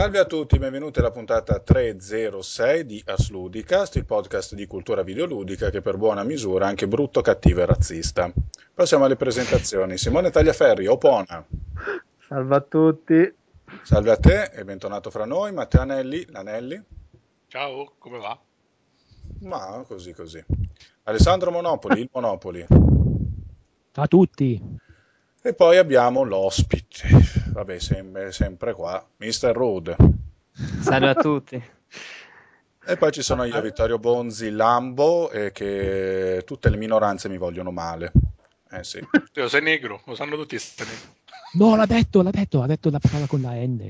Salve a tutti, benvenuti alla puntata 306 di Asludicast, il podcast di cultura videoludica che per buona misura è anche brutto, cattivo e razzista. Passiamo alle presentazioni. Simone Tagliaferri, Opona. Salve a tutti. Salve a te e bentornato fra noi. Matteo Anelli, l'Anelli. Ciao, come va? Ma così così. Alessandro Monopoli, il Monopoli. A tutti. E poi abbiamo l'ospite, vabbè, sempre qua, Mr. Rude. Salve a tutti. E poi ci sono io, Vittorio Bonzi, Lambo, e che tutte le minoranze mi vogliono male. Sì. Teo, sei negro, lo sanno tutti che sei negro. No, ha detto la parola con la N.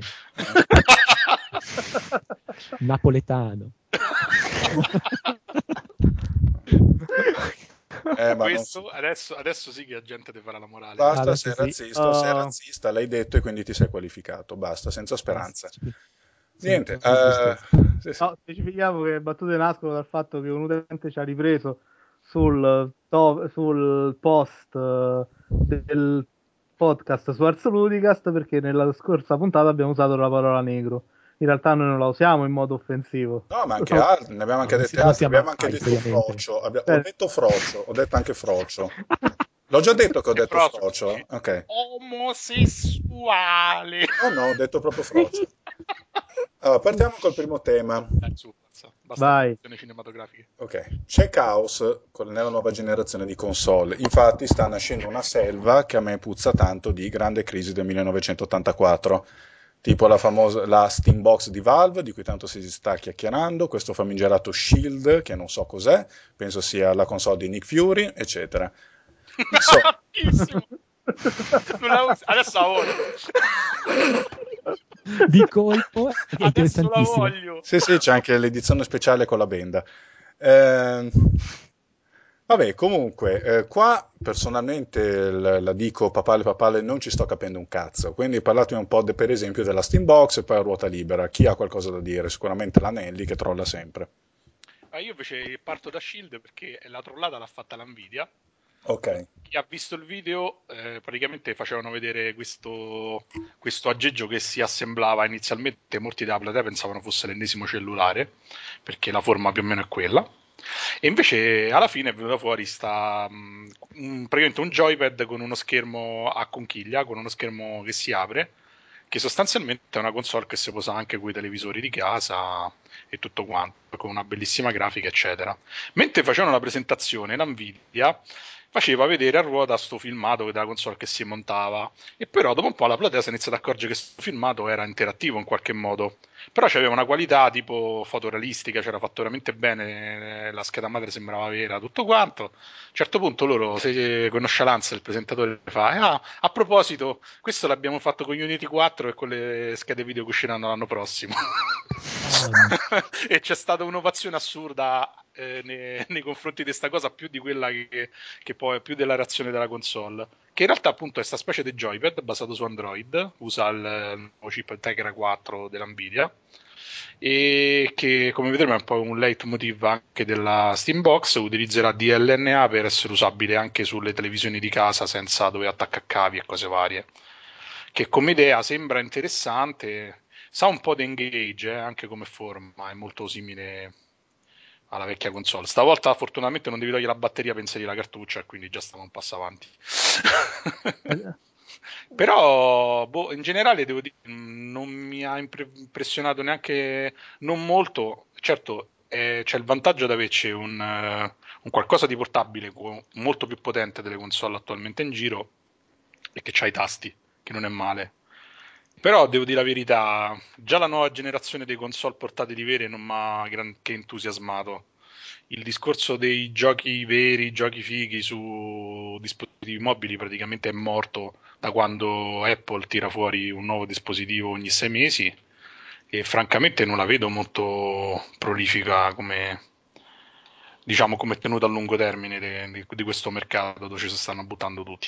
Napoletano. Ma Questo adesso sì che la gente ti farà la morale. Basta, Adesso sei sì. razzista, l'hai detto e quindi ti sei qualificato. Basta, senza speranza. Niente. Sì. No, specifichiamo che le battute nascono dal fatto che un utente ci ha ripreso sul post del podcast su Ars Ludicast, perché nella scorsa puntata abbiamo usato la parola negro. In realtà noi non la usiamo in modo offensivo. No, ma anche altri, ne abbiamo anche dette altre. Abbiamo anche detto frocio. Ho detto frocio, ho detto anche frocio. L'ho già detto che ho detto frocio? Ok. Omosessuale. No, ho detto proprio frocio. Allora, partiamo col primo tema. Basta Vai. cinematografiche. Ok, c'è caos nella nuova generazione di console. Infatti sta nascendo una selva che a me puzza tanto di grande crisi del 1984. Tipo la Steambox di Valve, di cui tanto si sta chiacchierando, questo famigerato Shield, che non so cos'è, penso sia la console di Nick Fury, eccetera. Adesso la voglio. Di colpo è Adesso la interessantissimo. voglio. Sì, c'è anche l'edizione speciale con la benda. Vabbè, comunque, qua personalmente la dico papale, non ci sto capendo un cazzo, quindi parlatemi un po' per esempio della Steambox e poi a ruota libera. Chi ha qualcosa da dire? Sicuramente l'Anelli che trolla sempre. Io invece parto da Shield perché la trollata l'ha fatta la Nvidia. Ok. Chi ha visto il video, praticamente facevano vedere questo aggeggio che si assemblava inizialmente. Molti della platea pensavano fosse l'ennesimo cellulare, perché la forma più o meno è quella. E invece alla fine è venuta fuori praticamente un joypad con uno schermo a conchiglia, con uno schermo che si apre, che sostanzialmente è una console che si posa anche con i televisori di casa e tutto quanto, con una bellissima grafica, eccetera. Mentre facevano la presentazione, la Nvidia faceva vedere a ruota sto filmato della console che si montava, e però dopo un po' la platea si è iniziata ad accorgere che questo filmato era interattivo in qualche modo, però c'aveva una qualità tipo fotorealistica, c'era fatto veramente bene, la scheda madre sembrava vera, tutto quanto. A un certo punto loro, con nonchalance, il presentatore fa: a proposito, questo l'abbiamo fatto con Unity 4 e con le schede video che usciranno l'anno prossimo. E c'è stata un'ovazione assurda nei confronti di questa cosa, più di quella che poi è più della reazione della console, che in realtà appunto è questa specie di joypad basato su Android, usa il nuovo chip Tegra 4 della Nvidia, e che, come vedremo, è un po' un leitmotiv anche della Steambox. Utilizzerà DLNA per essere usabile anche sulle televisioni di casa senza dover attaccare cavi e cose varie, che come idea sembra interessante. Sa un po' di Engage, anche come forma, è molto simile alla vecchia console. Stavolta fortunatamente non devi togliere la batteria per inserire la cartuccia, e quindi già stiamo un passo avanti. Però in generale devo dire, non mi ha impressionato neanche, non molto. Certo, c'è il vantaggio di averci un qualcosa di portabile molto più potente delle console attualmente in giro, e che c'ha i tasti, che non è male. Però devo dire la verità, già la nuova generazione dei console portatili vere non mi ha granché entusiasmato. Il discorso dei giochi veri, giochi fighi su dispositivi mobili praticamente è morto da quando Apple tira fuori un nuovo dispositivo ogni 6 mesi, e francamente non la vedo molto prolifica come, diciamo, come tenuta a lungo termine di questo mercato dove ci si stanno buttando tutti.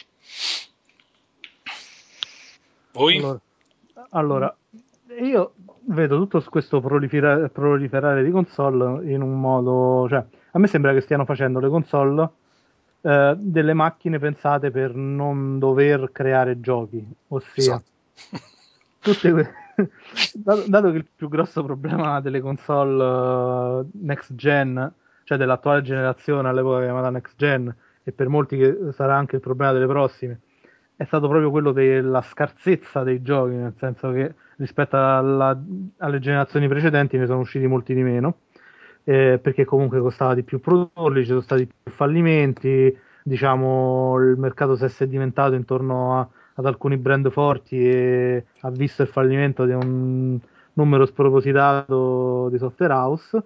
Voi? Allora, io vedo tutto questo proliferare di console in un modo, cioè, a me sembra che stiano facendo le console delle macchine pensate per non dover creare giochi, ossia Esatto. dato che il più grosso problema delle console next gen, cioè dell'attuale generazione all'epoca chiamata next gen, e per molti che sarà anche il problema delle prossime, è stato proprio quello della scarsezza dei giochi, nel senso che rispetto alle generazioni precedenti ne sono usciti molti di meno, perché comunque costava di più produrli, ci sono stati più fallimenti, diciamo il mercato si è sedimentato intorno ad alcuni brand forti e ha visto il fallimento di un numero spropositato di software house.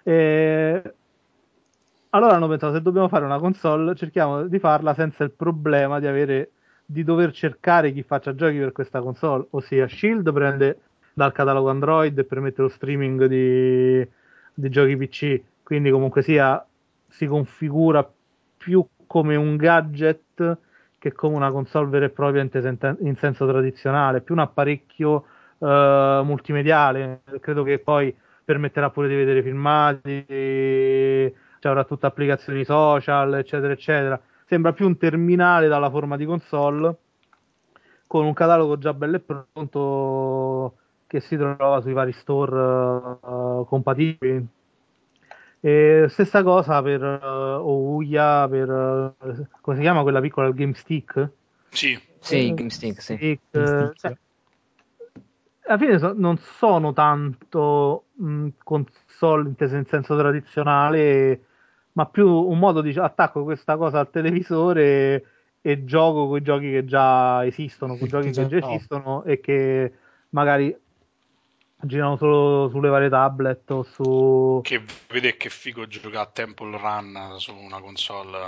E allora hanno pensato, se dobbiamo fare una console, cerchiamo di farla senza il problema di dover cercare chi faccia giochi per questa console, ossia Shield prende dal catalogo Android e permette lo streaming di giochi PC, quindi comunque sia si configura più come un gadget che come una console vera e propria in senso tradizionale, più un apparecchio multimediale. Credo che poi permetterà pure di vedere filmati, cioè avrà tutte applicazioni social, eccetera, eccetera. Sembra più un terminale dalla forma di console, con un catalogo già bello e pronto che si trova sui vari store compatibili. E stessa cosa per Ouya, per come si chiama quella piccola, il Game Stick? Sì, Sì, GameStick, sì. Cioè, alla fine non sono tanto console intese in senso tradizionale, ma più un modo di attacco questa cosa al televisore e gioco con i giochi che già esistono, con giochi che già esistono e che magari girano solo sulle varie tablet o su... che vede che figo giocare a Temple Run su una console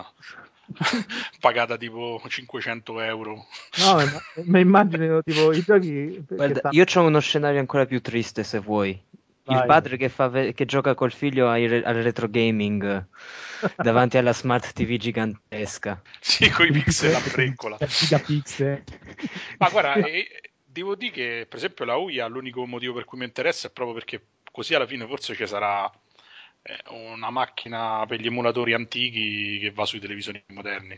pagata tipo 500 euro. No, ma immagino tipo i giochi che Guarda, stanno... io ho uno scenario ancora più triste, se vuoi. Il Vai. padre che gioca col figlio al retro gaming davanti alla smart TV gigantesca. Sì, con i pixel a breccola. Gigapixel. Ma guarda, devo dire che per esempio la UIA l'unico motivo per cui mi interessa è proprio perché così alla fine forse ci sarà una macchina per gli emulatori antichi che va sui televisori moderni.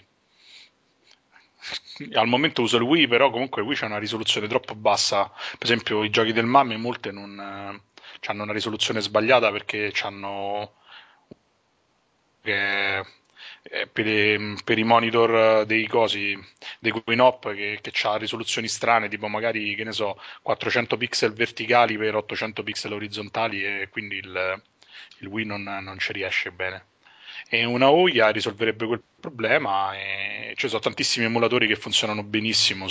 Al momento uso il Wii, però comunque il Wii c'ha una risoluzione troppo bassa. Per esempio i giochi del MAME molte non hanno una risoluzione sbagliata perché hanno per i monitor dei cosi dei Queen-Op che ha risoluzioni strane, tipo magari che ne so 400 pixel verticali per 800 pixel orizzontali, e quindi il Wii non ci riesce bene. E una OIA risolverebbe quel problema, e ci sono tantissimi emulatori che funzionano benissimo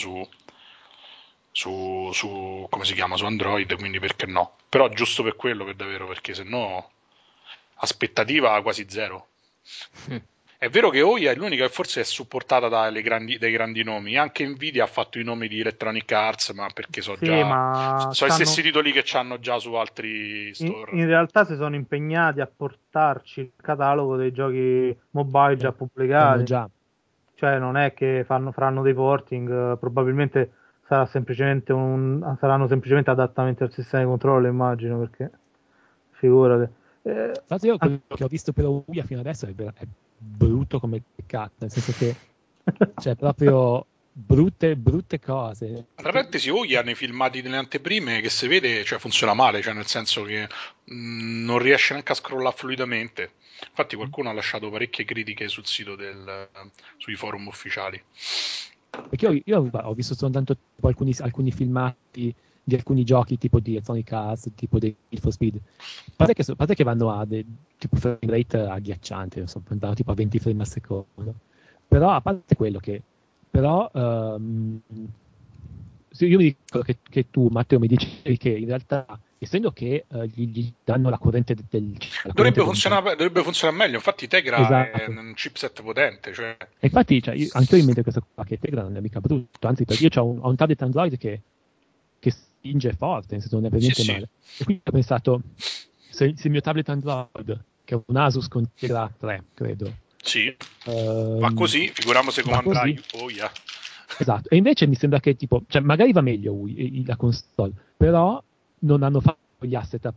come si chiama, su Android, quindi perché no? Però giusto per quello, per davvero, perché se no aspettativa quasi zero. È vero che Oya è l'unica che forse è supportata dai grandi nomi. Anche Nvidia ha fatto i nomi di Electronic Arts, ma perché Sì, ma so i stessi titoli che hanno già su altri store. in realtà si sono impegnati a portarci il catalogo dei giochi mobile già Che hanno pubblicati. già. Cioè non è che faranno dei porting, probabilmente saranno semplicemente adattamenti al sistema di controllo, immagino, perché figurate. Infatti io quello che ho visto per Ouya fino adesso è brutto come cazzo, nel senso che c'è proprio brutte cose. Tra parentesi, Oya nei filmati delle anteprime che si vede, cioè funziona male, cioè nel senso che non riesce neanche a scrollare fluidamente. Infatti qualcuno ha lasciato parecchie critiche sul sito sui forum ufficiali. Perché io ho visto soltanto tipo alcuni filmati di alcuni giochi tipo di Electronic Arts, tipo di Need for Speed. A parte che vanno a tipo frame rate agghiacciante, vanno tipo a 20 frame al secondo. Però a parte quello che... Però io mi ricordo che tu, Matteo, mi dicevi che in realtà, essendo che gli danno la corrente la corrente Dovrebbe funzionare meglio, infatti Tegra è esatto. un chipset potente. Cioè... E infatti, cioè, anche io in mente questo qua, che Tegra non è mica brutto, anzi, perché io ho un tablet Android che spinge forte, nel senso non è per niente Sì. male. E quindi ho pensato, se il mio tablet Android, che è un Asus con Tegra 3, credo, Sì, va così, figuriamoci come va andrà. così. Oh, yeah. Esatto, e invece mi sembra che tipo, cioè magari va meglio la console, però non hanno fatto gli asset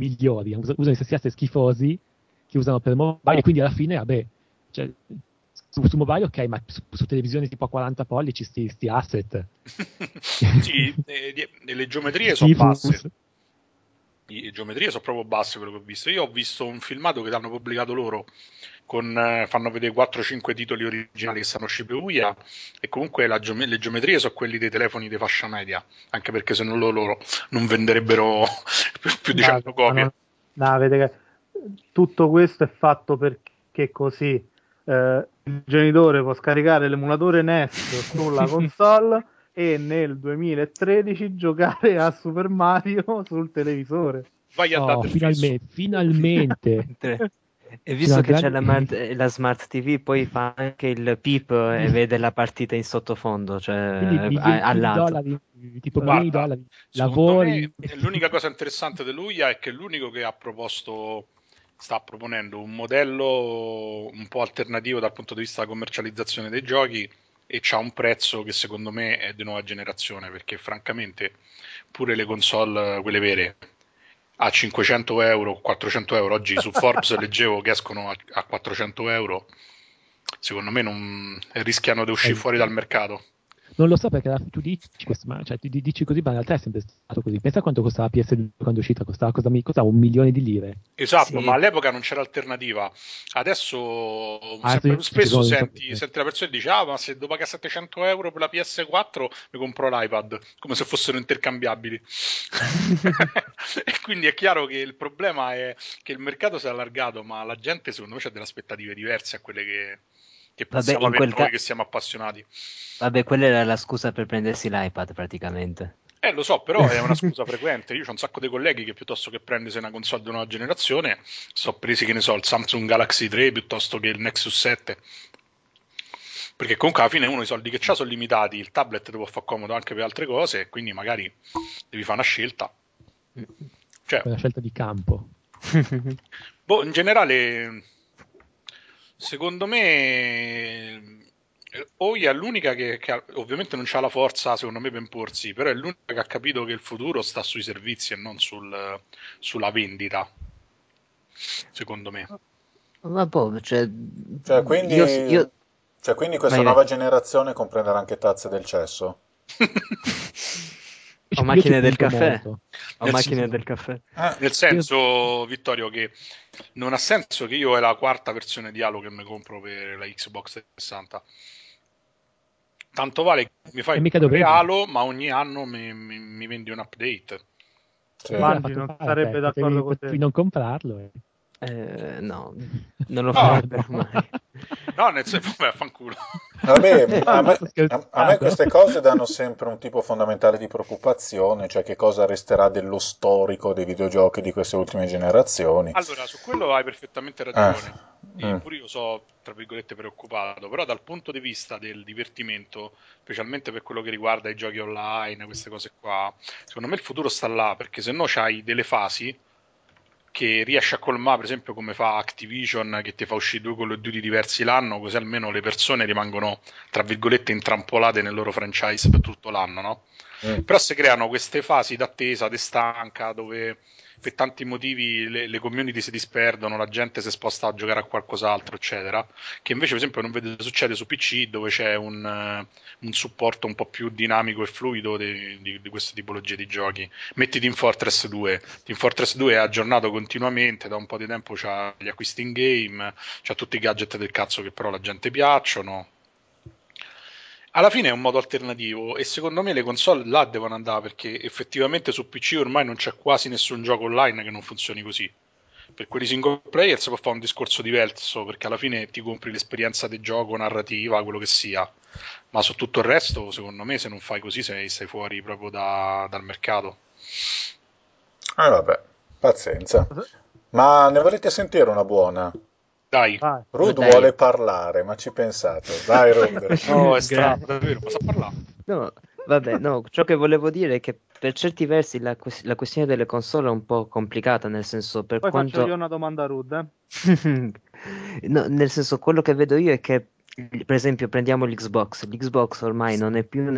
usano gli stessi asset schifosi che usano per mobile, e quindi alla fine, vabbè, cioè, su mobile ok, ma su televisione tipo a 40 pollici sti asset. Sì, le geometrie sono basse. Le geometrie sono proprio basse quello che ho visto. Io ho visto un filmato che l'hanno pubblicato loro fanno vedere 4-5 titoli originali che stanno usciti per UIA e comunque le geometrie sono quelli dei telefoni di fascia media, anche perché se non loro non venderebbero più di 100 copie. Vedete, tutto questo è fatto perché così il genitore può scaricare l'emulatore NES sulla console e nel 2013 giocare a Super Mario sul televisore. Vai a dare finalmente. E visto che c'è la Smart TV, poi fa anche il PIP e vede la partita in sottofondo, cioè al lato. Tipo milioni di dollari. Lavori. L'unica cosa interessante dell'UIA è che è l'unico che sta proponendo un modello un po' alternativo dal punto di vista della commercializzazione dei giochi e c'ha un prezzo che secondo me è di nuova generazione, perché francamente pure le console, quelle vere, a 500 euro, 400 euro, oggi su Forbes leggevo che escono a 400 euro, secondo me non rischiano di uscire fuori dal mercato. Non lo so perché tu dici questo, cioè, tu dici così, ma in realtà è sempre stato così. Pensa quanto costava PS2 quando è uscita, costava $1 milione. Esatto, sì. Ma all'epoca non c'era alternativa. Adesso spesso senti la persona che dice ma se devo pagare 700 euro per la PS4 mi compro l'iPad, come se fossero intercambiabili. E quindi è chiaro che il problema è che il mercato si è allargato, ma la gente secondo me ha delle aspettative diverse a quelle che possiamo avere noi che siamo appassionati. Vabbè, quella era la scusa per prendersi l'iPad praticamente. Lo so, però è una scusa frequente. Io ho un sacco di colleghi che piuttosto che prendersi una console di nuova generazione sono presi, che ne so, il Samsung Galaxy 3 piuttosto che il Nexus 7. Perché comunque alla fine uno i soldi che c'ha sono limitati, il tablet ti può fare comodo anche per altre cose, quindi magari devi fare una scelta. Cioè, una scelta di campo. In generale, secondo me Oi è l'unica che ovviamente non c'ha la forza secondo me per imporsi, però è l'unica che ha capito che il futuro sta sui servizi e non sulla vendita, secondo me. Ma quindi questa nuova generazione comprenderà anche tazze del cesso? O macchine del caffè. O macchine del caffè. Nel senso, Vittorio, che non ha senso che io è la quarta versione di Halo che mi compro per la Xbox 360. Tanto vale che mi fai comprare Halo, ma ogni anno mi vendi un update. Sì. Bungie non sarebbe d'accordo con te. Non comprarlo. No, non lo farebbero mai. No, nel senso, vabbè, fanculo. Vabbè, a me queste cose danno sempre un tipo fondamentale di preoccupazione, cioè che cosa resterà dello storico dei videogiochi di queste ultime generazioni. Allora, su quello hai perfettamente ragione. Pure io so, tra virgolette, preoccupato, però dal punto di vista del divertimento, specialmente per quello che riguarda i giochi online, queste cose qua, secondo me il futuro sta là, perché se no c'hai delle fasi che riesce a colmare, per esempio come fa Activision, che ti fa uscire 2 Call of Duty diversi l'anno, così almeno le persone rimangono, tra virgolette, intrappolate nel loro franchise per tutto l'anno, no? Però si creano queste fasi d'attesa, di stanca, dove per tanti motivi le community si disperdono, la gente si sposta a giocare a qualcos'altro, eccetera, che invece per esempio non vedo succede su PC, dove c'è un supporto un po' più dinamico e fluido di queste tipologie di giochi. Metti Team Fortress 2. Team Fortress 2 è aggiornato continuamente, da un po' di tempo c'ha gli acquisti in game, c'ha tutti i gadget del cazzo che però la gente piacciono. Alla fine è un modo alternativo e secondo me le console là devono andare, perché effettivamente su PC ormai non c'è quasi nessun gioco online che non funzioni così. Per quelli single player si può fare un discorso diverso, perché alla fine ti compri l'esperienza del gioco, narrativa, quello che sia, ma su tutto il resto secondo me se non fai così sei fuori proprio dal mercato. Vabbè, pazienza. Ma ne volete sentire una buona? Dai. Rude vuole parlare, ma ci pensate. Dai, Rude. No, è strano, davvero, ma sa parlare. No, vabbè, no, ciò che volevo dire è che per certi versi la questione delle console è un po' complicata, nel senso per Poi quanto... faccio io una domanda rude. No, nel senso, quello che vedo io è che per esempio, prendiamo l'Xbox ormai non è più,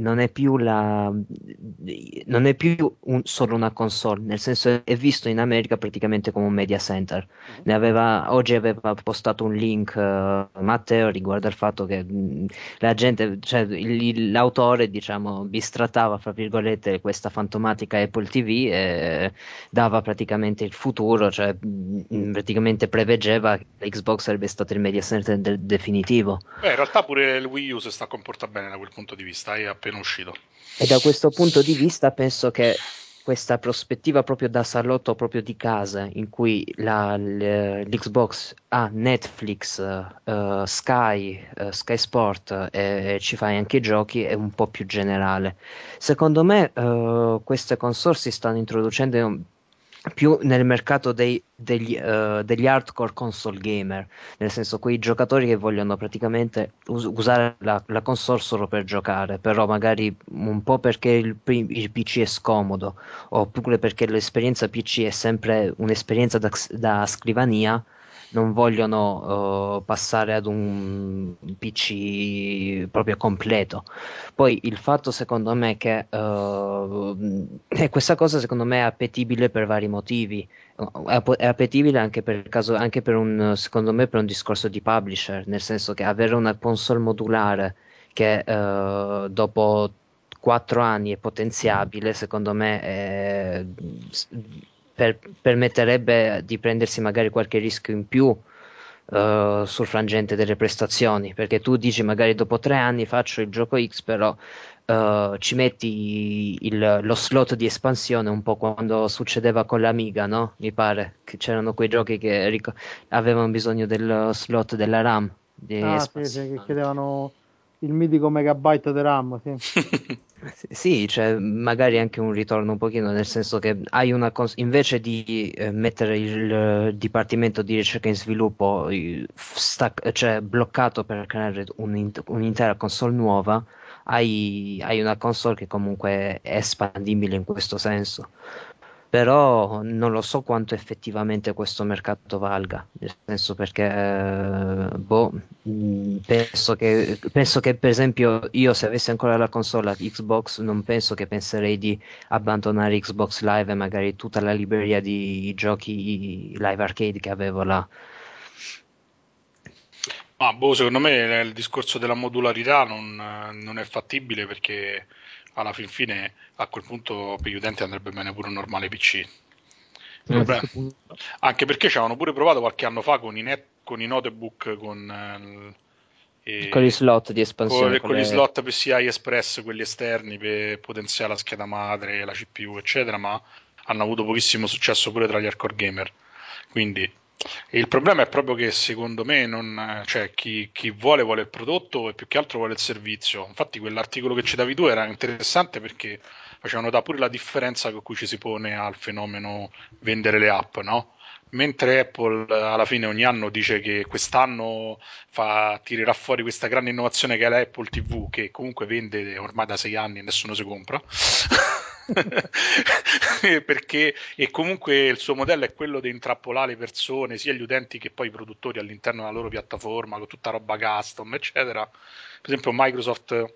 solo una console, nel senso è visto in America praticamente come un media center. Oggi aveva postato un link Matteo riguardo al fatto che la gente, cioè l'autore, diciamo, bistrattava, fra virgolette, questa fantomatica Apple TV e dava praticamente il futuro, cioè praticamente preveggeva che l'Xbox sarebbe stato il media center definitivo. Beh, in realtà pure il Wii U si sta comportando bene da quel punto di vista, è appena uscito. E da questo punto di vista penso che questa prospettiva proprio da salotto proprio di casa, in cui l'Xbox ha Netflix, Sky Sport e ci fai anche i giochi, è un po' più generale. Secondo me queste console si stanno introducendo più nel mercato degli hardcore console gamer, nel senso quei giocatori che vogliono praticamente usare la console solo per giocare, però magari un po' perché il PC è scomodo, oppure perché l'esperienza PC è sempre un'esperienza da scrivania, non vogliono passare ad un PC proprio completo. Poi il fatto secondo me che e questa cosa secondo me è appetibile per vari motivi. È appetibile anche anche per secondo me per un discorso di publisher, nel senso che avere una console modulare che dopo 4 anni è potenziabile, secondo me permetterebbe di prendersi magari qualche rischio in più sul frangente delle prestazioni, perché tu dici magari dopo 3 anni faccio il gioco X, però ci metti lo slot di espansione, un po' quando succedeva con l'Amiga, no? Mi pare che c'erano quei giochi che avevano bisogno del slot della RAM di Sì, che espansione. chiedevano il mitico megabyte di RAM, sì. Sì, cioè magari anche un ritorno un pochino, nel senso che hai invece di mettere il dipartimento di ricerca e sviluppo cioè bloccato per creare un'intera console nuova, hai una console che comunque è espandibile in questo senso. Però non lo so quanto effettivamente questo mercato valga, nel senso perché penso che per esempio io se avessi ancora la console Xbox non penso che penserei di abbandonare Xbox Live e magari tutta la libreria di giochi live arcade che avevo là. Secondo me il discorso della modularità non è fattibile perché alla fin fine a quel punto per gli utenti andrebbe bene pure un normale PC. Anche perché ci avevano pure provato qualche anno fa con i notebook Con gli slot di espansione. con gli slot PCI Express, quelli esterni per potenziare la scheda madre, la CPU, eccetera, ma hanno avuto pochissimo successo pure tra gli hardcore gamer. Quindi il problema è proprio che secondo me cioè, chi vuole il prodotto e più che altro vuole il servizio. Infatti quell'articolo che citavi tu era interessante perché faceva notare pure la differenza con cui ci si pone al fenomeno vendere le app, no? Mentre Apple alla fine ogni anno dice che quest'anno tirerà fuori questa grande innovazione che è l'Apple TV, che comunque vende ormai da 6 anni e nessuno si compra. Perché e comunque il suo modello è quello di intrappolare le persone, sia gli utenti che poi i produttori all'interno della loro piattaforma, con tutta roba custom, eccetera. Per esempio Microsoft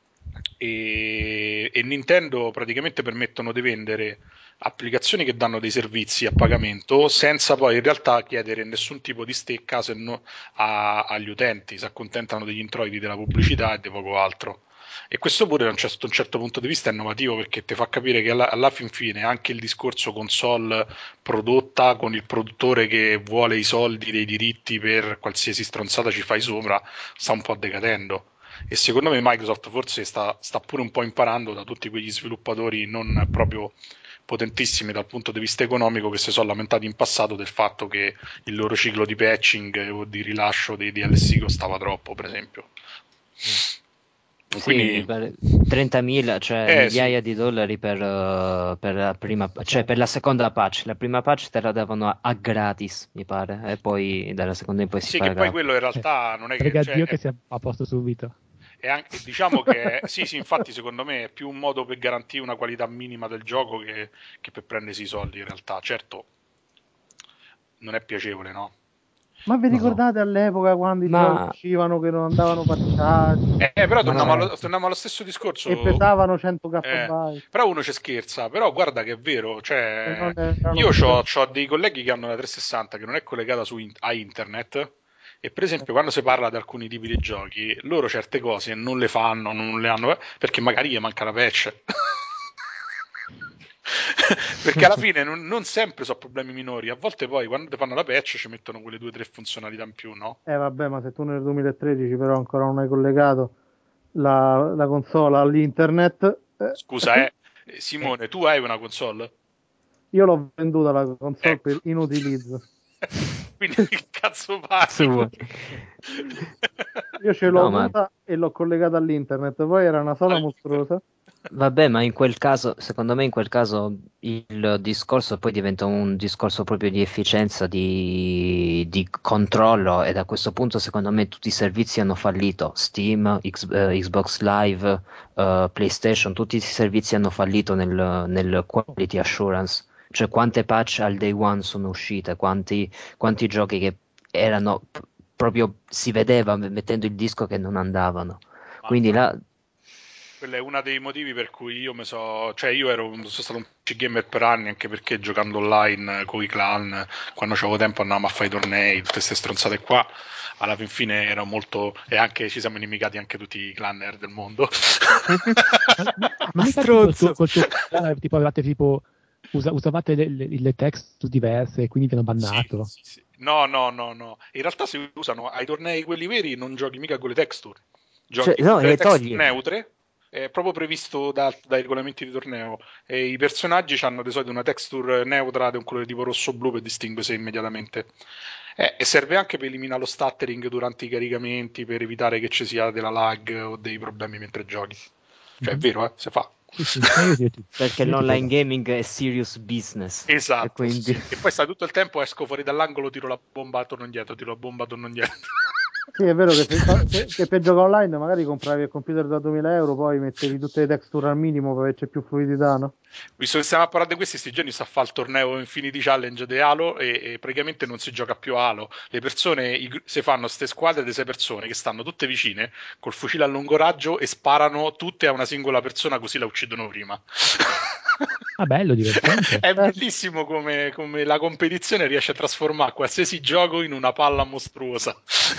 e Nintendo praticamente permettono di vendere applicazioni che danno dei servizi a pagamento senza poi in realtà chiedere nessun tipo di stecca se no agli utenti, si accontentano degli introiti della pubblicità e di poco altro. E questo pure da un certo punto di vista è innovativo perché ti fa capire che alla fin fine anche il discorso console prodotta con il produttore che vuole i soldi dei diritti per qualsiasi stronzata ci fai sopra sta un po' decadendo. E secondo me Microsoft forse sta pure un po' imparando da tutti quegli sviluppatori non proprio potentissimi dal punto di vista economico che si sono lamentati in passato del fatto che il loro ciclo di patching o di rilascio dei DLC costava troppo, per esempio. Sì, Quindi, mi pare 30.000, cioè sì. migliaia di dollari per la prima, cioè per la seconda patch. La prima patch te la davano a gratis, mi pare, e poi dalla seconda in poi si Sì, che poi pagava. quello in realtà non è che... Prega Cioè, Dio che sia a posto subito. diciamo che sì, infatti secondo me è più un modo per garantire una qualità minima del gioco che per prendersi i soldi in realtà. Certo, non è piacevole, no? Ma vi ricordate all'epoca quando i giochi uscivano che non andavano patchati? Però torniamo allo stesso discorso. E pesavano 100 KB. Però uno ci scherza, però guarda che è vero. Cioè, io ho dei colleghi che hanno la 360 che non è collegata a internet. E per esempio quando si parla di alcuni tipi di giochi, loro certe cose non le fanno, non le hanno, perché magari gli manca la patch. Perché alla fine non sempre sono problemi minori, a volte poi quando ti fanno la patch ci mettono quelle 2 o 3 funzionalità in più, no? Vabbè, ma se tu nel 2013 però ancora non hai collegato la console all'internet... Scusa, Simone, tu hai una console? Io l'ho venduta la console per inutilizzo. Quindi che cazzo fai? Io ce l'ho avuta e l'ho collegata all'internet, poi era una sola mostruosa. Vabbè, ma in quel caso, secondo me in quel caso il discorso poi diventa un discorso proprio di efficienza, di controllo, e da questo punto secondo me tutti i servizi hanno fallito. Steam, Xbox Live, PlayStation, tutti i servizi hanno fallito nel quality assurance. Cioè quante patch al day one sono uscite, quanti giochi che erano proprio, si vedeva mettendo il disco che non andavano. Quindi là... Quello è uno dei motivi per cui io sono stato un PC gamer per anni, anche perché giocando online con i clan, quando c'avevo tempo andavamo a fare i tornei, tutte queste stronzate qua, alla fine era molto... e anche ci siamo inimicati anche tutti i clanner del mondo. Ma mica col tuo tipo avevate tipo usavate le text diverse, quindi vi hanno bannato. Sì. No. In realtà si usano ai tornei quelli veri, non giochi mica con le texture. Giochi con le texture neutre. È proprio previsto dai regolamenti di torneo, e i personaggi hanno di solito una texture neutra di un colore tipo rosso-blu per distinguersi immediatamente, e serve anche per eliminare lo stuttering durante i caricamenti, per evitare che ci sia della lag o dei problemi mentre giochi. Cioè è vero, si fa. Sì. Perché l'online gaming è serious business. Esatto, e quindi... E poi stai tutto il tempo, esco fuori dall'angolo, tiro la bomba, torno indietro, tiro la bomba, torno indietro. Sì, è vero che per giocare online magari compravi il computer da 2000 €, poi mettevi tutte le texture al minimo per averci più fluidità, no? Visto che stiamo a parlare di questi, sti giorni sta a fare il torneo Infinity Challenge di Halo, e praticamente non si gioca più a Halo. Le persone si fanno queste squadre di 6 persone che stanno tutte vicine col fucile a lungo raggio e sparano tutte a una singola persona, così la uccidono prima. Bello, divertente. È bellissimo come la competizione riesce a trasformare qualsiasi gioco in una palla mostruosa.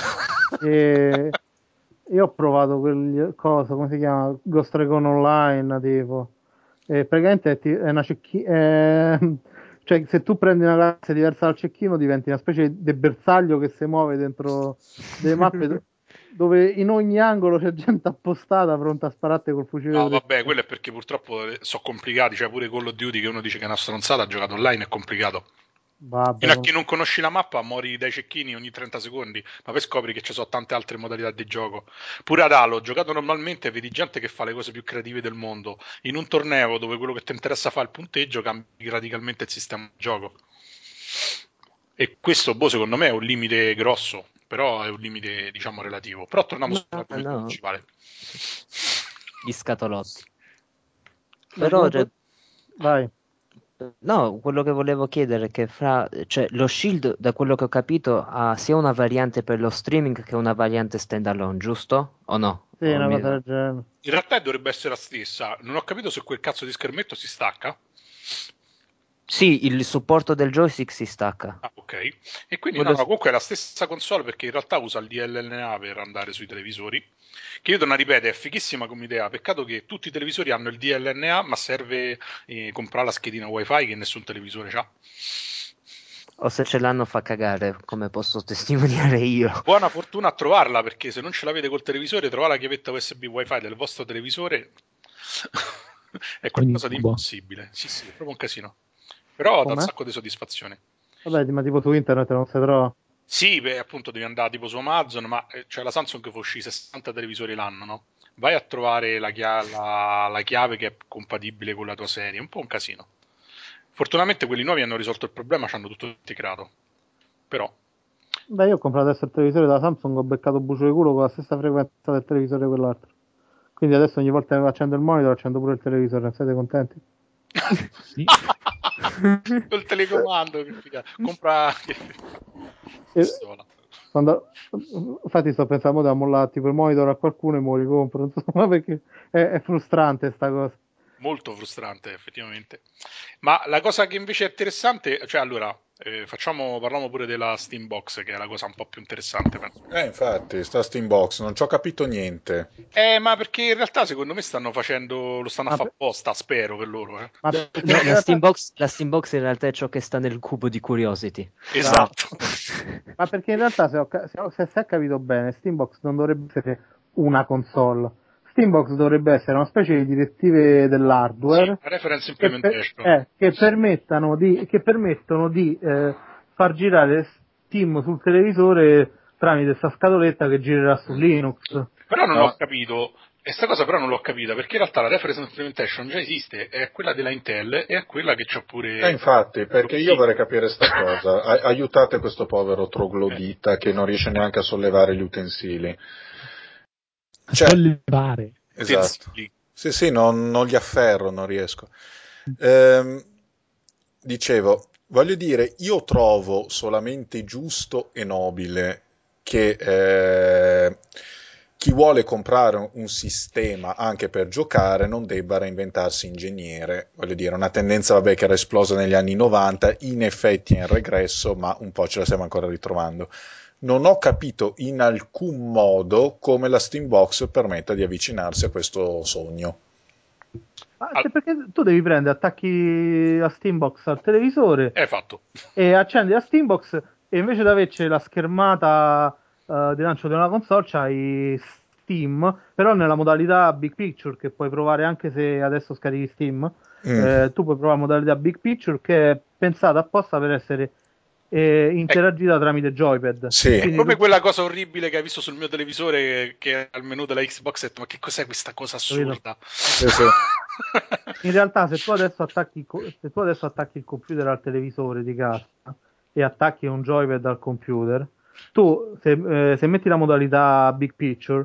Io ho provato come si chiama? Ghost Recon Online, tipo. Praticamente è una cecchina. Cioè, se tu prendi una classe diversa dal cecchino, diventi una specie di bersaglio che si muove dentro delle mappe dove in ogni angolo c'è gente appostata pronta a spararti col fucile. No, vabbè, quello è perché purtroppo sono complicati. Cioè, pure Call of Duty, che uno dice che è una stronzata, giocato online è complicato. Fino a che non conosci la mappa, muori dai cecchini ogni 30 secondi, ma poi scopri che ci sono tante altre modalità di gioco. Pure ad Halo, giocato normalmente, vedi gente che fa le cose più creative del mondo. In un torneo dove quello che ti interessa fa il punteggio, cambi radicalmente il sistema di gioco. E questo, secondo me, è un limite grosso, però è un limite, diciamo, relativo. Però torniamo sull'argomento principale. Gli scatolotti. Però... Vai. No, quello che volevo chiedere è che cioè, lo Shield, da quello che ho capito, ha sia una variante per lo streaming che una variante standalone, giusto? O no? Sì, una cosa del genere. In realtà dovrebbe essere la stessa. Non ho capito se quel cazzo di schermetto si stacca. Sì, il supporto del joystick si stacca. Ah, ok. E quindi comunque è la stessa console, perché in realtà usa il DLNA per andare sui televisori. Che io torno a ripetere, è fighissima come idea. Peccato che tutti i televisori hanno il DLNA, ma serve comprare la schedina wifi che nessun televisore ha. O se ce l'hanno fa cagare, come posso testimoniare io. Buona fortuna a trovarla, perché se non ce l'avete col televisore, trovare la chiavetta USB wifi del vostro televisore è qualcosa di impossibile. Sì, è proprio un casino. Però dà un sacco di soddisfazione. Vabbè, ma tipo su internet non si trova. Sì, appunto devi andare tipo su Amazon, ma c'è la Samsung che fa uscire 60 televisori l'anno, no? Vai a trovare la chiave che è compatibile con la tua serie, è un po' un casino. Fortunatamente quelli nuovi hanno risolto il problema, ci hanno tutto integrato. Però... Beh, io ho comprato adesso il televisore da Samsung, ho beccato bucio di culo con la stessa frequenza del televisore di quell'altro. Quindi adesso ogni volta che accendo il monitor accendo pure il televisore, siete contenti? Sì. Col telecomando, che figata. Compra... Infatti sto pensando da mollare tipo il monitor a qualcuno e me lo ricompro, insomma, perché è frustrante sta cosa. Molto frustrante, effettivamente. Ma la cosa che invece è interessante, cioè allora, parliamo pure della Steambox, che è la cosa un po' più interessante, penso. Infatti, sta Steambox, non ci ho capito niente. Ma perché in realtà secondo me lo stanno a Ma, fare apposta, spero per loro. ma perché No, in realtà, La Steambox in realtà è ciò che sta nel cubo di Curiosity. Esatto. ma perché in realtà se si è capito bene, Steambox non dovrebbe essere una console. Steambox dovrebbe essere una specie di direttive dell'hardware Reference implementation. che permettono di far girare Steam sul televisore tramite questa scatoletta che girerà su Linux. Però non ho No. capito, e sta cosa però non l'ho capita, perché in realtà la reference implementation già esiste, è quella della Intel e è quella che c'ha pure... Infatti, perché io vorrei capire sta cosa. Aiutate questo povero troglodita che non riesce neanche a sollevare gli utensili. A sollevare. Esatto. Utensili. Sì, non li afferro, non riesco. Dicevo, voglio dire, io trovo solamente giusto e nobile che chi vuole comprare un sistema anche per giocare non debba reinventarsi ingegnere. Voglio dire, una tendenza, vabbè, che era esplosa negli anni 90, in effetti è in regresso, ma un po' ce la stiamo ancora ritrovando. Non ho capito in alcun modo come la Steambox permetta di avvicinarsi a questo sogno. Anche perché tu devi prendere, attacchi la Steambox al televisore È fatto. e accendi la Steambox e invece di averci la schermata di lancio di una console c'hai Steam, però nella modalità Big Picture che puoi provare anche se adesso scarichi Steam, tu puoi provare la modalità Big Picture che è pensata apposta per essere interagita tramite joypad. Sì, È Quindi come tu, quella cosa orribile che hai visto sul mio televisore che è al menu della Xbox e ho detto, ma che cos'è questa cosa capito? assurda? sì. In realtà, se tu adesso attacchi il computer al televisore di casa e attacchi un joypad al computer, tu se metti la modalità Big Picture,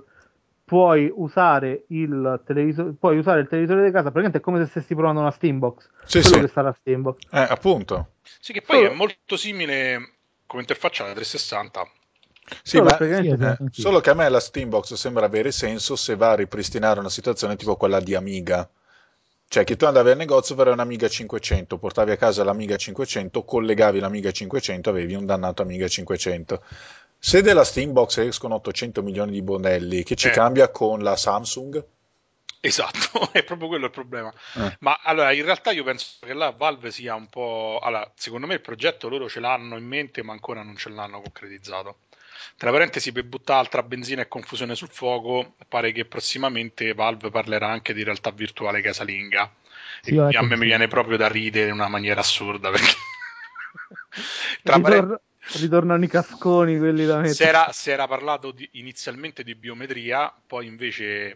puoi usare il televisore di casa, praticamente è come se stessi provando una Steambox, Sì, quello sì, che sarà Steambox. appunto. Sì, che poi è Solo, molto simile come interfaccia alla 360. Sì, solo che ma Sì, praticamente esatto, anch'io. solo che a me la Steambox sembra avere senso se va a ripristinare una situazione tipo quella di Amiga. Cioè che tu andavi al negozio per un'Amiga 500, portavi a casa l'Amiga 500, collegavi l'Amiga 500, avevi un dannato Amiga 500. Se della Steambox escono 800 milioni di modelli, che ci cambia con la Samsung? Esatto, è proprio quello il problema. Eh. Ma allora, in realtà io penso che la Valve sia un po'... Allora, secondo me il progetto loro ce l'hanno in mente, ma ancora non ce l'hanno concretizzato. Tra parentesi, per buttare altra benzina e confusione sul fuoco, pare che prossimamente Valve parlerà anche di realtà virtuale casalinga. E Sì, ho quindi a letto me mi sì. viene proprio da ridere in una maniera assurda, perché... Tra parentesi... ritornano i casconi, quelli da mettere. Si era parlato inizialmente di biometria, poi invece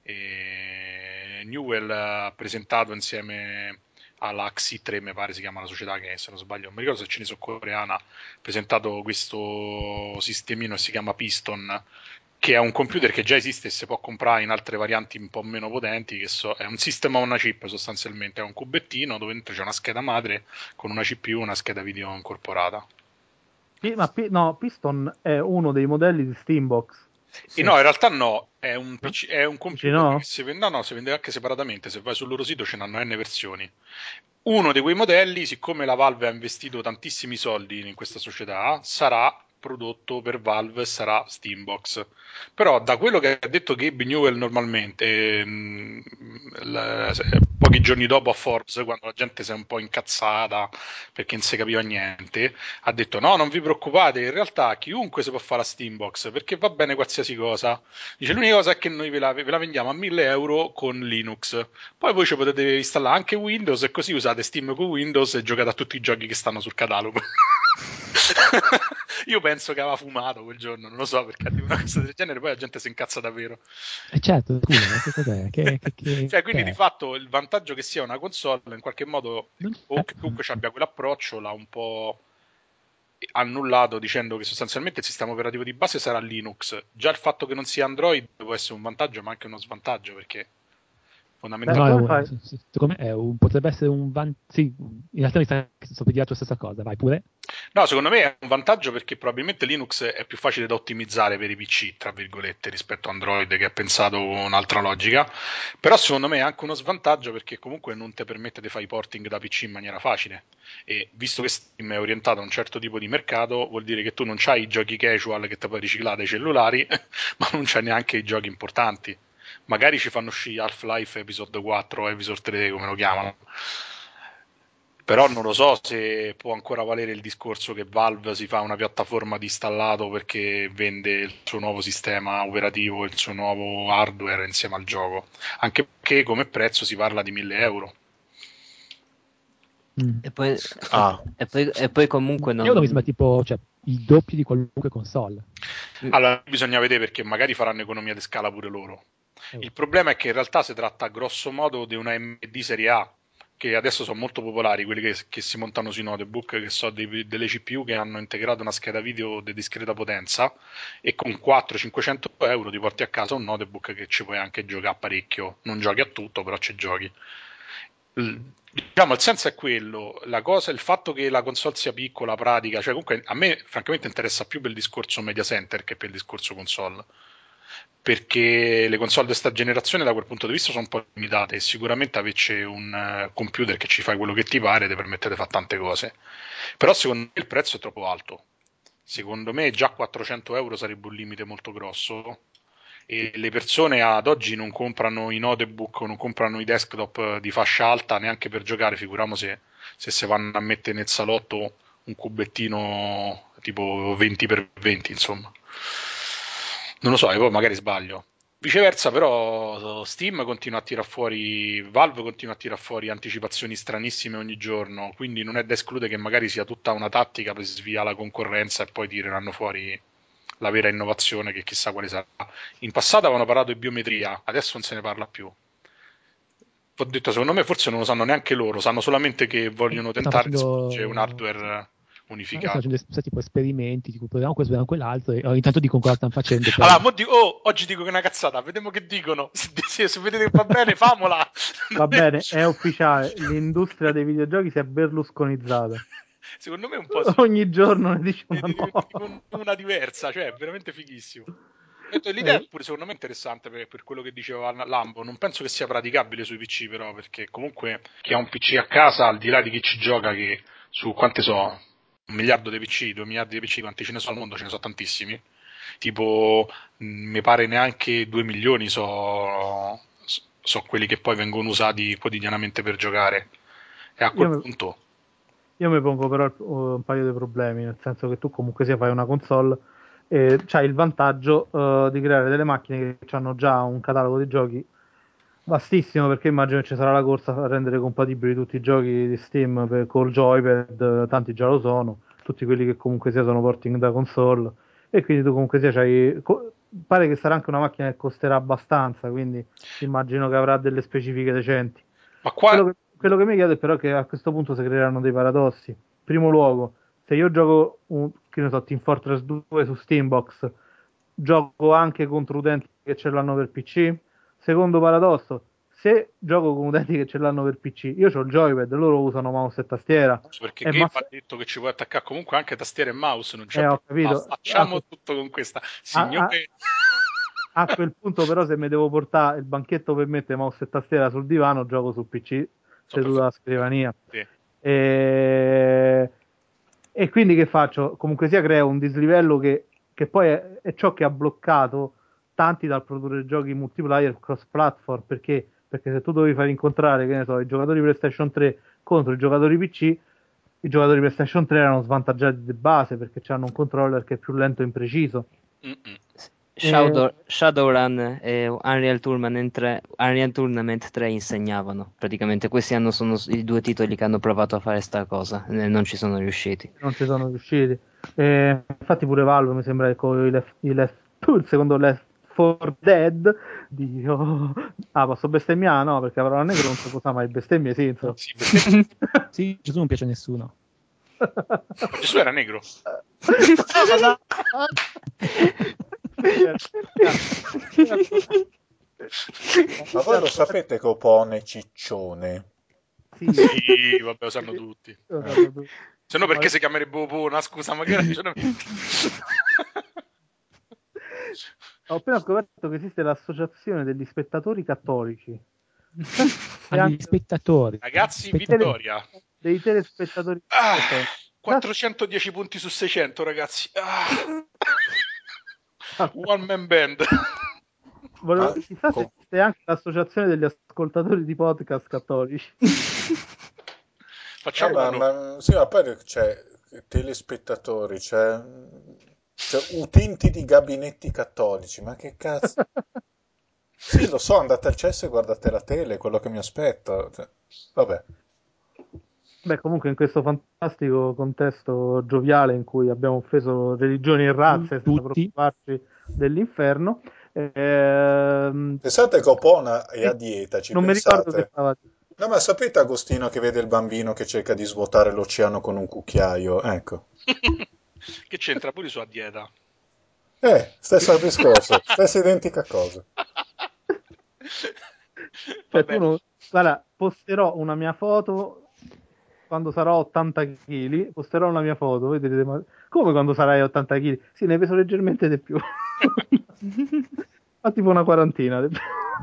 Newell ha presentato insieme alla Xi3, mi pare si chiama la società, che se non sbaglio, non mi ricordo se è cinese o coreana, ha presentato questo sistemino che si chiama Piston, che è un computer che già esiste e si può comprare in altre varianti un po' meno potenti, è un sistema on a chip sostanzialmente, è un cubettino dove dentro c'è una scheda madre con una CPU e una scheda video incorporata. No, Piston è uno dei modelli di Steambox. E no, in realtà no, è un, No? PC, è un Dici computer che no? si vende, no, si vende anche separatamente, se vai sul loro sito ce n'hanno N versioni. Uno di quei modelli, siccome la Valve ha investito tantissimi soldi in questa società, sarà prodotto per Valve, sarà Steambox. Però da quello che ha detto Gabe Newell normalmente, pochi giorni dopo a Forbes, quando la gente si è un po' incazzata perché non si capiva niente, ha detto no, non vi preoccupate, in realtà chiunque si può fare la Steambox perché va bene qualsiasi cosa. Dice l'unica cosa è che noi ve la vendiamo a 1.000 € con Linux. Poi voi ci potete installare anche Windows e così usate Steam con Windows e giocate a tutti i giochi che stanno sul catalogo. Io penso che aveva fumato quel giorno, non lo so perché ha detto una cosa del genere, poi la gente si incazza davvero. Certo, scusa, ma che cos'è? Cioè, quindi di È? fatto il vantaggio che sia una console in qualche modo, Non o c'è. che comunque ci abbia quell'approccio, l'ha un po' annullato dicendo che sostanzialmente il sistema operativo di base sarà Linux. Già il fatto che non sia Android può essere un vantaggio, ma anche uno svantaggio, perché fondamentalmente. No, secondo me potrebbe essere un sì, in realtà mi sto per dire la stessa cosa, vai pure. No, secondo me è un vantaggio perché probabilmente Linux è più facile da ottimizzare per i PC, tra virgolette, rispetto a Android che ha pensato un'altra logica, però secondo me è anche uno svantaggio perché comunque non ti permette di fare i porting da PC in maniera facile e visto che Steam è orientato a un certo tipo di mercato, vuol dire che tu non c'hai i giochi casual che ti puoi riciclare dai cellulari, ma non c'hai neanche i giochi importanti. Magari ci fanno uscire Half-Life Episode 4 o Episode 3 come lo chiamano. Però non lo so se può ancora valere il discorso che Valve si fa una piattaforma di installato perché vende il suo nuovo sistema operativo, il suo nuovo hardware insieme al gioco. Anche perché come prezzo si parla di 1.000 euro. E poi comunque non... Euro mi sembra tipo il doppio di qualunque console. Allora bisogna vedere perché magari faranno economia di scala pure loro. Il problema è che in realtà si tratta grosso modo di una AMD Serie A, che adesso sono molto popolari, quelli che si montano sui notebook, che sono delle CPU che hanno integrato una scheda video di discreta potenza e con 400-500 euro ti porti a casa un notebook che ci puoi anche giocare parecchio. Non giochi a tutto, però ci giochi. Diciamo, il senso è quello, la cosa, il fatto che la console sia piccola, pratica, cioè comunque a me francamente interessa più per il discorso media center che per il discorso console, perché le console di questa generazione da quel punto di vista sono un po' limitate e sicuramente averci un computer che ci fai quello che ti pare ti permette di fare tante cose, però secondo me il prezzo è troppo alto, secondo me già 400 euro sarebbe un limite molto grosso e le persone ad oggi non comprano i notebook, non comprano i desktop di fascia alta neanche per giocare, figuriamoci se si vanno a mettere nel salotto un cubettino tipo 20x20, insomma. Non lo so, e poi magari sbaglio. Viceversa, però, Steam continua a tirare fuori, Valve continua a tirare fuori anticipazioni stranissime ogni giorno, quindi non è da escludere che magari sia tutta una tattica per sviare la concorrenza e poi tireranno fuori la vera innovazione che chissà quale sarà. In passato avevano parlato di biometria, adesso non se ne parla più. Ho detto, secondo me forse non lo sanno neanche loro, sanno solamente che vogliono tentare di spingere un hardware unificato. Stanno facendo tipo esperimenti, tipo proviamo questo, proviamo quell'altro, e intanto dicono cosa stanno facendo. Allora, oggi dico che è una cazzata, vediamo che dicono. Se vedete che va bene, famola. Va bene, è ufficiale, l'industria dei videogiochi si è berlusconizzata. Secondo me un po' sì. Ogni giorno ne dice una diversa, cioè è veramente fighissimo. L'idea è pure secondo me interessante per quello che diceva Lambo. Non penso che sia praticabile sui PC, però, perché comunque chi ha un PC a casa, al di là di chi ci gioca, che su quante so, 1 miliardo di PC, 2 miliardi di PC, quanti ce ne sono al mondo? Ce ne sono tantissimi. Tipo, mi pare neanche 2 milioni so quelli che poi vengono usati quotidianamente per giocare. E a quel punto. Io mi pongo però un paio di problemi, nel senso che tu comunque sia fai una console e c'hai il vantaggio di creare delle macchine che hanno già un catalogo di giochi vastissimo, perché immagino che ci sarà la corsa a rendere compatibili tutti i giochi di Steam col joypad, tanti già lo sono, tutti quelli che comunque sia sono porting da console, e quindi tu comunque sia pare che sarà anche una macchina che costerà abbastanza, quindi immagino che avrà delle specifiche decenti. Ma qua... Quello che mi chiedo è però che a questo punto si creeranno dei paradossi. Primo luogo, se io gioco che ne so, Team Fortress 2 su Steambox, gioco anche contro utenti che ce l'hanno per PC. Secondo paradosso, se gioco con utenti che ce l'hanno per PC, io ho il joypad, loro usano mouse e tastiera. Perché Game ha detto che ci puoi attaccare comunque anche tastiera e mouse, non c'è ho capito. facciamo tutto con questa. Signore... A quel punto però se mi devo portare il banchetto per mettere mouse e tastiera sul divano, gioco sul PC seduto alla scrivania. Sì. E quindi che faccio? Comunque sia creo un dislivello che poi è ciò che ha bloccato tanti dal produrre giochi multiplayer cross platform, perché se tu dovevi far incontrare, che ne so, i giocatori PlayStation 3 contro i giocatori PC, i giocatori PlayStation 3 erano svantaggiati di base perché hanno un controller che è più lento e impreciso. Shadowrun e Unreal Tournament 3 insegnavano. Praticamente questi sono i due titoli che hanno provato a fare sta cosa e non ci sono riusciti. Infatti pure Valve mi sembra che con il secondo Left 4 Dead posso bestemmiare? No, perché avrò la negro non si può usare, ma il bestemmie sì, insomma. Sì, Gesù non piace a nessuno. Ma Gesù era negro. Ma voi lo sapete che Opone è ciccione? Sì, vabbè, lo sanno tutti. Lo sanno tutti. Se no perché si chiamerebbe Opona? Scusa, ma che ragionamento? Ho appena scoperto che esiste l'associazione degli spettatori cattolici. E Agli anche spettatori. Ragazzi, Spettatori. vittoria. dei telespettatori Ah, cattolici. 410 punti su 600, ragazzi. One man band. Chissà se esiste anche l'associazione degli ascoltatori di podcast cattolici. Facciamo Sì, ma poi c'è telespettatori, c'è utenti di gabinetti cattolici, ma che cazzo? Sì, lo so, andate al cesso e guardate la tele, è quello che mi aspetto. Cioè, vabbè. Beh, comunque in questo fantastico contesto gioviale in cui abbiamo offeso religioni e razze senza Tutti. preoccuparci dell'inferno, Pensate che Opona è a dieta, ci non mi ricordo che pensate? stava. No, ma sapete Agostino che vede il bambino che cerca di svuotare l'oceano con un cucchiaio? Ecco. Che c'entra pure sua dieta. Stesso discorso, stessa identica cosa. Cioè, Vabbè. guarda, posterò una mia foto quando sarò 80 kg, posterò una mia foto, voi direte, ma come quando sarai 80 kg? Sì, ne peso leggermente di più. Ma tipo una quarantina di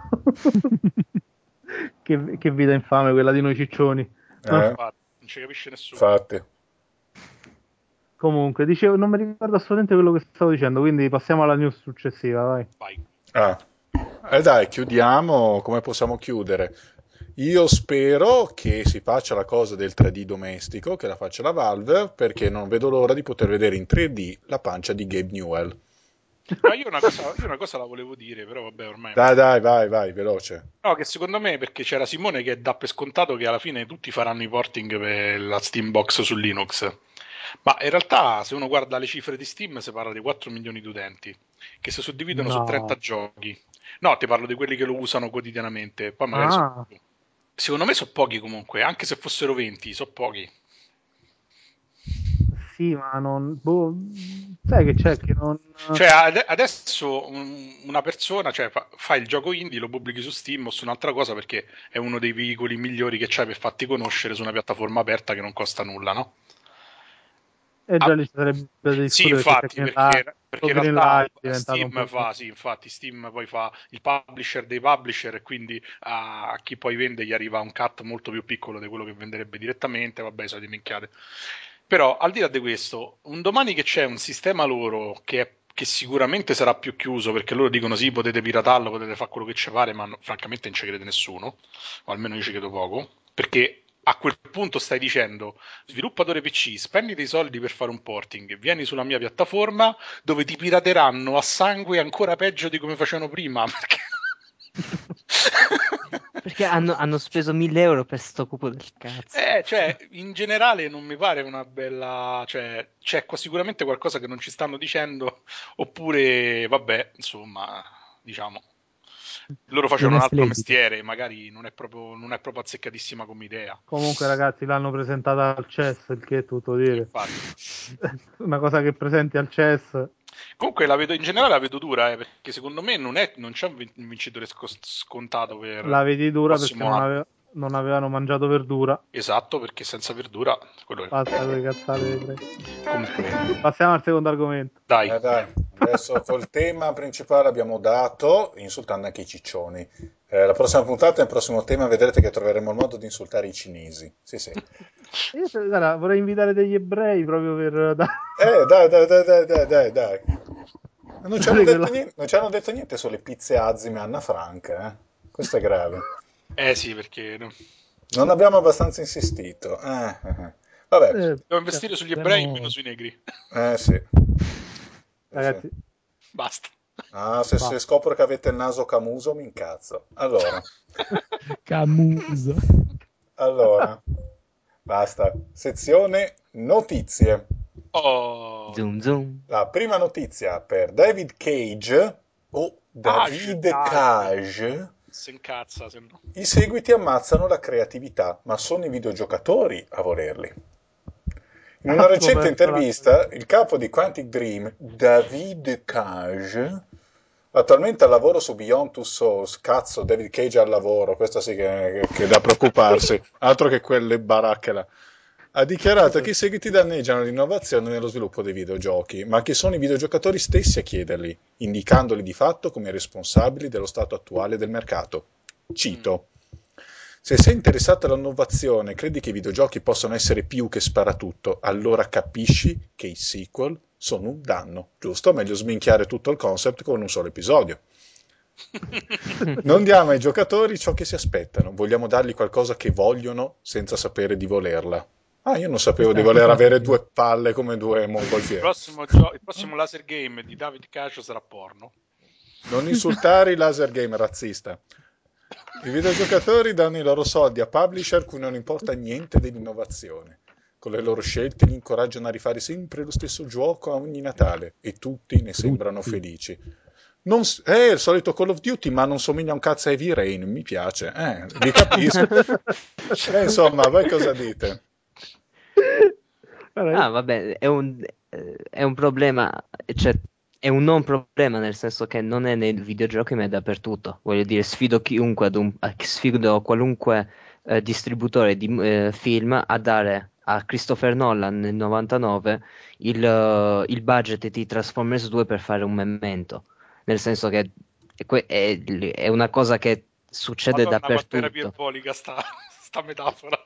più. Che vita infame quella di noi ciccioni. Non ci capisce nessuno. Infatti. Comunque, dicevo, non mi ricordo assolutamente quello che stavo dicendo, quindi passiamo alla news successiva, vai. Vai. Dai, chiudiamo. Come possiamo chiudere? Io spero che si faccia la cosa del 3D domestico, che la faccia la Valve, perché non vedo l'ora di poter vedere in 3D la pancia di Gabe Newell. No, io una cosa la volevo dire, però vabbè, ormai. Dai, vai, veloce. No, che secondo me, perché c'era Simone che dà per scontato che alla fine tutti faranno i porting per la Steambox su Linux. Ma in realtà, se uno guarda le cifre di Steam, si parla di 4 milioni di utenti che si suddividono su 30 No. giochi. No, ti parlo di quelli che lo usano quotidianamente. Poi magari sono... Secondo me sono pochi comunque, anche se fossero 20, sono pochi. Sì, ma non... Boh, sai che c'è che non... Cioè, adesso una persona, cioè, fa il gioco indie, lo pubblichi su Steam o su un'altra cosa perché è uno dei veicoli migliori che c'hai per farti conoscere su una piattaforma aperta che non costa nulla, no? E già lì ci sarebbe da Sì, discutere perché infatti, perché in Greenlight realtà è diventato un po'... Steam poi fa il publisher dei publisher e quindi a chi poi vende gli arriva un cut molto più piccolo di quello che venderebbe direttamente, vabbè, solite minchiate. Però al di là di questo, un domani che c'è un sistema loro che sicuramente sarà più chiuso perché loro dicono sì, potete piratarlo, potete fare quello che ci pare, ma francamente non ci crede nessuno, o almeno io ci credo poco, perché a quel punto stai dicendo sviluppatore PC, spendi dei soldi per fare un porting, vieni sulla mia piattaforma dove ti pirateranno a sangue ancora peggio di come facevano prima, Perché hanno speso 1.000 euro per sto cupo del cazzo. Cioè, in generale non mi pare una bella... Cioè, c'è sicuramente qualcosa che non ci stanno dicendo, oppure, vabbè, insomma, diciamo... Loro facevano Non un è altro splendido. mestiere, magari non è proprio azzeccatissima come idea. Comunque ragazzi l'hanno presentata al CES, il che è tutto dire. Infatti. Una cosa che presenti al CES... Comunque in generale la vedo dura, perché secondo me non c'è un vincitore scontato per La vedi il dura perché prossimo anno. non avevano mangiato verdura. Esatto, perché senza verdura quello è. Basta con le cazzate. Comunque, Passiamo al secondo argomento. dai. Dai, adesso col tema principale abbiamo dato, insultando anche i ciccioni. La prossima puntata, nel prossimo tema, vedrete che troveremo il modo di insultare i cinesi. Sì, sì. Io guarda, vorrei invitare degli ebrei proprio per... Dai. Non ci hanno detto niente sulle pizze Azime Anna Frank, eh? Questo è grave. Sì, perché Non abbiamo abbastanza insistito. Vabbè, devo investire sugli ebrei e meno sui negri. sì. Sì. Ragazzi, Basta. Se scopro che avete il naso camuso, mi incazzo. Camuso. Allora, basta. Sezione notizie. Oh, Zoom zoom. La prima notizia per David Cage o David Cage. Si incazza, se no. I seguiti ammazzano la creatività, ma sono i videogiocatori a volerli. In una recente intervista, il capo di Quantic Dream, David Cage, Attualmente al lavoro su Beyond Two Souls, cazzo, David Cage al lavoro, questo sì che è da preoccuparsi, altro che quelle baracche là. Ha dichiarato che i seguiti danneggiano l'innovazione nello sviluppo dei videogiochi, ma che sono i videogiocatori stessi a chiederli, indicandoli di fatto come responsabili dello stato attuale del mercato. Cito: se sei interessato all'innovazione e credi che i videogiochi possano essere più che sparatutto, allora capisci che i sequel sono un danno, giusto? Meglio sminchiare tutto il concept con un solo episodio. Non diamo ai giocatori ciò che si aspettano, vogliamo dargli qualcosa che vogliono senza sapere di volerla. Ah, io non sapevo di voler avere due palle come due mongolfiere. Il prossimo laser game di David Cage sarà porno. Non insultare i laser game, razzista. I videogiocatori danno i loro soldi a publisher cui non importa niente dell'innovazione. Con le loro scelte li incoraggiano a rifare sempre lo stesso gioco a ogni Natale e tutti ne sembrano felici. È il solito Call of Duty, ma non somiglia un cazzo a Heavy Rain, mi piace. Vi capisco. Insomma, voi cosa dite? Ah, vabbè, è un problema, cioè, è un non problema nel senso che non è nei videogiochi ma è dappertutto. Voglio dire, sfido chiunque sfido qualunque distributore di film a dare a Christopher Nolan nel 99 il budget di Transformers 2 per fare un memento. Nel senso che è una cosa che succede Madonna, quanto era dappertutto. iperbolica sta metafora.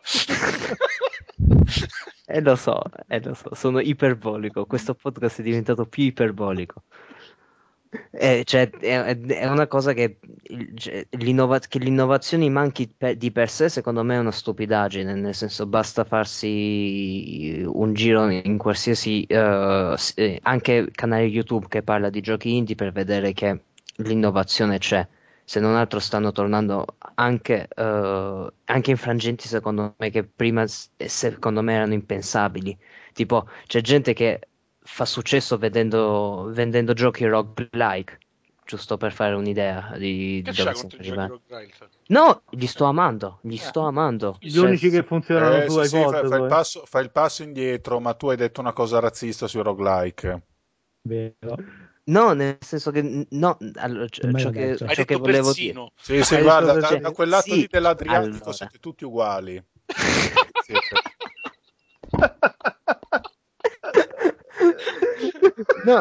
Lo so, sono iperbolico. Questo podcast è diventato più iperbolico. Cioè, è una cosa che, che l'innovazione manchi di per sé, secondo me, è una stupidaggine. Nel senso, basta farsi un giro in qualsiasi, anche canale YouTube che parla di giochi indie per vedere che l'innovazione c'è. Se non altro stanno tornando anche in frangenti secondo me che prima secondo me erano impensabili. Tipo, c'è gente che fa successo vendendo giochi roguelike, giusto per fare un'idea Che di c'ha dove siamo contro i giochi arrivati. roguelike? No, li sto amando, li sto amando. Gli Cioè, unici che funzionano su Sì, iPod. fai il passo indietro, ma tu hai detto una cosa razzista sui roguelike. Vero. no, nel senso che no, allora, Mai l'ho detto. Hai ciò che detto volevo dire. persino. Sì, sì, Hai guarda, detto da perché? quel lato lì Sì, dell'Adriatico allora. siete tutti uguali. Siete. No.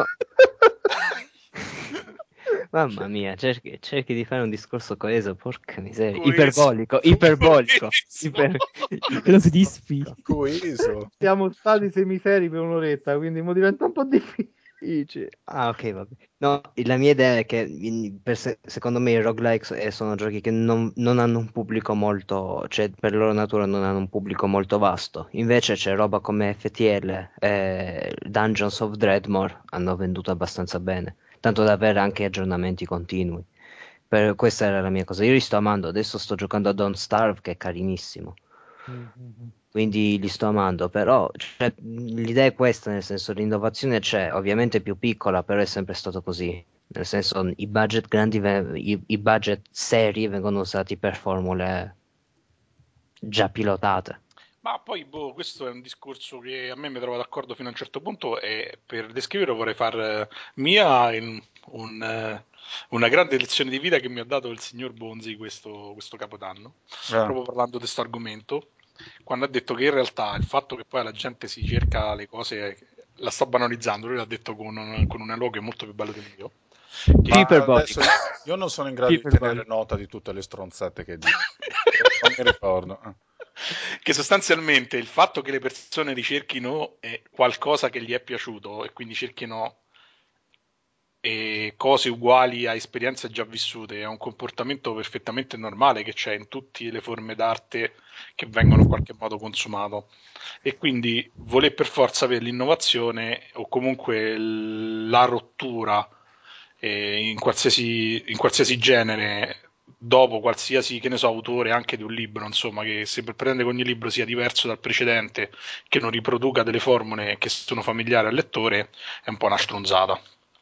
Mamma mia, cerchi di fare un discorso coeso, porca miseria. Coeso. Iperbolico. Coeso. Che non si disfi. Coeso. Siamo stati semiseri per un'oretta, quindi mo diventa un po' difficile. Ah, ok, vabbè. No, la mia idea è che secondo me i roguelike sono giochi che non hanno un pubblico molto, cioè per loro natura non hanno un pubblico molto vasto. Invece c'è roba come FTL e Dungeons of Dreadmore hanno venduto abbastanza bene, tanto da avere anche aggiornamenti continui. Questa era la mia cosa. Io li sto amando, adesso sto giocando a Don't Starve che è carinissimo. Quindi li sto amando, però cioè, l'idea è questa, nel senso l'innovazione c'è, ovviamente più piccola, però è sempre stato così. Nel senso i budget grandi, i budget seri vengono usati per formule già pilotate. Ma poi, questo è un discorso che a me mi trova d'accordo fino a un certo punto e per descriverlo vorrei far mia una grande lezione di vita che mi ha dato il signor Bonzi questo Capodanno, Ah. proprio parlando di questo argomento, quando ha detto che in realtà il fatto che poi la gente si cerca le cose, la sta banalizzando, lui l'ha detto con un eloquio molto più bello del mio. Ma Iperbolico. adesso io non sono in grado di tenere nota di tutte le stronzate che dico. Non mi ricordo. Che sostanzialmente il fatto che le persone ricerchino qualcosa che gli è piaciuto e quindi cerchino cose uguali a esperienze già vissute è un comportamento perfettamente normale che c'è in tutte le forme d'arte che vengono in qualche modo consumato e quindi voler per forza avere l'innovazione o comunque la rottura in qualsiasi genere dopo qualsiasi, che ne so, autore anche di un libro, insomma, che se pretende che ogni libro sia diverso dal precedente, che non riproduca delle formule che sono familiari al lettore, è un po' una stronzata.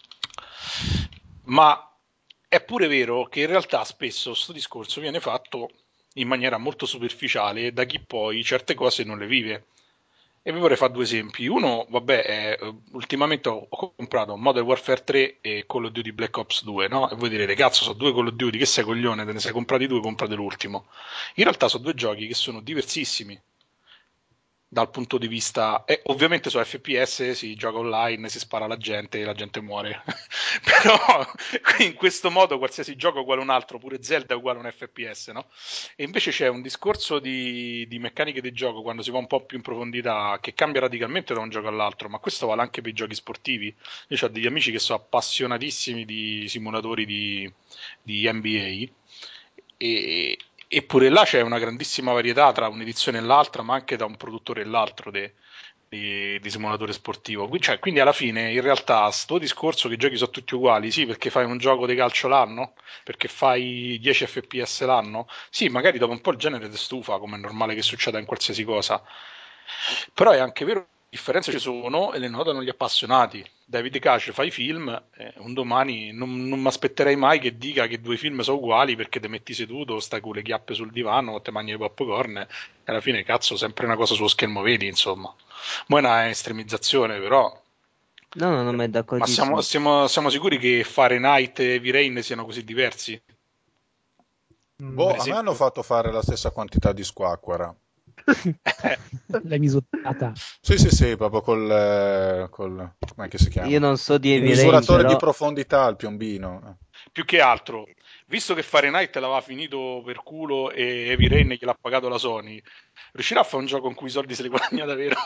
Ma è pure vero che in realtà spesso questo discorso viene fatto in maniera molto superficiale da chi poi certe cose non le vive. E vi vorrei fare due esempi. Uno, vabbè, ultimamente ho comprato Modern Warfare 3 e Call of Duty Black Ops 2, no? E voi direte, cazzo, sono due Call of Duty, che sei coglione, te ne sei comprati due, comprate l'ultimo. In realtà sono due giochi che sono diversissimi dal punto di vista, ovviamente su FPS si gioca online, si spara alla gente e la gente muore. Però in questo modo qualsiasi gioco è uguale a un altro, pure Zelda è uguale a un FPS, no? E invece c'è un discorso di meccaniche di gioco quando si va un po' più in profondità che cambia radicalmente da un gioco all'altro, ma questo vale anche per i giochi sportivi. Io ho degli amici che sono appassionatissimi di simulatori di NBA eppure là c'è una grandissima varietà tra un'edizione e l'altra, ma anche da un produttore e l'altro di simulatore sportivo. Quindi alla fine, in realtà, sto discorso che i giochi sono tutti uguali, sì, perché fai un gioco di calcio l'anno, perché fai 10 FPS l'anno, sì, magari dopo un po' il genere ti stufa, come è normale che succeda in qualsiasi cosa. Però è anche vero che differenze ci sono e le notano gli appassionati. David Cage fa i film, un domani non mi aspetterei mai che dica che due film sono uguali perché ti metti seduto, stai con le chiappe sul divano o te mangi i popcorn e alla fine cazzo sempre una cosa sullo schermo vedi, insomma. Mo' è una estremizzazione, però No, non è ma d'accordissimo. siamo sicuri che Fahrenheit e Heavy Rain siano così diversi? Boh, Per a me hanno esempio, fatto fare la stessa quantità di squacquera. L'hai misurata. Sì, sì, sì, proprio com'è che si Io chiama? non so di Il Heavy Rain, misuratore di però profondità al piombino. più che altro, visto che Fahrenheit l'aveva finito per culo e Heavy Rain gliel'ha pagato la Sony, riuscirà a fare un gioco in cui i soldi se li guadagna davvero?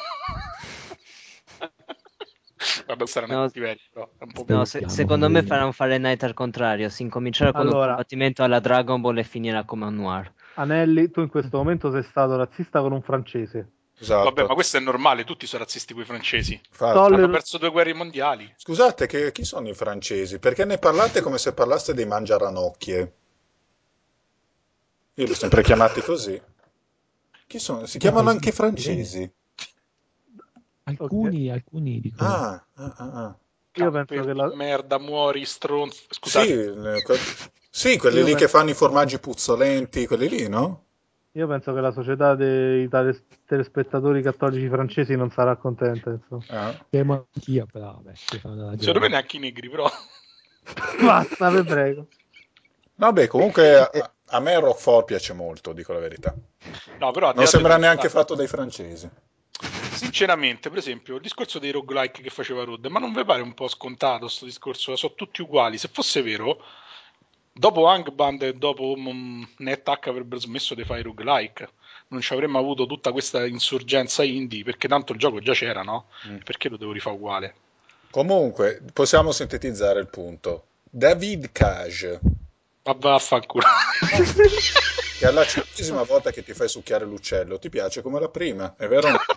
Vabbè, questa era una no, cattiveria, però è un po' no, Speriamo, secondo me poverino. farà un Fahrenheit al contrario. Si incomincerà con un Allora, combattimento alla Dragon Ball e finirà come un noir. Anelli, tu in questo momento sei stato razzista con un francese. Vabbè, Esatto. ma questo è normale, tutti sono razzisti coi francesi. Infatti. Hanno Toller... perso due guerre mondiali. Scusate, chi sono i francesi? Perché ne parlate come se parlaste dei mangiaranocchie. Io li ho sempre chiamati così. Chi sono? Si No, chiamano anche bene. francesi. Ok, Alcuni dicono. Ah. io penso che Camper di la... merda, muori, stronzo. Sì, Scusate. sì, quelli Io, lì che pen- fanno i formaggi puzzolenti, quelli lì, no? io penso che la società dei telespettatori cattolici francesi non sarà contenta, insomma. Ah. Speriamo anch'io, però, vabbè, ci fanno una Secondo me ragione. neanche i negri, però. Basta, vi prego. Vabbè, comunque a me Roquefort piace molto, dico la verità. No, però al di Non là di sembra tutto, neanche dai. fatto dai francesi. Sinceramente, per esempio, il discorso dei roguelike che faceva Rod, ma non vi pare un po' scontato sto discorso? Sono tutti uguali. Se fosse vero, dopo Angband e dopo NetHack avrebbero smesso di fare i roguelike. Non ci avremmo avuto tutta questa insurgenza indie, perché tanto il gioco già c'era, no? Mm. Perché lo devo rifare uguale? Comunque, possiamo sintetizzare il punto. David Cage, Ma vaffanculo. che alla 100ª volta che ti fai succhiare l'uccello, ti piace come la prima, è vero o no?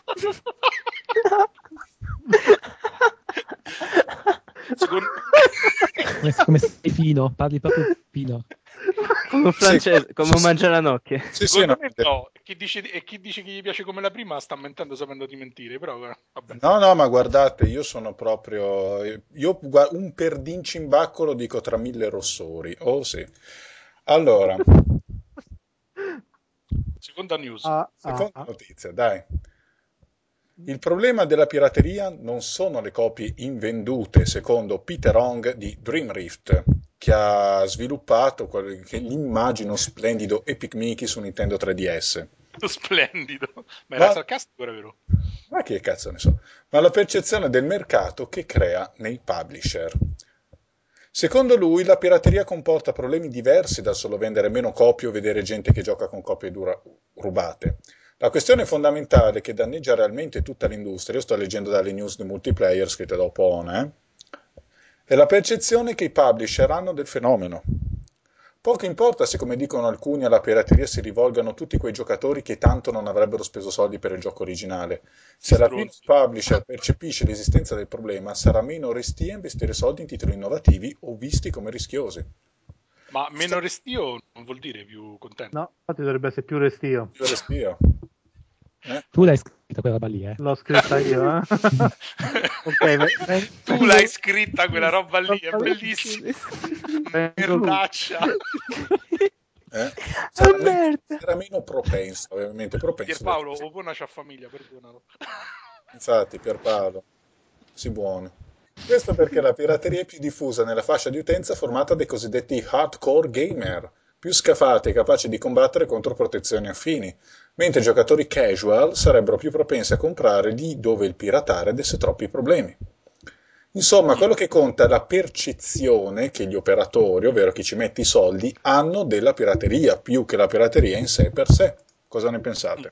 Secondo... Come sei fino, parli proprio fino. Come un Sì, francese, come sì, un sì. mangiaranocchie. Sì, sì, Secondo no. me no. E chi dice che gli piace come la prima sta mentendo sapendo di mentire, però vabbè. No, no, ma guardate, io sono proprio... un perdinci lo dico tra mille rossori. Oh sì. Allora, Seconda news. seconda notizia, dai. Il problema della pirateria non sono le copie invendute, secondo Peter Hong di Dream Rift, che ha sviluppato quel che l'immagino splendido Epic Mickey su Nintendo 3DS. Splendido. Ma era Ma, sarcastico, era vero? ma che cazzo ne so? Ma la percezione del mercato che crea nei publisher. Secondo lui, la pirateria comporta problemi diversi dal solo vendere meno copie o vedere gente che gioca con copie rubate. La questione fondamentale che danneggia realmente tutta l'industria, io sto leggendo dalle news di multiplayer scritte da Opone, è la percezione che i publisher hanno del fenomeno. Poco importa se, come dicono alcuni, alla pirateria si rivolgano tutti quei giocatori che tanto non avrebbero speso soldi per il gioco originale. Sti Se alla fine il stronzi. publisher percepisce l'esistenza del problema, sarà meno restia a investire soldi in titoli innovativi o visti come rischiosi. Ma meno restio non vuol dire più contento. No, infatti dovrebbe essere più restio. Più respiro. Eh? Tu l'hai scritta quella roba lì, eh? L'ho scritta io, eh? Ok, Tu l'hai vengo... scritta quella roba lì, è vengo- bellissima. vengo- Merdaccia. Eh? Ah, Sarà meno, merda. sarà meno propenso, ovviamente propenso. Pierpaolo, Opona c'ha famiglia, perdonalo. Infatti, Pierpaolo, sii buono. Questo perché la pirateria è più diffusa nella fascia di utenza formata dai cosiddetti hardcore gamer, più scafati e capaci di combattere contro protezioni affini, mentre i giocatori casual sarebbero più propensi a comprare lì dove il piratare desse troppi problemi. Insomma, quello che conta è la percezione che gli operatori, ovvero chi ci mette i soldi, hanno della pirateria, più che la pirateria in sé per sé. Cosa ne pensate?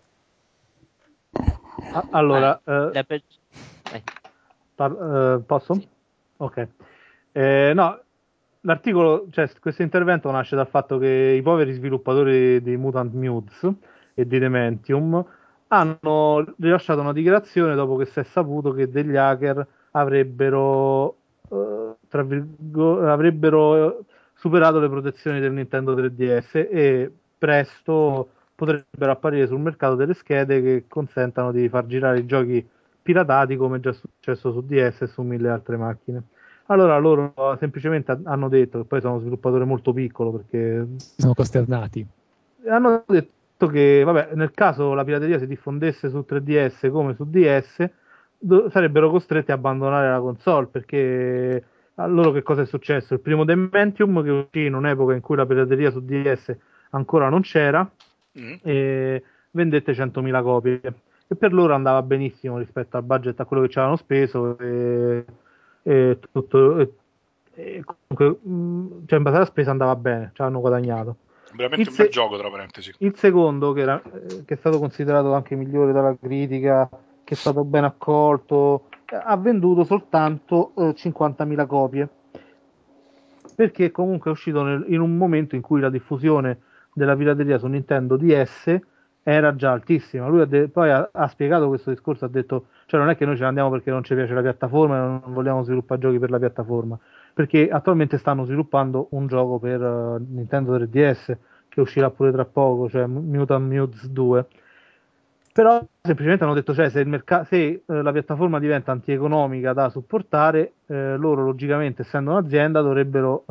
Allora, la per- eh, posso? Ok. No, l'articolo, cioè questo intervento nasce dal fatto che i poveri sviluppatori di Mutant Mutants e di Dementium hanno rilasciato una dichiarazione dopo che si è saputo che degli hacker avrebbero, avrebbero superato le protezioni del Nintendo 3DS e presto potrebbero apparire sul mercato delle schede che consentano di far girare i giochi piratati come già successo su DS e su mille altre macchine. Allora loro semplicemente hanno detto, che poi sono un sviluppatore molto piccolo perché Sono costernati. hanno detto che vabbè, nel caso la pirateria si diffondesse su 3DS come su DS, sarebbero costretti a abbandonare la console perché a loro che cosa è successo? Il primo Dementium che uscì in un'epoca in cui la pirateria su DS ancora non c'era Mm. e vendette 100.000 copie e per loro andava benissimo rispetto al budget, a quello che ci avevano speso e tutto e comunque cioè in base alla spesa andava bene, ci hanno guadagnato. Il, Veramente un bel se- gioco, tra parentesi. il secondo che è stato considerato anche migliore dalla critica, che è stato ben accolto, ha venduto soltanto 50.000 copie perché comunque è uscito in un momento in cui la diffusione della pirateria su Nintendo DS era già altissima. Lui poi ha spiegato questo discorso, ha detto, cioè non è che noi ce ne andiamo perché non ci piace la piattaforma e non vogliamo sviluppare giochi per la piattaforma, perché attualmente stanno sviluppando un gioco per Nintendo 3DS che uscirà pure tra poco, cioè Mutant Mutants 2. Però semplicemente hanno detto, cioè, se la piattaforma diventa antieconomica da supportare, loro logicamente, essendo un'azienda, dovrebbero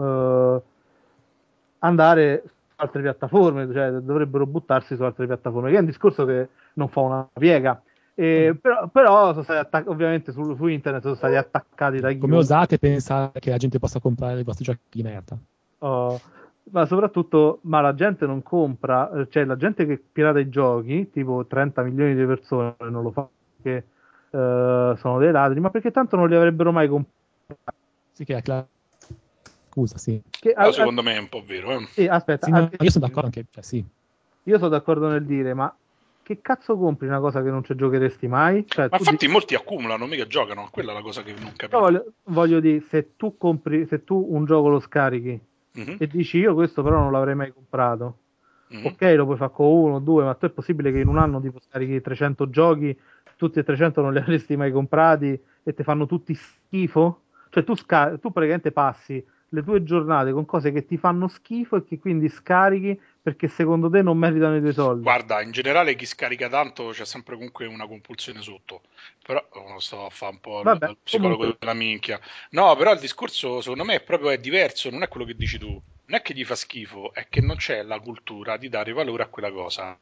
andare su altre piattaforme, cioè dovrebbero buttarsi su altre piattaforme, che è un discorso che non fa una piega. Però sono stati ovviamente su internet sono stati attaccati da Come chiunque. osate pensare che la gente possa comprare i vostri giochi di merda? Oh, ma soprattutto, ma la gente non compra, cioè la gente che pirata i giochi, tipo 30 milioni di persone, non lo fa perché sono dei ladri, ma perché tanto non li avrebbero mai comprati. Sì, che è scusa, sì. Che, Però secondo me è un po' vero, eh. sì, aspetta, Sì, no, io sono d'accordo anche, cioè sì. io sono d'accordo nel dire, ma che cazzo compri una cosa che non ci giocheresti mai? Cioè, Ma tu infatti molti accumulano, mica giocano, quella è la cosa che non però capite. voglio dire, se tu compri, se tu un gioco lo scarichi Mhm, e dici io questo però non l'avrei mai comprato, mhm. ok, lo puoi fare con uno o due, ma tu è possibile che in un anno tipo scarichi 300 giochi, tutti e 300 non li avresti mai comprati e ti fanno tutti schifo? Cioè tu praticamente passi le tue giornate con cose che ti fanno schifo e che quindi scarichi perché secondo te non meritano i tuoi soldi. Guarda, in generale chi scarica tanto c'è sempre comunque una compulsione sotto. Però non sto a fare un po' Vabbè, il comunque, psicologo della minchia. No, però il discorso secondo me è diverso, non è quello che dici tu. Non è che gli fa schifo, è che non c'è la cultura di dare valore a quella cosa.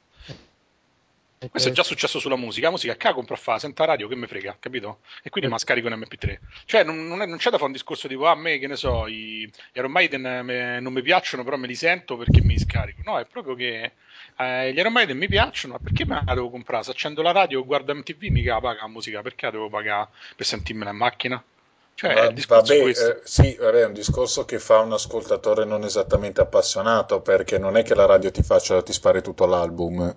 Questo è già successo sulla musica. La musica che compro a fa, senta radio, che me frega, capito? E quindi eh, me la scarico in MP3. Cioè, non c'è da fare un discorso tipo, a me, che ne so, gli Iron Maiden non mi piacciono, però me li sento perché me li scarico. No, è proprio che gli Iron Maiden mi piacciono, ma perché me la devo comprare? Se accendo la radio e guardo MTV, mica la paga la musica, perché la devo pagare per sentirmela in macchina? Cioè, il discorso è Vabbè, questo. sì, vabbè, è un discorso che fa un ascoltatore non esattamente appassionato, perché non è che la radio ti spari tutto l'album.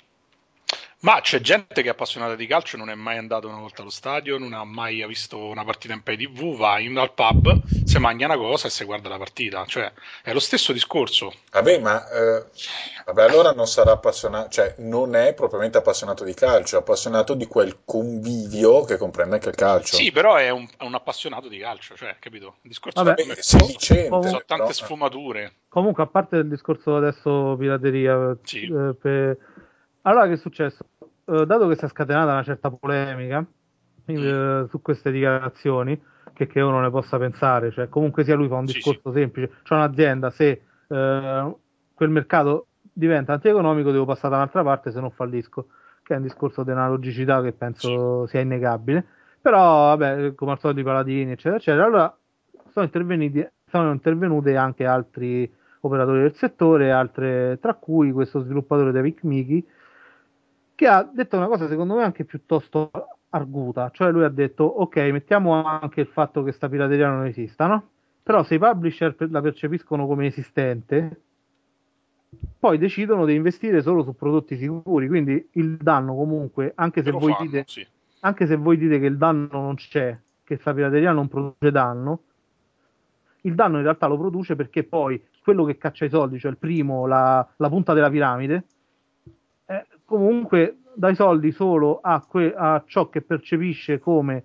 Ma c'è gente che è appassionata di calcio, non è mai andato una volta allo stadio, non ha mai visto una partita in pay TV, va al pub, si mangia una cosa e si guarda la partita. Cioè, è lo stesso discorso. Vabbè, ma vabbè, allora non sarà appassionato, cioè non è propriamente appassionato di calcio, è appassionato di quel convivio che comprende anche il calcio. Sì, però è un appassionato di calcio, cioè, capito? Il discorso vabbè, secondo me Vabbè, è questo. Ci sono sedicente, tante però. sfumature. comunque, a parte il discorso adesso pirateria, Sì. allora che è successo? Dato che si è scatenata una certa polemica Mm. su queste dichiarazioni, che uno ne possa pensare, cioè comunque sia lui fa un Sì, sì. discorso semplice, c'è un'azienda, se quel mercato diventa antieconomico devo passare da un'altra parte se non fallisco. che è un discorso di analogicità che penso sia innegabile. Però, vabbè, come al solito i paladini, eccetera, eccetera. Allora sono intervenute anche altri operatori del settore, tra cui questo sviluppatore David Mickey, che ha detto una cosa secondo me anche piuttosto arguta, cioè lui ha detto ok, mettiamo anche il fatto che sta pirateria non esista, no? Però se i publisher la percepiscono come esistente, poi decidono di investire solo su prodotti sicuri, quindi il danno comunque, anche se voi fanno, dite, sì. anche se voi dite che il danno non c'è, che questa pirateria non produce danno, il danno in realtà lo produce perché poi quello che caccia i soldi, cioè il primo, la punta della piramide, comunque dai soldi solo a ciò che percepisce come,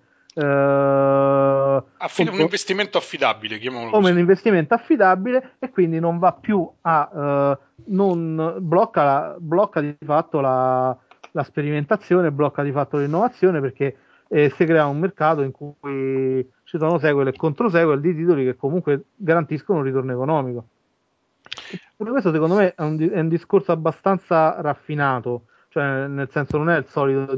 Un investimento affidabile, chiamiamolo come un così. investimento affidabile, e quindi non va più non blocca di fatto la sperimentazione, blocca di fatto l'innovazione, perché si crea un mercato in cui ci sono sequel e controsequel di titoli che comunque garantiscono un ritorno economico. Pure questo secondo me è un discorso abbastanza raffinato, cioè nel senso non è il solito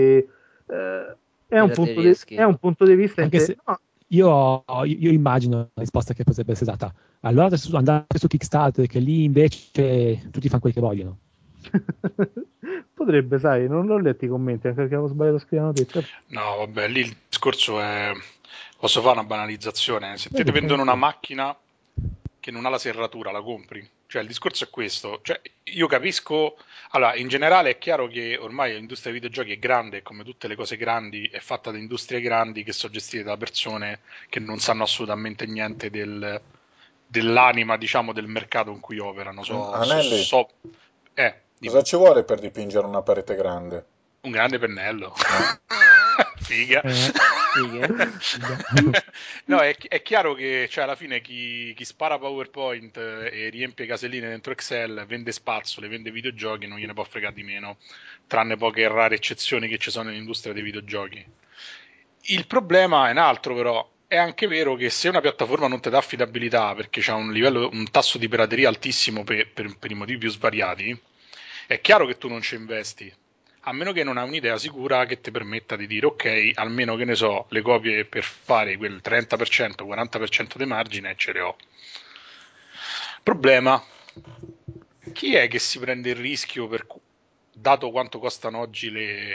è un punto di vista anche se no. io immagino la risposta che potrebbe essere data. Allora andate su Kickstarter, che lì invece tutti fanno quel che vogliono. Potrebbe, sai, non ho letto i commenti anche perché avevo sbagliato a scrivere la notizia. No, vabbè, lì il discorso è... Posso fare una banalizzazione? Se te Vedi, ti vendono una macchina che non ha la serratura, la compri. Cioè, il discorso è questo. Cioè, io capisco... Allora, in generale è chiaro che ormai l'industria dei videogiochi è grande, come tutte le cose grandi, è fatta da industrie grandi che sono gestite da persone che non sanno assolutamente niente dell'anima, diciamo, del mercato in cui operano. Anelli, cosa Dimmi. ci vuole per dipingere una parete grande? Un grande pennello. Figa. Figa. No, è chiaro che cioè, alla fine chi spara PowerPoint e riempie caselline dentro Excel vende spazzole, vende videogiochi, non gliene può fregare di meno, tranne poche rare eccezioni che ci sono nell'industria dei videogiochi. Il problema è un altro, però. È anche vero che se una piattaforma non ti dà affidabilità perché c'ha un tasso di pirateria altissimo per i motivi più svariati, è chiaro che tu non ci investi. A meno che non hai un'idea sicura che ti permetta di dire ok, almeno che ne so, le copie per fare quel 30%, 40% di margine ce le ho. Problema: chi è che si prende il rischio, dato quanto costano oggi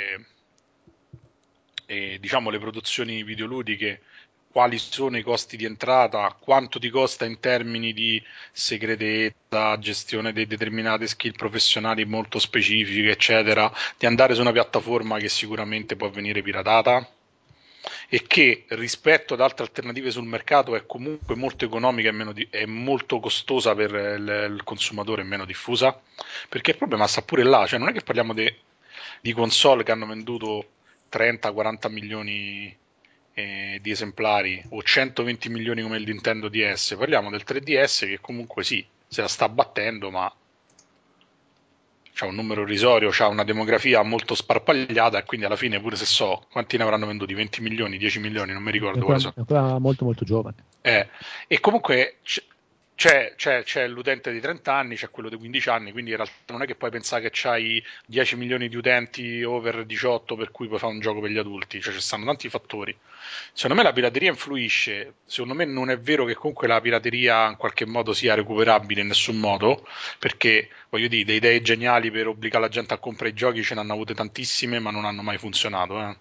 diciamo, le produzioni videoludiche, quali sono i costi di entrata, quanto ti costa in termini di segretezza, gestione di determinate skill professionali molto specifiche, eccetera, di andare su una piattaforma che sicuramente può venire piratata e che rispetto ad altre alternative sul mercato è comunque molto economica e molto costosa per il consumatore e meno diffusa? Perché il problema sta pure là, cioè non è che parliamo di console che hanno venduto 30-40 milioni di esemplari o 120 milioni come il Nintendo DS, parliamo del 3DS che comunque sì, se la sta battendo, ma c'ha un numero irrisorio, c'ha una demografia molto sparpagliata e quindi alla fine pure se so quanti ne avranno venduti, 20 milioni, 10 milioni, non mi ricordo quale so. È ancora molto molto giovane. E comunque c'è l'utente di 30 anni, c'è quello di 15 anni, quindi in realtà non è che puoi pensare che c'hai 10 milioni di utenti over 18 per cui puoi fare un gioco per gli adulti, cioè ci stanno tanti fattori. Secondo me la pirateria influisce, secondo me non è vero che comunque la pirateria in qualche modo sia recuperabile in nessun modo, perché voglio dire, delle idee geniali per obbligare la gente a comprare i giochi ce ne hanno avute tantissime, ma non hanno mai funzionato.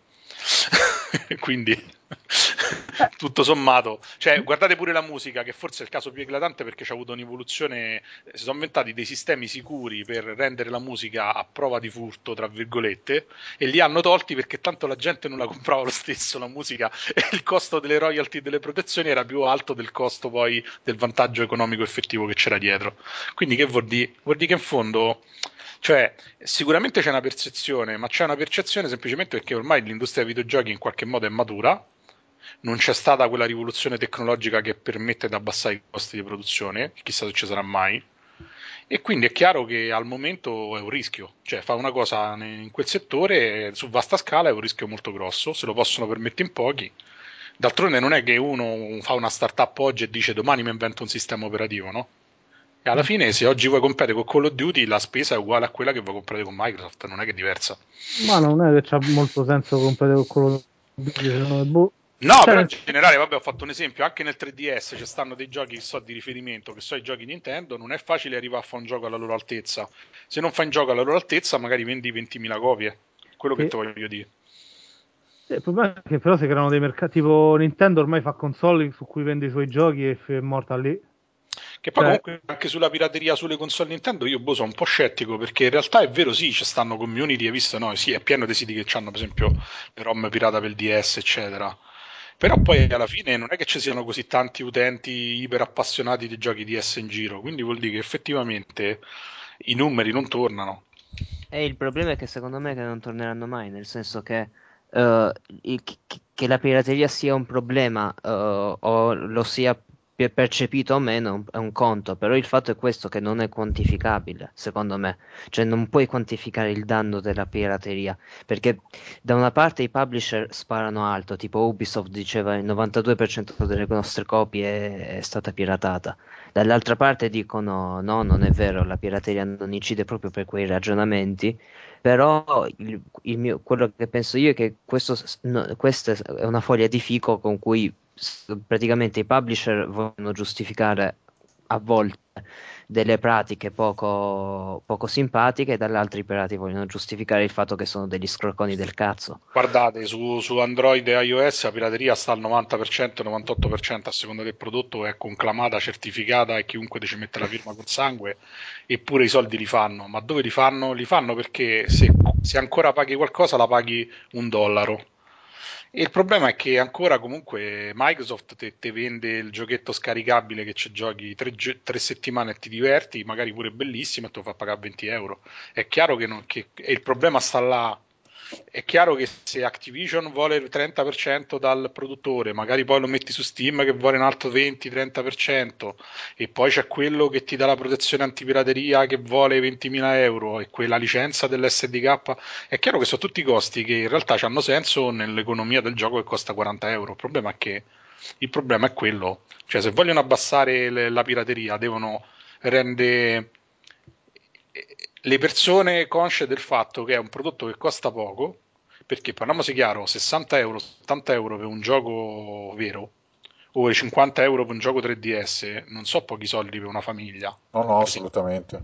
Quindi tutto sommato, cioè guardate pure la musica, che forse è il caso più eclatante perché c'ha avuto un'evoluzione, si sono inventati dei sistemi sicuri per rendere la musica a prova di furto, tra virgolette, e li hanno tolti perché tanto la gente non la comprava lo stesso la musica e il costo delle royalty e delle protezioni era più alto del costo poi del vantaggio economico effettivo che c'era dietro. Quindi che vuol dire? Vuol dire che in fondo, cioè, sicuramente c'è una percezione, ma c'è una percezione semplicemente perché ormai l'industria dei videogiochi in qualche modo è matura, non c'è stata quella rivoluzione tecnologica che permette di abbassare i costi di produzione, chissà se ci sarà mai, e quindi è chiaro che al momento è un rischio, cioè fare una cosa in quel settore su vasta scala è un rischio molto grosso, se lo possono permettere in pochi. D'altronde non è che uno fa una startup oggi e dice domani mi invento un sistema operativo, no? E alla fine, se oggi vuoi comprare con Call of Duty, la spesa è uguale a quella che vuoi comprare con Microsoft, non è che è diversa. Ma non è che c'ha molto senso comprare con quello secondo me. Boh. No, Cioè, però in generale, vabbè, ho fatto un esempio, anche nel 3DS ci stanno dei giochi che so di riferimento, che so i giochi Nintendo, non è facile arrivare a fare un gioco alla loro altezza. Se non fai un gioco alla loro altezza, magari vendi 20.000 copie. Quello che sì. ti voglio dire. Il problema è che però si creano dei mercati tipo Nintendo ormai fa console su cui vende i suoi giochi e è morta lì. Che poi Cioè, comunque anche sulla pirateria sulle console Nintendo io sono un po' scettico, perché in realtà è vero sì, ci stanno community, hai visto, no? Sì, è pieno di siti che hanno per esempio le ROM pirata per il DS, eccetera. Però poi alla fine non è che ci siano così tanti utenti iper appassionati di giochi DS in giro, quindi vuol dire che effettivamente i numeri non tornano. E il problema è che secondo me che non torneranno mai, nel senso che eh, che la pirateria sia un problema o lo sia percepito o meno è un conto, però il fatto è questo che non è quantificabile, secondo me. Cioè non puoi quantificare il danno della pirateria, perché da una parte i publisher sparano alto, tipo Ubisoft diceva il 92% delle nostre copie è stata piratata. Dall'altra parte dicono no, non è vero, la pirateria non incide proprio per quei ragionamenti, però quello che penso io è che questa è una foglia di fico con cui praticamente i publisher vogliono giustificare a volte delle pratiche poco simpatiche e dall'altro i pirati vogliono giustificare il fatto che sono degli scrocconi del cazzo. Guardate, su Android e iOS la pirateria sta al 90%, 98% a seconda del prodotto, è conclamata, certificata e chiunque ci mette la firma col sangue, eppure i soldi li fanno. Ma dove li fanno? Li fanno perché se ancora paghi qualcosa la paghi $1. E il problema è che ancora comunque Microsoft te vende il giochetto scaricabile che ci giochi 3 settimane e ti diverti, magari pure bellissimo, e te lo fa pagare 20 euro. È chiaro e il problema sta là. È chiaro che se Activision vuole il 30% dal produttore, magari poi lo metti su Steam che vuole un altro 20-30%, e poi c'è quello che ti dà la protezione antipirateria che vuole 20.000 euro e quella licenza dell'SDK, è chiaro che sono tutti costi che in realtà hanno senso nell'economia del gioco che costa 40 euro. Il problema è quello, cioè se vogliono abbassare la pirateria devono rendere le persone consce del fatto che è un prodotto che costa poco, perché parliamoci chiaro, 60 euro, 70 euro per un gioco vero o 50 euro per un gioco 3DS non so pochi soldi per una famiglia, No, no, per esempio. assolutamente.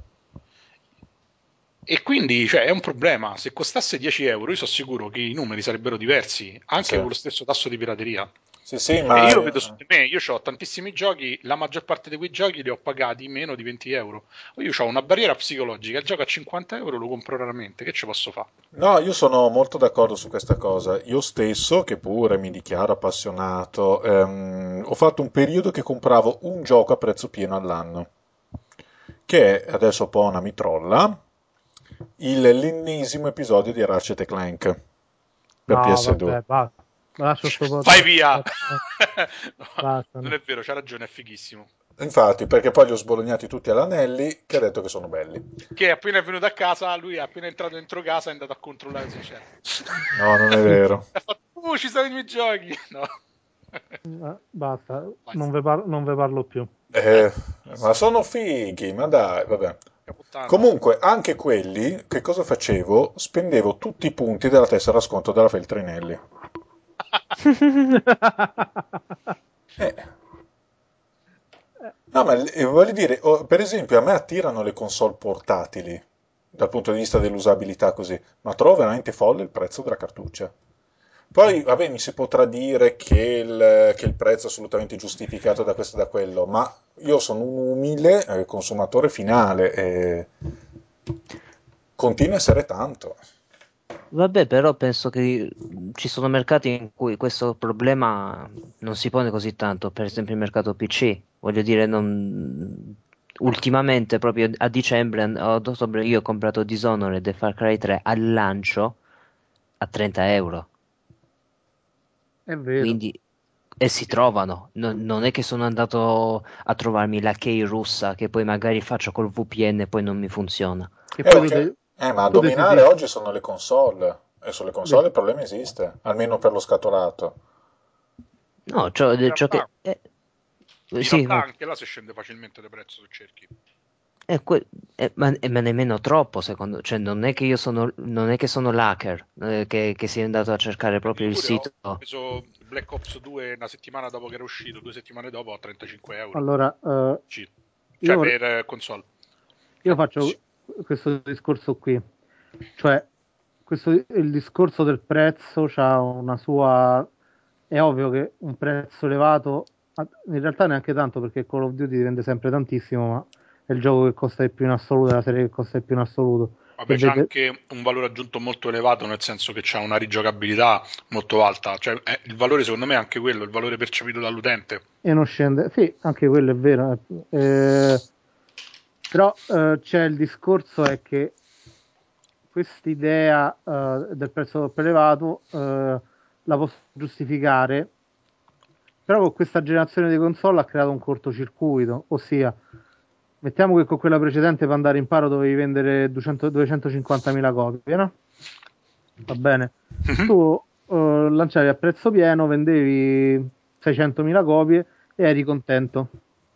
E quindi cioè, è un problema. Se costasse 10 euro, io sono sicuro che i numeri sarebbero diversi, anche Sì, con lo stesso tasso di pirateria. sì, sì, E ma io lo vedo su di me, io ho tantissimi giochi, la maggior parte di quei giochi li ho pagati meno di 20 euro. Io ho una barriera psicologica, il gioco a 50 euro lo compro raramente, che ci posso fare? no, io sono molto d'accordo su questa cosa. Io stesso, che pure mi dichiaro appassionato, ho fatto un periodo che compravo un gioco a prezzo pieno all'anno, che è adesso un po' una mitrolla, l'ennesimo episodio di Ratchet e Clank per no, PS2. vabbè, basta. Lascio sto Vai podcast. via! No, Basta. non è vero, c'ha ragione, è fighissimo. Infatti, perché poi li ho sbolognati tutti all'anelli, che ha detto che sono belli. Che appena è venuto a casa, lui è appena entrato dentro casa, è andato a controllare se c'era. No, non è vero. Ha fatto, ci sono i miei giochi! No. Basta, Vai. non ve parlo più. Eh, ma sono fighi, ma dai, vabbè. Puttana. Comunque, anche quelli, che cosa facevo? Spendevo tutti i punti della tessera sconto della Feltrinelli. Eh, no, ma voglio dire, per esempio, a me attirano le console portatili, dal punto di vista dell'usabilità così, ma trovo veramente folle il prezzo della cartuccia. Poi, vabbè, mi si potrà dire che il prezzo è assolutamente giustificato da questo e da quello, ma io sono un umile consumatore finale e continua a essere tanto. Vabbè, però penso che ci sono mercati in cui questo problema non si pone così tanto, per esempio il mercato PC. Voglio dire, ultimamente, proprio a dicembre, ad ottobre, io ho comprato Dishonored e Far Cry 3 al lancio a 30 euro. È vero. Quindi, e si trovano. Non è che sono andato a trovarmi la key russa che poi magari faccio col VPN e poi non mi funziona. Che poi Ok. Ma a tu dominare decidi. oggi sono le console, e sulle console il problema esiste, almeno per lo scatolato. No, In ciò realtà, che... sì, vai. anche là si scende facilmente di prezzo se cerchi. Ma nemmeno troppo, secondo, cioè non è che sono l'hacker, che si è andato a cercare proprio il Pure sito. ho preso Black Ops 2 una settimana dopo che era uscito, 2 settimane dopo a 35 euro. Allora, Cioè io, per console. io faccio questo discorso qui, cioè il discorso del prezzo c'ha una sua... È ovvio che un prezzo elevato, in realtà neanche tanto perché Call of Duty vende sempre tantissimo, ma è il gioco che costa di più in assoluto, è la serie che costa di più in assoluto. Vabbè, c'è anche un valore aggiunto molto elevato, nel senso che c'ha una rigiocabilità molto alta. Cioè, il valore secondo me è anche quello, il valore percepito dall'utente. E non scende, sì, anche quello è vero. Però c'è il discorso è che quest'idea del prezzo troppo elevato la posso giustificare, però con questa generazione di console ha creato un cortocircuito, ossia mettiamo che con quella precedente per andare in paro dovevi vendere 250.000 copie, no? Va bene. Tu lanciavi a prezzo pieno, vendevi 600.000 copie e eri contento.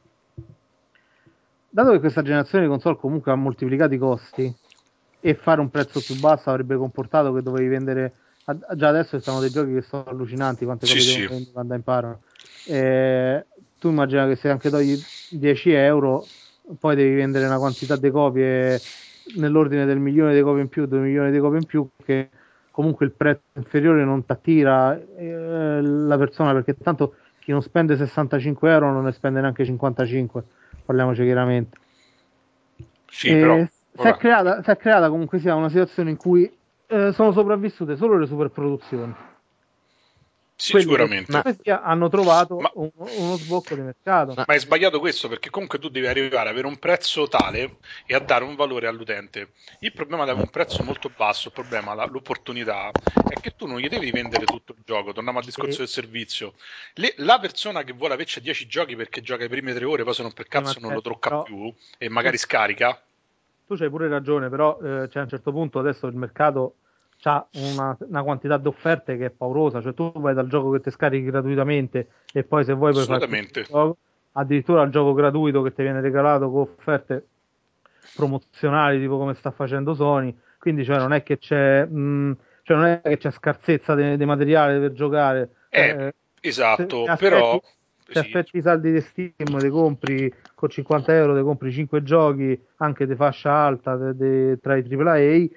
Dato che questa generazione di console comunque ha moltiplicato i costi e fare un prezzo più basso avrebbe comportato che dovevi vendere già adesso ci sono dei giochi che sono allucinanti quante Sì, copie sì. devono vendere quando imparano. Tu immagina che se anche togli 10 euro poi devi vendere una quantità di copie nell'ordine del 1.000.000 di copie in più, 2 milioni di copie in più, che comunque il prezzo inferiore non ti attira la persona, perché tanto chi non spende 65 euro non ne spende neanche 55, parliamoci chiaramente. Sì, però Si è creata comunque sia una situazione in cui sono sopravvissute solo le superproduzioni. sì, Quelli che sicuramente. hanno trovato Ma, uno sbocco di mercato. ma è sbagliato questo perché comunque tu devi arrivare ad avere un prezzo tale e a dare un valore all'utente. Il problema di avere un prezzo molto basso, il problema, l'opportunità, è che tu non gli devi vendere tutto il gioco. Torniamo al discorso del servizio. La persona che vuole averci 10 giochi perché gioca le prime 3 ore, poi se non per cazzo non lo tocca Però, più e magari scarica. tu c'hai pure ragione, però cioè, a un certo punto adesso il mercato ha una quantità di offerte che è paurosa, cioè tu vai dal gioco che ti scarichi gratuitamente e poi se vuoi puoi fare tutto il Assolutamente. gioco, addirittura il gioco gratuito che ti viene regalato con offerte promozionali tipo come sta facendo Sony, quindi cioè non è che cioè, non è che c'è scarsezza di materiale per giocare, cioè, se Esatto, però... aspetti se Sì, aspetti i saldi di Steam, ti compri con 50 euro, ti compri 5 giochi anche di fascia alta tra i AAA.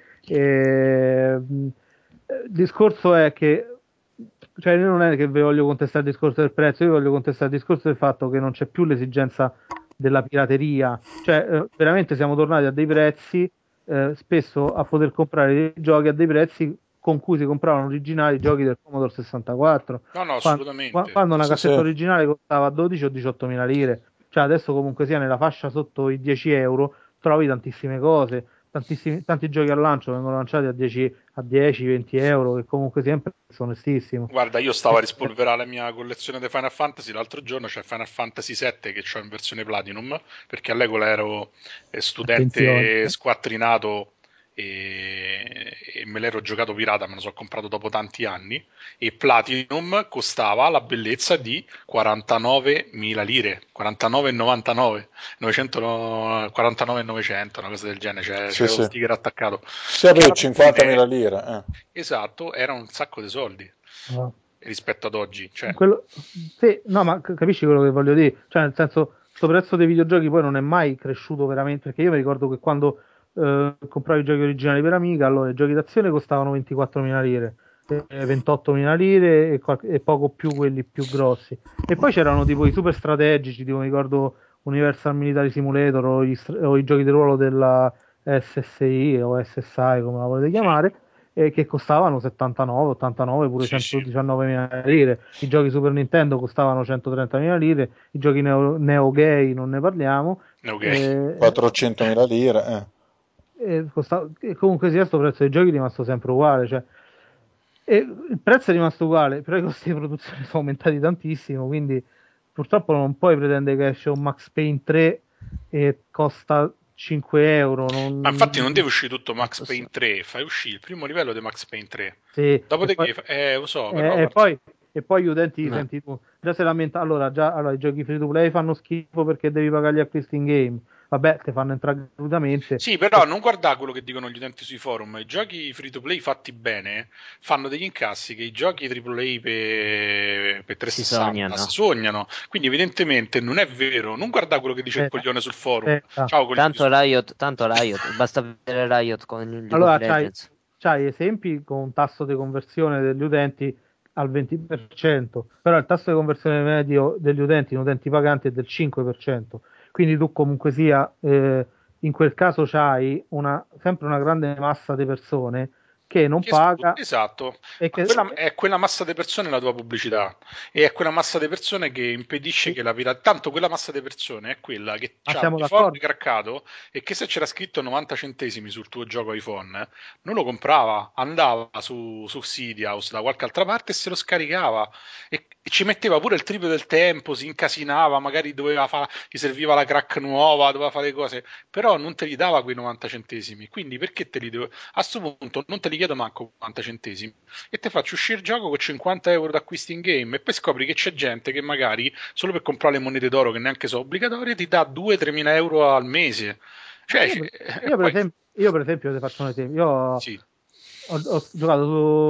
Il discorso è che, cioè, io non è che vi voglio contestare il discorso del prezzo, io voglio contestare il discorso del fatto che non c'è più l'esigenza della pirateria, cioè veramente siamo tornati a dei prezzi spesso a poter comprare dei giochi a dei prezzi con cui si compravano originali giochi del Commodore 64 no, quando, assolutamente. quando una Sì, cassetta sì. originale costava 12 o 18 mila lire, cioè adesso comunque sia nella fascia sotto i 10 euro trovi tantissime cose, tanti giochi al lancio vengono lanciati a 10, 20 euro, che comunque sempre sono onestissimo. Guarda, io stavo a rispolverare la mia collezione di Final Fantasy l'altro giorno, c'è Final Fantasy VII che ho in versione Platinum, perché all'epoca ero Attenzione. studente squattrinato e me l'ero giocato pirata, me lo so comprato dopo tanti anni, e Platinum costava la bellezza di 49.000 lire, 49,99, 49,900, una cosa del genere, Sì, c'era lo sì. sticker attaccato, Sì, che avevi alla fine, 50.000 lire. esatto, era un sacco di soldi No. rispetto ad oggi. Cioè, Sì, no, ma capisci quello che voglio dire? Cioè, nel senso, sto prezzo dei videogiochi poi non è mai cresciuto veramente, perché io mi ricordo che quando compravi i giochi originali per Amiga, allora i giochi d'azione costavano 24.000 lire, 28.000 lire e poco più quelli più grossi. E poi c'erano tipo i super strategici, tipo mi ricordo Universal Military Simulator o i giochi di ruolo della SSI o SSI, come la volete chiamare, che costavano 79, 89, pure sì, sì. 119.000 lire. I giochi Super Nintendo costavano 130.000 lire, i giochi Neo Gay non ne parliamo. Ok. 400.000 lire. E comunque sia, sto prezzo dei giochi è rimasto sempre uguale. Cioè, e il prezzo è rimasto uguale, però i costi di produzione sono aumentati tantissimo, quindi purtroppo non puoi pretendere che esce un Max Payne 3 e costa 5 euro. Ma infatti non deve Non... uscire tutto Max Payne 3, fai uscire il primo livello di Max Payne 3. Sì, e poi, Dopodiché, lo so, però e guarda, poi, e poi gli utenti, No. senti tu, già si lamenta, allora, i giochi free to play fanno schifo perché devi pagare gli acquisti in game, vabbè, te fanno entrare gratuitamente. Sì, però non guarda quello che dicono gli utenti sui forum. I giochi free to play fatti bene fanno degli incassi che i giochi AAA per Si 360 si sognano. sognano. Quindi, evidentemente, non è vero. Non guarda quello che dice il Aspetta, coglione sul forum. aspetta. Ciao, coglioni sul forum. Tanto Riot, basta vedere Riot con League of Allora, Legends. c'hai esempi con un tasso di conversione degli utenti al 20%, però il tasso di conversione medio degli utenti in utenti paganti è del 5%. Quindi tu comunque sia, in quel caso c'hai sempre una grande massa di persone che non paga Esatto, e ma che... è quella massa di persone la tua pubblicità e è quella massa di persone che impedisce sì, che la pirata. Tanto quella massa di persone è quella che ma ha siamo l'iPhone d'accordo? craccato e che se c'era scritto 90 centesimi sul tuo gioco iPhone non lo comprava, andava su Cydia o da qualche altra parte e se lo scaricava e ci metteva pure il triplo del tempo, si incasinava, magari gli serviva la crack nuova, doveva fare cose, però non te li dava quei 90 centesimi. Quindi perché te li devo? A sto punto non te li chiedo manco 40 centesimi e te faccio uscire il gioco con 50 euro d'acquisto in game e poi scopri che c'è gente che magari solo per comprare le monete d'oro che neanche sono obbligatorie ti dà 2-3 mila euro al mese. Ma Cioè, io poi per esempio, ti faccio un esempio. Io sì. ho giocato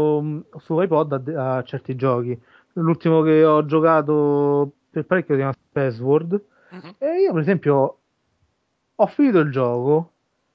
su iPod a certi giochi. L'ultimo che ho giocato per parecchio si chiama Password. Mhm. E io, per esempio, ho finito il gioco.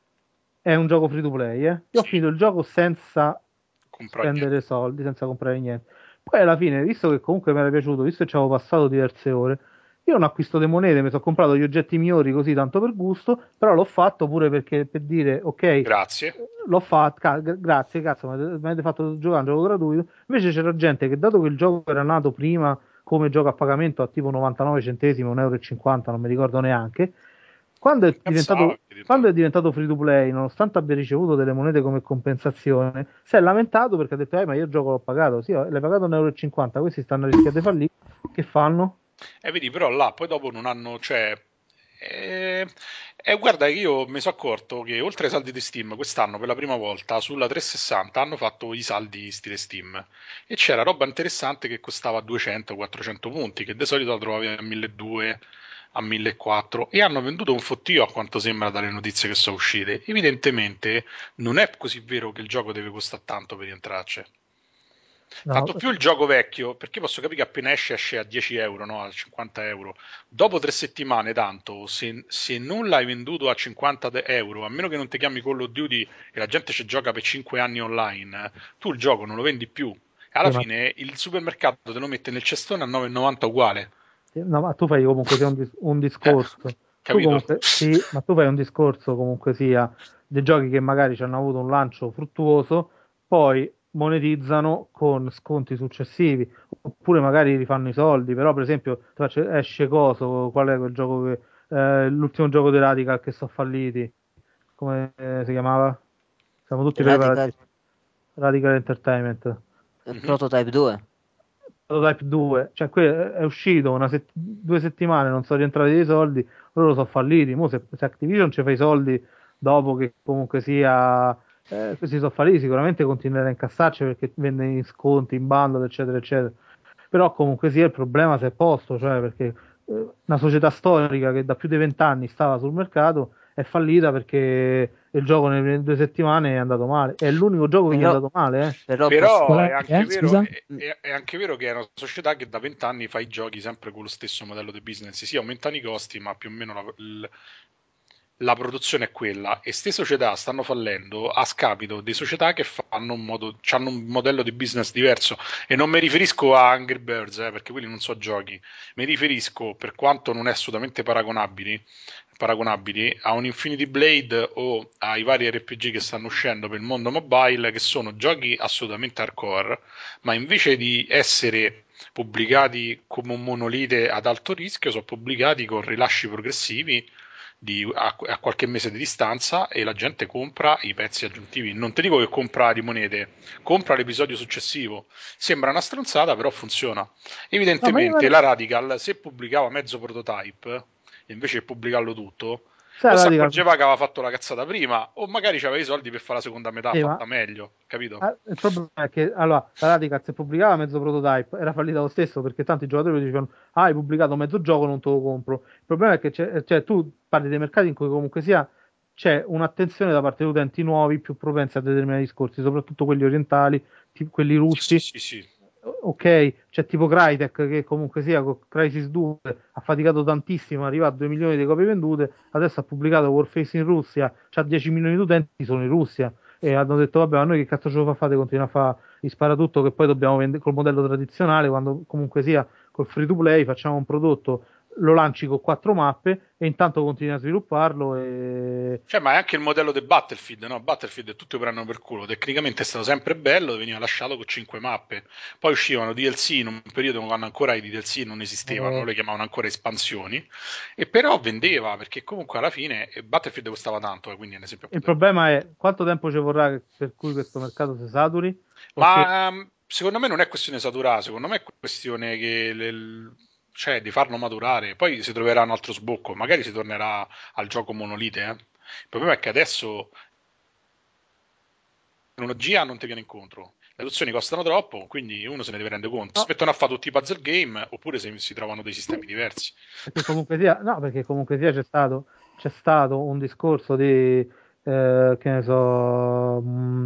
È un gioco free to play, eh. Io ho Sì, finito il gioco senza comprare spendere niente. soldi, senza comprare niente. Poi alla fine, visto che comunque mi era piaciuto, visto che ci avevo passato diverse ore, io non acquisto le monete, mi sono comprato gli oggetti migliori così tanto per gusto, però l'ho fatto pure perché per dire ok, Grazie. l'ho fatto, grazie, cazzo, mi avete fatto giocare un gioco gratuito. Invece c'era gente che dato che il gioco era nato prima come gioco a pagamento a tipo 99 centesimi, 1,50 euro, non mi ricordo neanche, Incazzava che quando diventava. è diventato free to play, nonostante abbia ricevuto delle monete come compensazione, si è lamentato perché ha detto, ma io il gioco l'ho pagato, sì, l'hai pagato 1,50 euro, questi stanno rischiando di fallire, che fanno? Vedi, però là poi dopo non hanno, cioè, guarda, che io mi sono accorto che oltre ai saldi di Steam, quest'anno per la prima volta sulla 360 hanno fatto i saldi stile Steam e c'era roba interessante che costava 200-400 punti, che di solito la trovavi a 1200, a 1400 e hanno venduto un fottio a quanto sembra dalle notizie che sono uscite. Evidentemente non è così vero che il gioco deve costare tanto per rientrarci. No, Tanto più il gioco vecchio, perché posso capire che appena esce a 10 euro, no? A 50 euro. Dopo 3 settimane, tanto, se non l'hai venduto a 50 euro, a meno che non ti chiami Call of Duty e la gente ci gioca per 5 anni online, tu il gioco non lo vendi più. E alla sì, ma, fine il supermercato te lo mette nel cestone a 9,90 uguale. sì, no, ma tu fai comunque sia un Eh, discorso. Tu capito? comunque, sì, ma tu fai un discorso comunque sia dei giochi che magari ci hanno avuto un lancio fruttuoso, poi monetizzano con sconti successivi, oppure magari rifanno i soldi, però per esempio esce coso, qual è quel gioco che, l'ultimo gioco di Radical che sono falliti, come si chiamava? Siamo tutti Radical preparati. Radical Entertainment. Mhm. Prototype 2. Prototype 2, cioè è uscito 2 settimane, non sono rientrati dei soldi, loro sono falliti. Mo se Activision ci fa i soldi dopo che comunque sia, questi sono falliti, sicuramente continuerà a incassarci perché vende in sconti, in bundle, eccetera, eccetera. Però comunque sia il problema si è posto, cioè perché una società storica che da più di 20 anni stava sul mercato è fallita perché il gioco nelle prime 2 settimane è andato male. È l'unico gioco che gli è Però, andato male, eh. però posso... Però Qual è è? anche vero, Scusa? è anche vero che è una società che da 20 anni fa i giochi sempre con lo stesso modello di business. Sì, aumentano i costi, ma più o meno la produzione è quella. E ste società stanno fallendo a scapito di società che hanno un modello di business diverso. E non mi riferisco a Angry Birds, perché quelli non so giochi. Mi riferisco, per quanto non è assolutamente paragonabili a un Infinity Blade o ai vari RPG che stanno uscendo per il mondo mobile, che sono giochi assolutamente hardcore, ma invece di essere pubblicati come un monolite ad alto rischio, sono pubblicati con rilasci progressivi a qualche mese di distanza e la gente compra i pezzi aggiuntivi. Non ti dico che compra di monete, compra l'episodio successivo. Sembra una stronzata, però funziona. No, Evidentemente la Radical, se pubblicava mezzo prototype, invece di pubblicarlo tutto, o si accorgeva che aveva fatto la cazzata prima, o magari aveva i soldi per fare la seconda metà fatta meglio, capito? Il problema è che allora la Radical, se pubblicava mezzo prototype, era fallita lo stesso, perché tanti giocatori dicevano: ah, hai pubblicato mezzo gioco, non te lo compro. Il problema è che tu parli dei mercati in cui comunque sia c'è un'attenzione da parte di utenti nuovi più propensi a determinati discorsi, soprattutto quelli orientali, quelli russi. Sì. Ok, c'è tipo Crytek che comunque sia con Crysis 2 ha faticato tantissimo, è arrivato a 2 milioni di copie vendute, adesso ha pubblicato Warface in Russia, c'ha 10 milioni di utenti, sono in Russia, e hanno detto vabbè, ma noi che cazzo ce lo fate, continua a fare gli sparatutto che poi dobbiamo vendere col modello tradizionale, quando comunque sia col free to play facciamo un prodotto, lo lanci con 4 mappe e intanto continui a svilupparlo e... Cioè, ma è anche il modello del Battlefield, no? Battlefield tutti lo prendono per culo, tecnicamente è stato sempre bello, veniva lasciato con 5 mappe, poi uscivano DLC in un periodo quando ancora i DLC non esistevano, le chiamavano ancora espansioni, e però vendeva, perché comunque alla fine Battlefield costava tanto, quindi è un esempio. Il problema è quanto tempo ci vorrà per cui questo mercato si saturi? Ma secondo me non è questione saturata, secondo me è questione che cioè, di farlo maturare, poi si troverà un altro sbocco, magari si tornerà al gioco monolite. Il problema è che adesso la tecnologia non ti viene incontro, le adozioni costano troppo, quindi uno se ne deve rendere conto. Si mettono a fare tutti i puzzle game oppure si trovano dei sistemi diversi. Perché comunque sia, no, perché comunque sia c'è stato un discorso di, che ne so,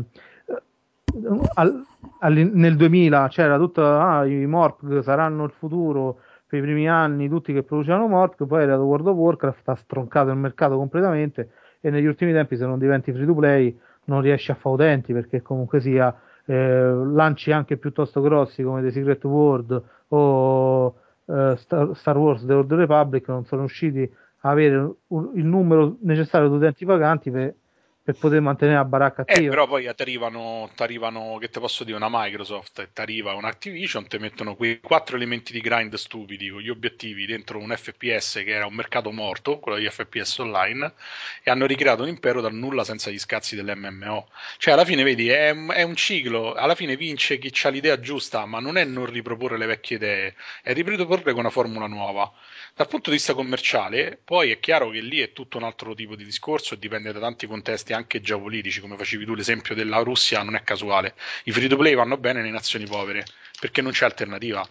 nel 2000 c'era tutto, i Morpg saranno il futuro per i primi anni, tutti che producevano Morpg, poi è arrivato World of Warcraft, ha stroncato il mercato completamente e negli ultimi tempi se non diventi free to play non riesci a fare utenti perché comunque sia lanci anche piuttosto grossi come The Secret World o Star Wars The Old Republic non sono riusciti a avere il numero necessario di utenti paganti per poter mantenere la baracca attiva. Però poi t'arrivano, che te posso dire, una Microsoft e t'arriva un Activision, ti mettono quei 4 elementi di grind stupidi con gli obiettivi dentro un FPS che era un mercato morto, quello degli FPS online, e hanno ricreato un impero dal nulla senza gli scazzi dell'MMO. Cioè, alla fine, vedi, è un ciclo, alla fine vince chi ha l'idea giusta, ma non è non riproporre le vecchie idee, è riproporre con una formula nuova. Dal punto di vista commerciale, poi è chiaro che lì è tutto un altro tipo di discorso e dipende da tanti contesti anche geopolitici, come facevi tu l'esempio della Russia, non è casuale. I free to play vanno bene nelle nazioni povere, perché non c'è alternativa.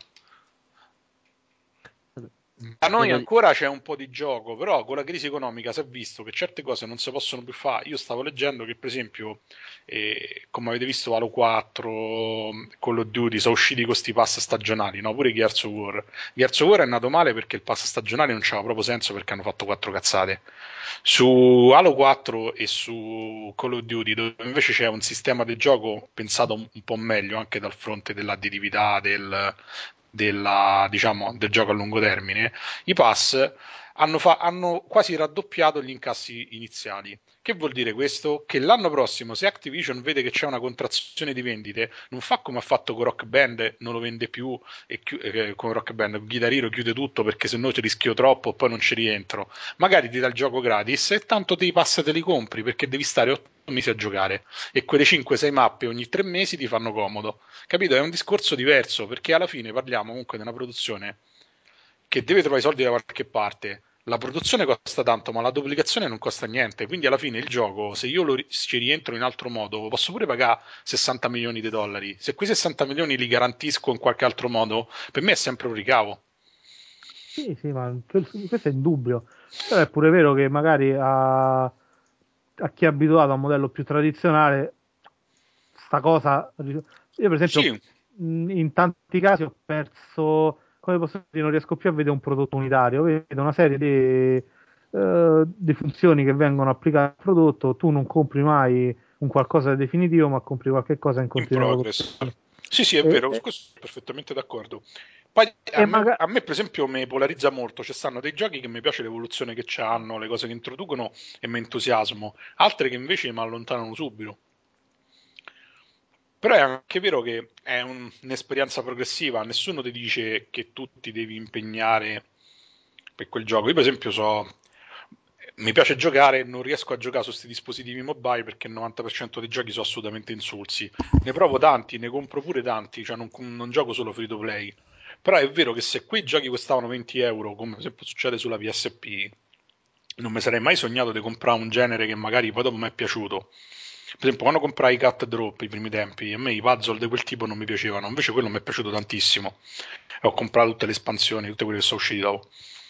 Da noi ancora c'è un po' di gioco, però con la crisi economica si è visto che certe cose non si possono più fare. Io stavo leggendo che, per esempio, come avete visto, Halo 4, Call of Duty, sono usciti con questi pass stagionali, no? Pure Gears of War. Gears of War è nato male perché il pass stagionale non c'aveva proprio senso perché hanno fatto 4 cazzate. Su Halo 4 e su Call of Duty, dove invece c'è un sistema di gioco pensato un po' meglio anche dal fronte dell'additività, diciamo, del gioco a lungo termine, i pass hanno quasi raddoppiato gli incassi iniziali. Che vuol dire questo? Che l'anno prossimo, se Activision vede che c'è una contrazione di vendite, non fa come ha fatto con Rock Band, non lo vende più e con Rock Band, Guitar Hero chiude tutto perché se no ci rischio troppo e poi non ci rientro. Magari ti dà il gioco gratis e tanto dei pass te li compri perché devi stare 8 mesi a giocare e quelle 5-6 mappe ogni 3 mesi ti fanno comodo. Capito? È un discorso diverso perché alla fine parliamo comunque di una produzione che deve trovare i soldi da qualche parte. La produzione costa tanto, ma la duplicazione non costa niente. Quindi alla fine il gioco, se io ci rientro in altro modo, posso pure pagare 60 milioni di dollari. Se quei 60 milioni li garantisco in qualche altro modo, per me è sempre un ricavo. Sì, sì, ma questo è indubbio. Però è pure vero che magari a chi è abituato a un modello più tradizionale, sta cosa... Io per esempio Sì, in tanti casi ho perso, come posso dire, non riesco più a vedere un prodotto unitario, vedo una serie di funzioni che vengono applicate al prodotto, tu non compri mai un qualcosa di definitivo, ma compri qualche cosa in in continua progress. evoluzione. Sì, sì, è E, vero, su questo sono perfettamente d'accordo. Poi e magari... a me, per esempio, mi polarizza molto. Ci stanno dei giochi che mi piace l'evoluzione che hanno, le cose che introducono e mi entusiasmo, altre che invece mi allontanano subito. Però è anche vero che è un'esperienza progressiva, nessuno ti dice che tu ti devi impegnare per quel gioco. Io, per esempio, mi piace giocare, non riesco a giocare su questi dispositivi mobile perché il 90% dei giochi sono assolutamente insulsi. Ne provo tanti, ne compro pure tanti, cioè non gioco solo free to play. Però è vero che se quei giochi costavano 20 euro, come per esempio succede sulla PSP, non mi sarei mai sognato di comprare un genere che magari poi dopo mi è piaciuto. Per esempio, quando comprai i Cut Drop i primi tempi, a me i puzzle di quel tipo non mi piacevano, invece quello mi è piaciuto tantissimo. E ho comprato tutte le espansioni, tutte quelle che sono uscite dopo.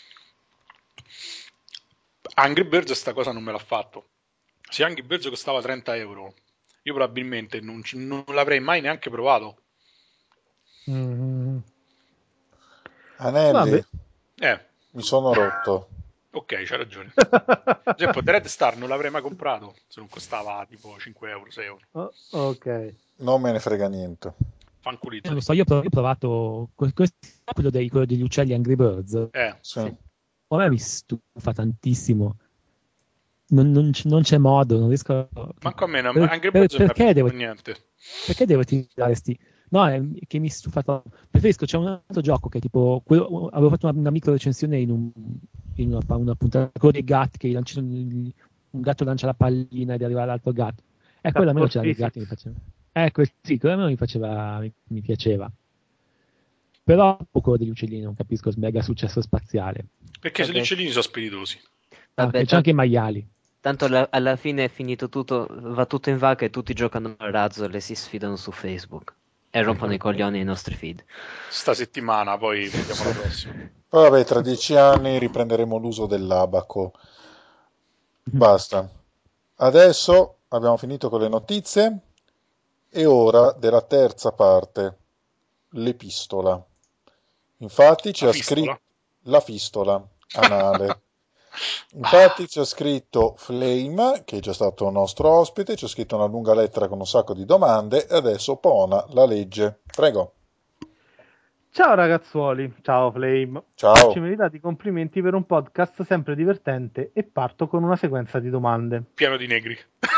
Angry Birds sta cosa non me l'ha fatto. Se Angry Birds costava 30 euro, io probabilmente non l'avrei mai neanche provato. Mm. Anelli, Vabbè. mi sono rotto. Ok, c'hai ragione. Per esempio, The Red Star non l'avrei mai comprato se non costava tipo 5 euro, 6 euro. Ok. Non me ne frega niente. Fanculizzo. Non lo so, io ho provato quello degli uccelli Angry Birds. Sì. A me mi stufa tantissimo. Non c'è modo, non riesco. Manco a me, Angry Birds non mi è Perché piaciuto devo, niente. perché devo tirare sti? No, è che mi stufa troppo. Preferisco, c'è un altro gioco che tipo, avevo fatto una micro recensione in una puntata, quello dei gatti, che un gatto lancia la pallina ed arriva l'altro gatto. Quello almeno c'era dei gatti, mi faceva. Sì, quello almeno mi piaceva. Però quello degli uccellini non capisco, mega successo spaziale. Perché Vabbè, gli uccellini sono spiritosi. vabbè, C'è anche i maiali. tanto alla fine è finito tutto, va tutto in vacca e tutti giocano a Razzle e si sfidano su Facebook e rompono i coglioni ai nostri feed. Sta settimana, poi vediamo la prossima. Poi vabbè, tra 10 anni riprenderemo l'uso dell'abaco. Basta. Adesso abbiamo finito con le notizie e ora della terza parte, l'epistola. Infatti ci La ha scritto fistola? la fistola anale. Infatti ci ha scritto Flame, che è già stato nostro ospite, ci ha scritto una lunga lettera con un sacco di domande e adesso Pona la legge. Prego. Ciao ragazzuoli, ciao Flame. Ciao. Ci meritate i complimenti per un podcast sempre divertente e parto con una sequenza di domande. Pieno di negri.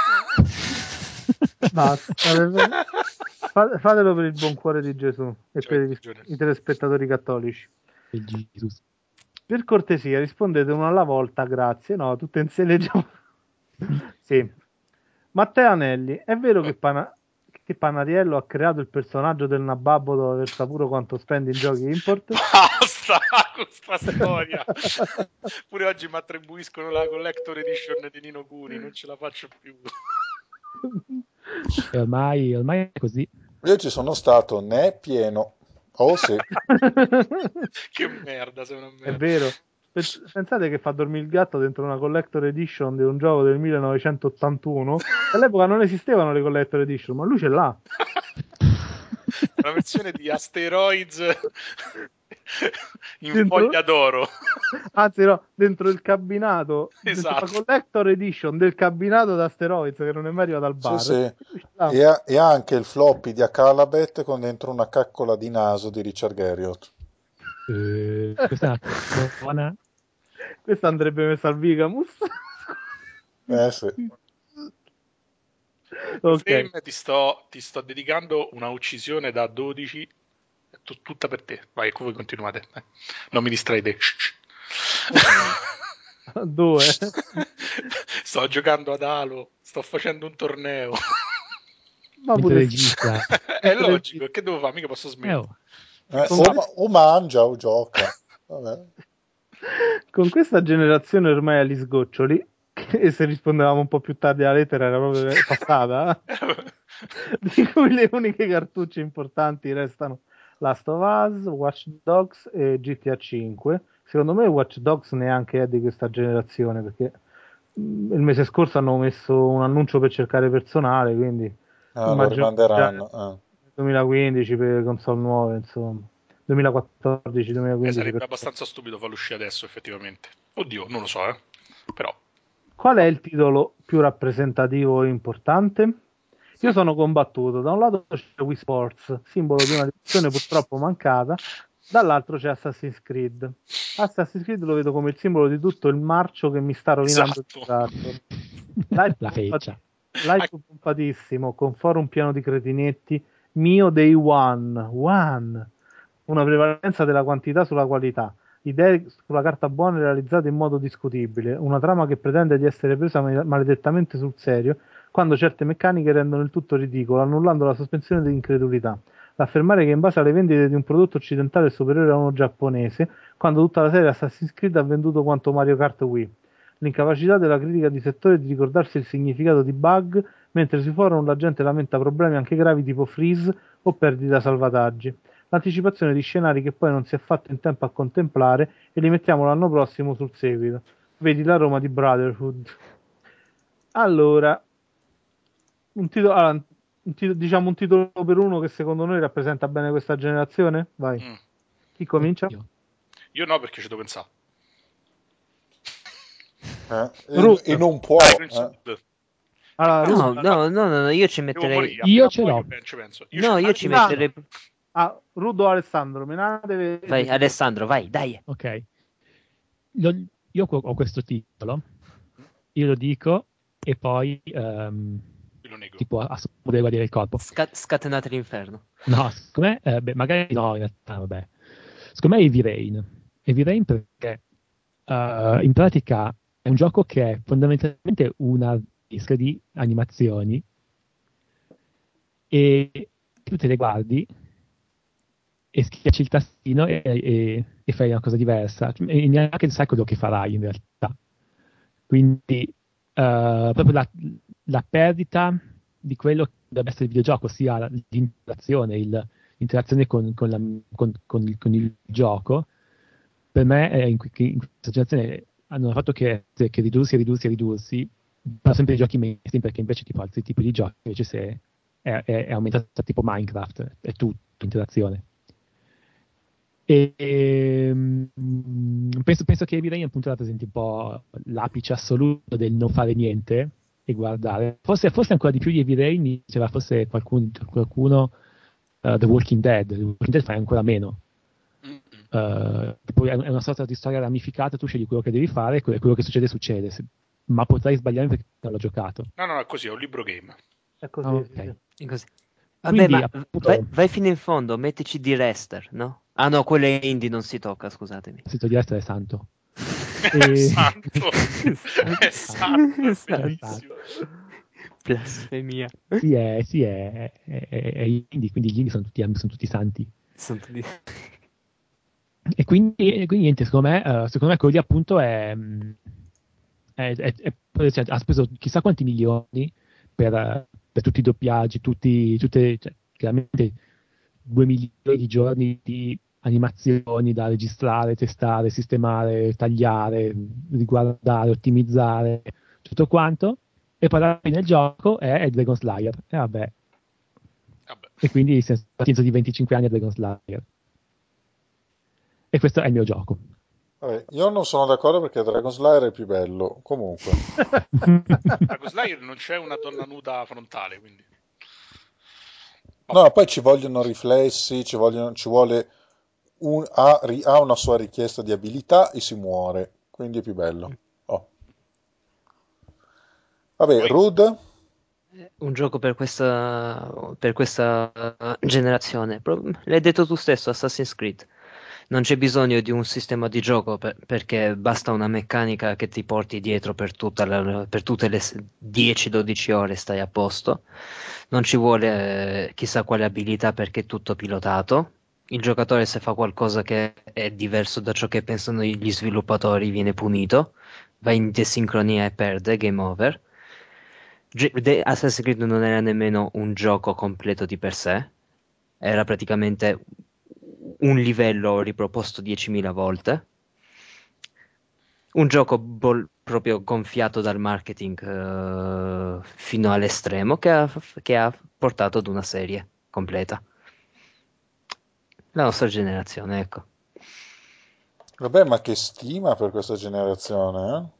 Basta, fatelo per il buon cuore di Gesù e C'hai per ragione. i telespettatori cattolici. Jesus. Per cortesia rispondete uno alla volta, grazie. No, tutte insieme leggiamo. Sì. Matteo Anelli, è vero che, che Panariello ha creato il personaggio del Nababbo dopo aver saputo quanto spende in giochi import? Basta con sta storia. Pure oggi mi attribuiscono la Collector Edition di Nino Cuni, non ce la faccio più. E ormai è così. Io ci sono stato, ne è pieno. Oh sì. Che merda, sei una È merda. vero. Pensate che fa dormire il gatto dentro una collector edition di un gioco del 1981. All'epoca non esistevano le collector edition, ma lui ce l'ha. Una versione di Asteroids in Dentro, foglia d'oro. anzi, no, dentro il cabinato, dentro la Esatto. collector edition del cabinato d'Asteroids che non è mai arrivato al Sì, bar. sì. Lui ce l'ha. E ha anche il floppy di Acalabet con dentro una caccola di naso di Richard Garriott. Questa è una buona. Questo andrebbe messo al Vigamus. Sì. Ok. Flame, ti sto dedicando una uccisione da 12, tutta per te. Vai, voi continuate. Non mi distraete. Due. Sto giocando ad Halo, sto facendo un torneo. Ma Mentre pure sì. registra. È logico, che devo fare? Mica posso smettere. Oh. Mica Con, stavo. O mangia o gioca. Vabbè. con questa generazione ormai agli sgoccioli, e se rispondevamo un po' più tardi alla lettera era proprio passata, di cui le uniche cartucce importanti restano Last of Us, Watch Dogs e GTA 5. Secondo me Watch Dogs neanche è di questa generazione, perché il mese scorso hanno messo un annuncio per cercare personale, quindi Lo immagino già nel rimanderanno. 2015 per console nuove, insomma. 2014-2015 Sarebbe per... abbastanza stupido farlo uscire adesso, effettivamente. Oddio, non lo so, Però. Qual è il titolo più rappresentativo e importante? Io sono combattuto. Da un lato c'è Wii Sports, simbolo di una rivoluzione purtroppo mancata, dall'altro c'è Assassin's Creed. Assassin's Creed lo vedo come il simbolo di tutto il marcio che mi sta rovinando il Esatto. giocattolo. Live, La feccia. live pompatissimo, con forum pieno di cretinetti, mio day one, una prevalenza della quantità sulla qualità, idee sulla carta buona realizzate in modo discutibile, una trama che pretende di essere presa maledettamente sul serio, quando certe meccaniche rendono il tutto ridicolo, annullando la sospensione di incredulità. L'affermare che in base alle vendite di un prodotto occidentale è superiore a uno giapponese, quando tutta la serie Assassin's Creed ha venduto quanto Mario Kart Wii. l'incapacità della critica di settore di ricordarsi il significato di bug, mentre sui forum la gente lamenta problemi anche gravi tipo freeze o perdita salvataggi. L'anticipazione di scenari che poi non si è fatto in tempo a contemplare e li mettiamo l'anno prossimo sul seguito. Vedi la Roma di Brotherhood. Allora, diciamo un titolo per uno che secondo noi rappresenta bene questa generazione? Vai. Chi comincia? Io no, perché ci devo pensare. E non può. Allora, no, io ci metterei. Io ce l'ho. Ci penso. Io ci metterei. Rudo Alessandro, menate. Vai, Alessandro, vai, dai. Ok. Io ho questo titolo, io lo dico e poi lo nego. tipo a guardare il corpo. Scatenate l'inferno. No, secondo me, magari no, in realtà, vabbè. Secondo me è Heavy Rain perché in pratica è un gioco che è fondamentalmente una disca di animazioni e tu te le guardi e schiacci il tastino e fai una cosa diversa e neanche sai quello che farai in realtà. Quindi proprio la perdita di quello che deve essere il videogioco, sia l'interazione, l'interazione con il gioco, per me in questa generazione hanno fatto che ridursi, fanno sempre i giochi mainstream perché invece tipo altri tipi di giochi, invece se è aumentata tipo Minecraft, è tutto interazione. Penso che Heavy Rain appunto rappresenti un po' l'apice assoluto del non fare niente e guardare. Forse ancora di più di Heavy Rain mi diceva forse qualcuno The Walking Dead. The Walking Dead fai ancora meno. Poi è una sorta di storia ramificata, tu scegli quello che devi fare e quello che succede. Ma potrai sbagliare perché non l'ho giocato. No, è così, è un libro game. È così. Okay. È così. Vabbè, quindi, ma appunto, vai fino in fondo, mettici di Rester, no? Ah no, quello è indie, non si tocca, scusatemi. il sito di essere santo. Santo. È santo, bellissimo. Blasfemia. Sì, è indie, quindi gli indie sono tutti santi. E quindi niente, secondo me quello lì appunto cioè, ha speso chissà quanti milioni per tutti i doppiaggi, cioè, chiaramente 2 milioni di giorni di animazioni da registrare, testare, sistemare, tagliare, riguardare, ottimizzare, tutto quanto, e poi alla fine il gioco è Dragon Slayer. E vabbè. E quindi siamo stati di 25 anni a Dragon Slayer. E questo è il mio gioco. Vabbè, io non sono d'accordo perché Dragon Slayer è più bello. Comunque. Dragon Slayer non c'è una donna nuda frontale, quindi. No, poi ci vogliono riflessi, ci vuole ha una sua richiesta di abilità e si muore, quindi è più bello. Oh. Vabbè, Rude? Un gioco per questa generazione. L'hai detto tu stesso, Assassin's Creed. Non c'è bisogno di un sistema di gioco perché basta una meccanica che ti porti dietro per tutte le 10-12 ore, stai a posto. Non ci vuole chissà quale abilità perché è tutto pilotato. Il giocatore, se fa qualcosa che è diverso da ciò che pensano gli sviluppatori, viene punito, va in desincronia e perde, game over. Assassin's Creed non era nemmeno un gioco completo di per sé, era praticamente un livello riproposto 10.000 volte. Un gioco proprio gonfiato dal marketing fino all'estremo che ha portato ad una serie completa. La nostra generazione, ecco. Vabbè, ma che stima per questa generazione, eh?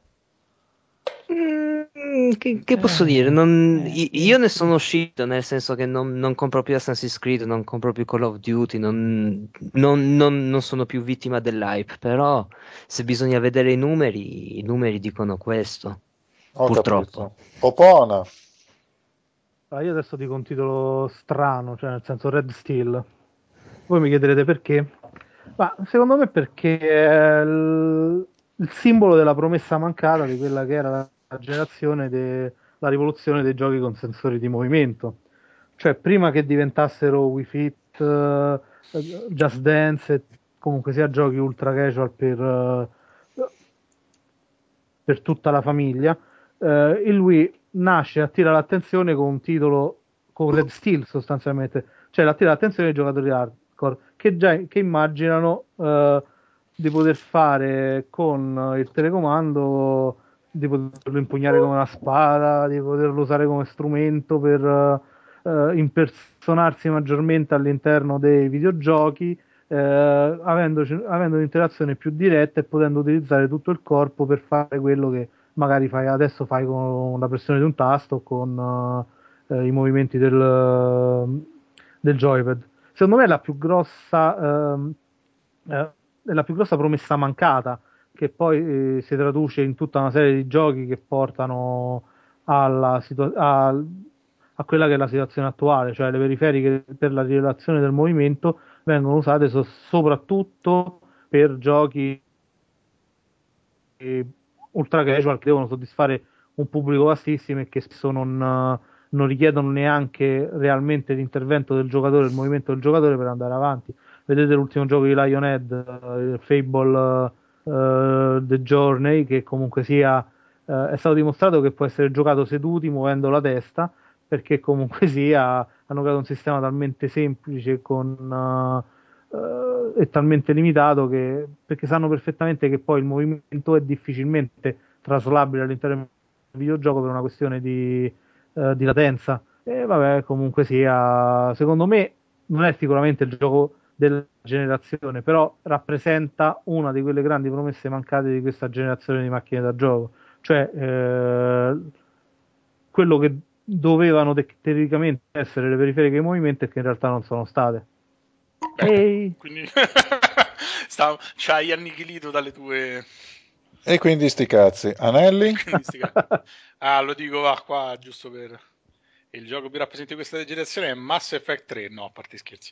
Che posso dire? Io ne sono uscito, nel senso che non compro più Assassin's Creed, non compro più Call of Duty, non sono più vittima dell'hype, però se bisogna vedere i numeri dicono questo, Ho purtroppo. capito. Popona. Io adesso dico un titolo strano, cioè nel senso Red Steel. Voi mi chiederete perché? Ma secondo me perché è il simbolo della promessa mancata di quella che era la generazione la rivoluzione dei giochi con sensori di movimento. Cioè, prima che diventassero Wii Fit, Just Dance, comunque sia giochi ultra casual per tutta la famiglia. Il Wii nasce e attira l'attenzione con un titolo, con Red Steel sostanzialmente, cioè attira l'attenzione dei giocatori hardcore che immaginano di poter fare con il telecomando, di poterlo impugnare come una spada, di poterlo usare come strumento per impersonarsi maggiormente all'interno dei videogiochi, avendo un'interazione più diretta e potendo utilizzare tutto il corpo per fare quello che magari adesso fai con la pressione di un tasto o con i movimenti del joypad. Secondo me è la più grossa è la più grossa promessa mancata, che poi si traduce in tutta una serie di giochi che portano a quella che è la situazione attuale, cioè le periferiche per la rilevazione del movimento vengono usate soprattutto per giochi ultra casual che devono soddisfare un pubblico vastissimo e che spesso non richiedono neanche realmente l'intervento del giocatore, il movimento del giocatore per andare avanti. Vedete l'ultimo gioco di Lionhead, Fable The Journey, che comunque sia è stato dimostrato che può essere giocato seduti muovendo la testa, perché comunque sia hanno creato un sistema talmente semplice è talmente limitato perché sanno perfettamente che poi il movimento è difficilmente traslabile all'interno del videogioco per una questione di latenza. E vabbè, comunque sia, secondo me non è sicuramente il gioco della generazione, però rappresenta una di quelle grandi promesse mancate di questa generazione di macchine da gioco, cioè quello che dovevano teoricamente essere le periferiche di movimento e che in realtà non sono state. Beh, quindi c'hai annichilito dalle tue... E quindi sti cazzi. Anelli? Lo dico qua giusto per... Il gioco più rappresentativo di questa generazione è Mass Effect 3. No, a parte scherzi.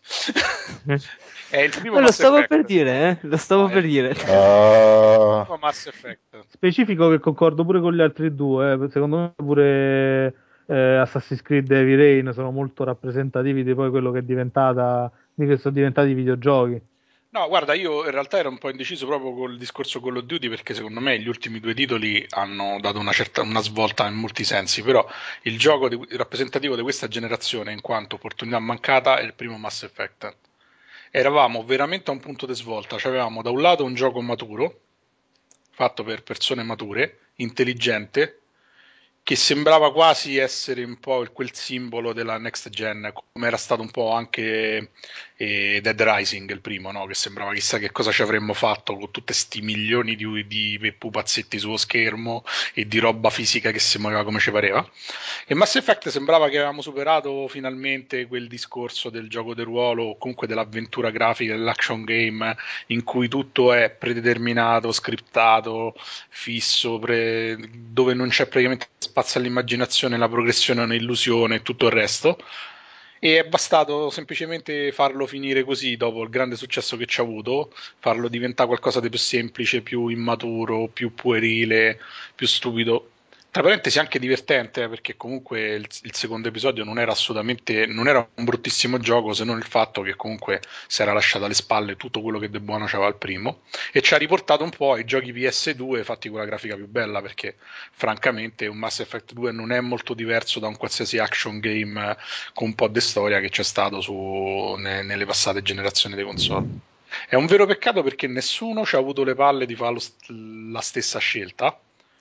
È il primo Lo Mass stavo Effect. per dire, lo stavo per dire. È il primo Mass Effect. Specifico che concordo pure con gli altri due. Secondo me pure Assassin's Creed e Heavy Rain sono molto rappresentativi di poi quello che è diventata, di che sono diventati i videogiochi. No, guarda, io in realtà ero un po' indeciso proprio col discorso Call of Duty perché secondo me gli ultimi due titoli hanno dato una svolta in molti sensi, però il gioco rappresentativo di questa generazione in quanto opportunità mancata è il primo Mass Effect. Eravamo veramente a un punto di svolta, cioè avevamo da un lato un gioco maturo, fatto per persone mature, intelligente, che sembrava quasi essere un po' quel simbolo della next gen, come era stato un po' anche Dead Rising, il primo, no? Che sembrava chissà che cosa ci avremmo fatto con tutti sti milioni di pupazzetti sullo schermo e di roba fisica che si muoveva come ci pareva. E Mass Effect sembrava che avevamo superato finalmente quel discorso del gioco del ruolo o comunque dell'avventura grafica, dell'action game in cui tutto è predeterminato, scriptato, fisso, dove non c'è praticamente spazio all'immaginazione, la progressione è un'illusione e tutto il resto. E è bastato semplicemente farlo finire così dopo il grande successo che ci ha avuto, farlo diventare qualcosa di più semplice, più immaturo, più puerile, più stupido. Tra parentesi anche divertente, perché comunque il secondo episodio non era assolutamente, non era un bruttissimo gioco, se non il fatto che comunque si era lasciato alle spalle tutto quello che di buono c'aveva il primo, e ci ha riportato un po' ai giochi PS2 fatti con la grafica più bella, perché francamente un Mass Effect 2 non è molto diverso da un qualsiasi action game con un po' di storia che c'è stato nelle passate generazioni di console. È un vero peccato perché nessuno ci ha avuto le palle di fare la stessa scelta,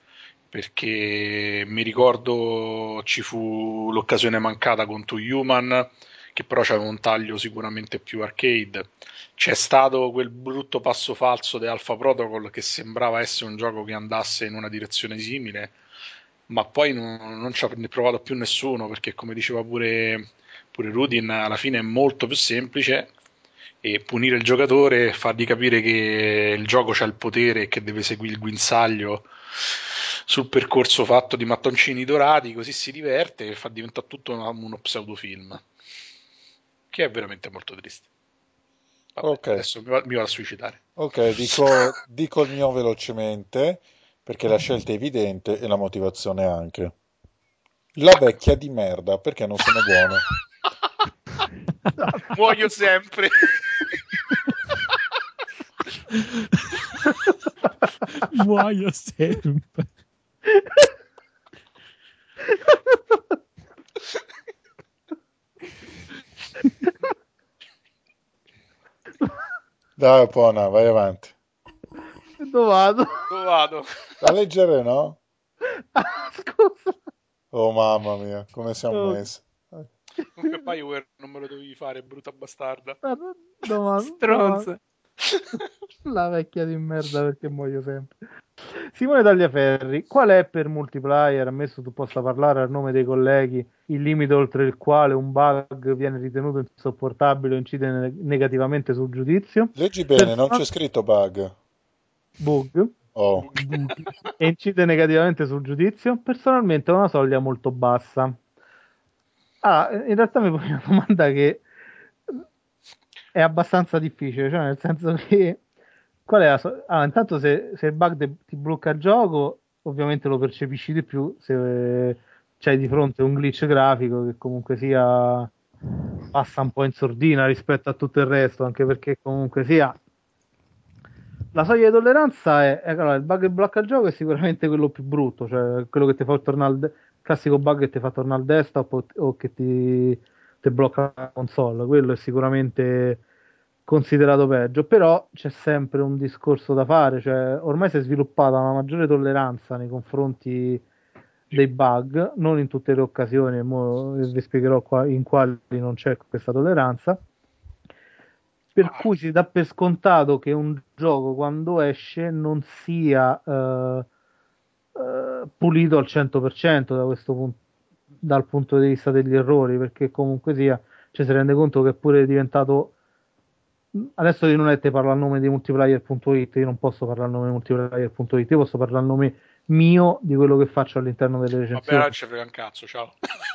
perché mi ricordo ci fu l'occasione mancata con Two Human, che però c'aveva un taglio sicuramente più arcade. C'è stato quel brutto passo falso di Alpha Protocol che sembrava essere un gioco che andasse in una direzione simile, ma poi non ci ha provato più nessuno, perché come diceva pure Rudin, alla fine è molto più semplice, e punire il giocatore, fargli capire che il gioco c'ha il potere e che deve seguire il guinzaglio sul percorso fatto di mattoncini dorati, così si diverte e fa diventare tutto uno pseudofilm, che è veramente molto triste. Vabbè, Ok, adesso mi vado a suicidare. ok, dico il mio velocemente perché la scelta è evidente e la motivazione anche. La vecchia di merda, perché non sono buone. Muoio sempre. Muoio sempre. Dai, Pona, vai avanti. Dove vado? Dove vado? A leggere, no? Scusa. Oh, mamma mia, come siamo Oh. messi. Comunque Bioware non me lo dovevi fare, brutta bastarda. Stronzo. La vecchia di merda, perché muoio sempre. Simone Tagliaferri, qual è per Multiplayer, ammesso tu possa parlare a nome dei colleghi, il limite oltre il quale un bug viene ritenuto insopportabile o incide negativamente sul giudizio? Leggi bene, non c'è scritto bug. Bug. Oh, E incide negativamente sul giudizio? Personalmente è una soglia molto bassa. In realtà mi pone una domanda che è abbastanza difficile, cioè nel senso che qual è intanto se il bug ti blocca il gioco, ovviamente lo percepisci di più se c'hai di fronte un glitch grafico che comunque sia passa un po' in sordina rispetto a tutto il resto, anche perché comunque sia la soglia di tolleranza allora, il bug che blocca il gioco è sicuramente quello più brutto, cioè quello che ti fa tornare classico bug che ti fa tornare al desktop o che ti blocca la console, quello è sicuramente considerato peggio, però c'è sempre un discorso da fare, cioè ormai si è sviluppata una maggiore tolleranza nei confronti dei bug, non in tutte le occasioni, e mo vi spiegherò in quali non c'è questa tolleranza, per cui si dà per scontato che un gioco quando esce non sia pulito al 100% da questo punto, dal punto di vista degli errori, perché comunque sia, ci si rende conto che è pure diventato. Adesso io non è te parlo a nome di multiplayer.it, io non posso parlare a nome di multiplayer.it, io posso parlare a nome mio di quello che faccio all'interno delle Vabbè, recensioni. allora ci frega un cazzo, ciao.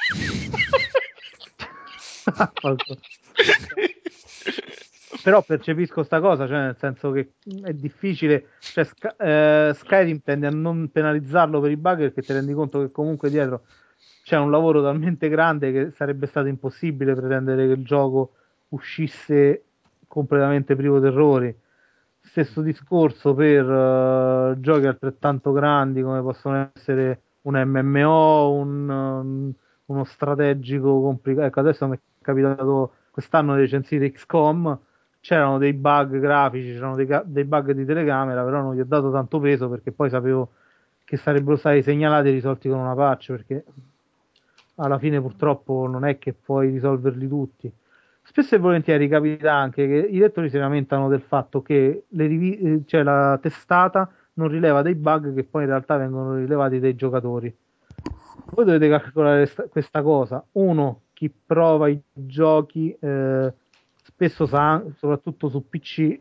Però percepisco sta cosa, cioè nel senso che è difficile, cioè Skyrim tende a non penalizzarlo per i bug perché ti rendi conto che comunque dietro c'è un lavoro talmente grande che sarebbe stato impossibile pretendere che il gioco uscisse completamente privo di errori. Stesso discorso per giochi altrettanto grandi come possono essere un MMO, uno strategico complicato. Ecco, adesso mi è capitato quest'anno di recensire XCOM, c'erano dei bug grafici, c'erano dei bug di telecamera, però non gli ho dato tanto peso perché poi sapevo che sarebbero stati segnalati e risolti con una patch, perché alla fine purtroppo non è che puoi risolverli tutti. Spesso e volentieri capita anche che i lettori si lamentano del fatto che cioè la testata non rileva dei bug che poi in realtà vengono rilevati dai giocatori. Voi dovete calcolare questa cosa. Uno, chi prova i giochi spesso sa, soprattutto su PC,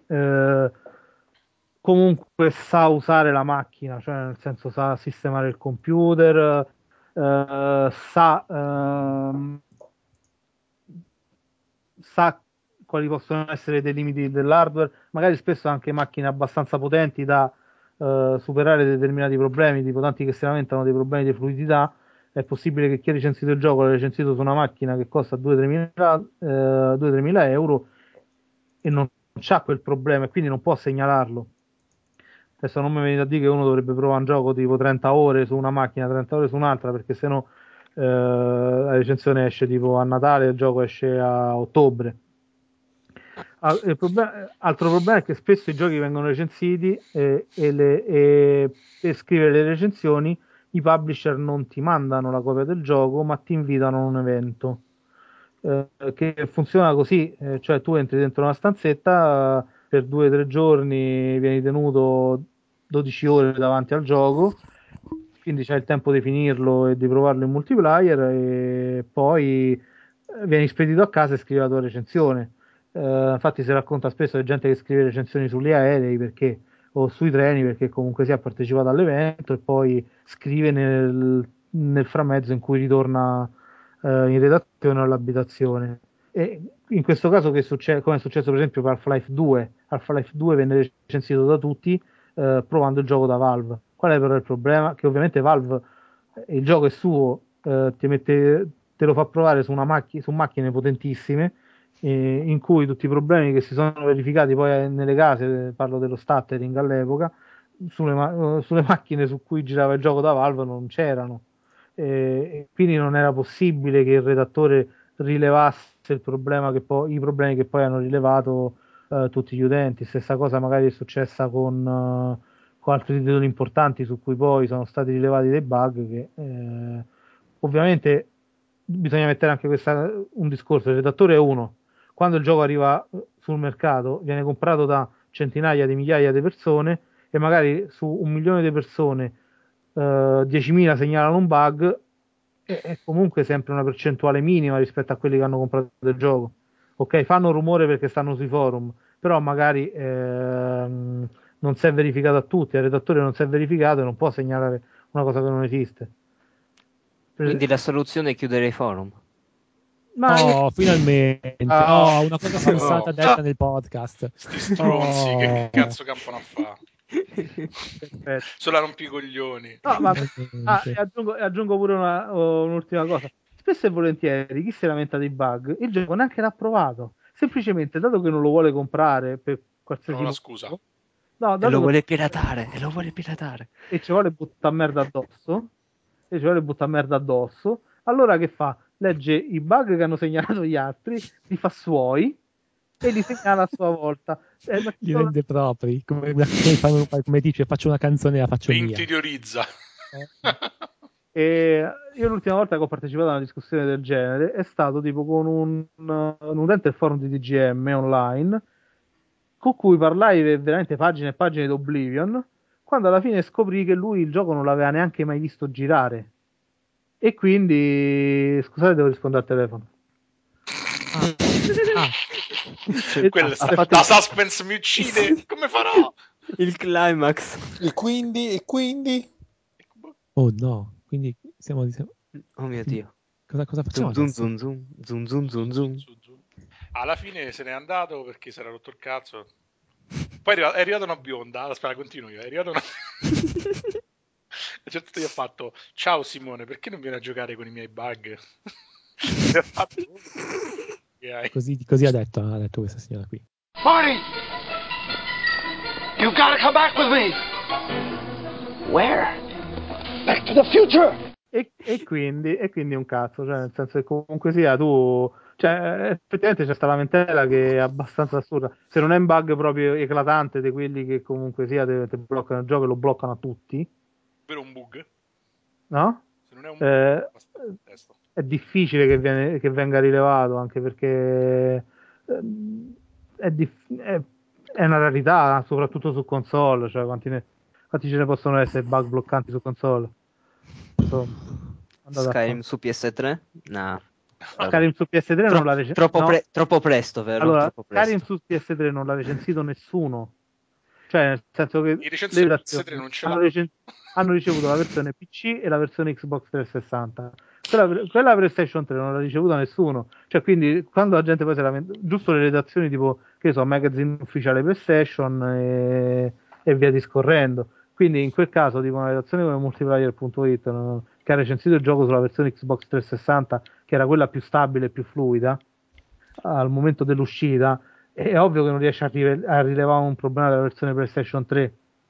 comunque sa usare la macchina, cioè nel senso sa sistemare il computer, sa quali possono essere dei limiti dell'hardware, magari spesso anche macchine abbastanza potenti da superare determinati problemi, tipo tanti che si lamentano dei problemi di fluidità. È possibile che chi ha recensito il gioco l'ha recensito su una macchina che costa 2-3 mila euro e non c'ha quel problema e quindi non può segnalarlo. Adesso non mi venite a dire che uno dovrebbe provare un gioco tipo 30 ore su una macchina, 30 ore su un'altra, perché sennò la recensione esce tipo a Natale e il gioco esce a ottobre. Altro problema è che spesso i giochi vengono recensiti e per scrivere le recensioni i publisher non ti mandano la copia del gioco, ma ti invitano a un evento che funziona così, cioè tu entri dentro una stanzetta, per 2 o 3 giorni vieni tenuto 12 ore davanti al gioco, quindi c'hai il tempo di finirlo e di provarlo in multiplayer e poi vieni spedito a casa e scrivi la tua recensione. Infatti si racconta spesso di gente che scrive recensioni sugli aerei o sui treni perché comunque si è partecipato all'evento e poi scrive nel framezzo in cui ritorna in redazione o all'abitazione. E in questo caso come è successo per esempio per Half-Life 2, Half-Life 2 venne recensito da tutti provando il gioco da Valve. Qual è però il problema? Che ovviamente Valve, il gioco è suo, te lo fa provare su macchine potentissime, in cui tutti i problemi che si sono verificati poi nelle case, parlo dello stuttering all'epoca, sulle macchine su cui girava il gioco da Valve non c'erano, e quindi non era possibile che il redattore rilevasse i problemi che poi hanno rilevato tutti gli utenti. Stessa cosa magari è successa con altri titoli importanti su cui poi sono stati rilevati dei bug che ovviamente bisogna mettere anche un discorso: il redattore è uno, quando il gioco arriva sul mercato viene comprato da centinaia di migliaia di persone e magari su 1 milione di persone 10.000 segnalano un bug, è comunque sempre una percentuale minima rispetto a quelli che hanno comprato il gioco. Ok, fanno rumore perché stanno sui forum, però magari non si è verificato a tutti, il redattore non si è verificato e non può segnalare una cosa che non esiste. Quindi la soluzione è chiudere i forum. Oh, finalmente! Ah, una cosa sensata detta nel podcast. Sti stronzi, che Oh. cazzo campano a fa? Perfetto. Solo rompi i coglioni. No, ma Finalmente. e aggiungo pure un'ultima cosa. Spesso e volentieri chi si lamenta dei bug, il gioco neanche l'ha provato. Semplicemente, dato che non lo vuole comprare per qualsiasi Trova la scusa. motivo, no, E dato lo che vuole piratare, e lo vuole piratare. e ci vuole buttare merda addosso, allora che fa? Legge i bug che hanno segnalato gli altri, li fa suoi e li segnala a sua volta. Li rende propri, come dice, faccio una canzone e la faccio Li mia. interiorizza. E io l'ultima volta che ho partecipato a una discussione del genere è stato tipo con un utente del forum di DGM online, con cui parlai per veramente pagine e pagine di Oblivion, quando alla fine scoprì che lui il gioco non l'aveva neanche mai visto girare. E quindi, scusate, devo rispondere al telefono. La suspense mi uccide. Come farò? Il climax. E quindi? Oh no, quindi siamo... Oh mio Dio. Cosa facciamo Zoom adesso? zoom zoom zoom zoom zoom zoom. Alla fine se n'è andato perché si era rotto il cazzo. Poi è arrivata una bionda. Aspetta, continuo io. È arrivata una. A un certo punto gli ho fatto: ciao Simone, perché non vieni a giocare con i miei bug? E ha fatto, che hai? Così ha detto questa signora qui. Marty! You gotta come back with me! Where? Back to the future! E quindi un cazzo, cioè nel senso che comunque sia tu, cioè effettivamente c'è sta lamentela che è abbastanza assurda, se non è un bug proprio eclatante di quelli che comunque sia te bloccano il gioco e lo bloccano a tutti, Ovvero un bug? no? Se non è un bug, Eh, basta testo. è difficile che venga rilevato, anche perché è una rarità, soprattutto su console, cioè quanti ce ne possono essere bug bloccanti su console? Insomma, andate a Skyrim su PS3? No. Skyrim su PS3 non l'ha recensito. No. Troppo presto, vero? Allora, Troppo Skyrim presto. su PS3 non l'ha recensito nessuno. Cioè, nel senso che I recensori le redazioni PS3 non ce hanno, l'ha. hanno ricevuto la versione PC e la versione Xbox 360. Quella PlayStation 3 non l'ha ricevuta nessuno. Cioè, quindi, quando la gente poi si lamenta, giusto le redazioni tipo, che so, Magazine Ufficiale PlayStation e via discorrendo. Quindi, in quel caso, tipo una redazione come multiplayer.it che ha recensito il gioco sulla versione Xbox 360, che era quella più stabile e più fluida al momento dell'uscita, è ovvio che non riesce a rilevare un problema della versione PlayStation 3.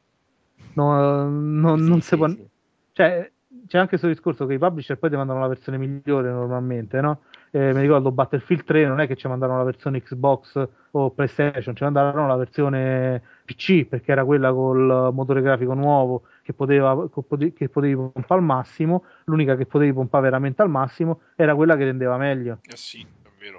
Non si può. Sì. Cioè, c'è anche questo discorso che i publisher poi ti mandano la versione migliore normalmente, no? Mi ricordo Battlefield 3 non è che ci mandarono la versione Xbox o PlayStation, ci mandarono la versione PC perché era quella col motore grafico nuovo che potevi pompare al massimo. L'unica che potevi pompare veramente al massimo era quella che rendeva meglio. Sì, è vero.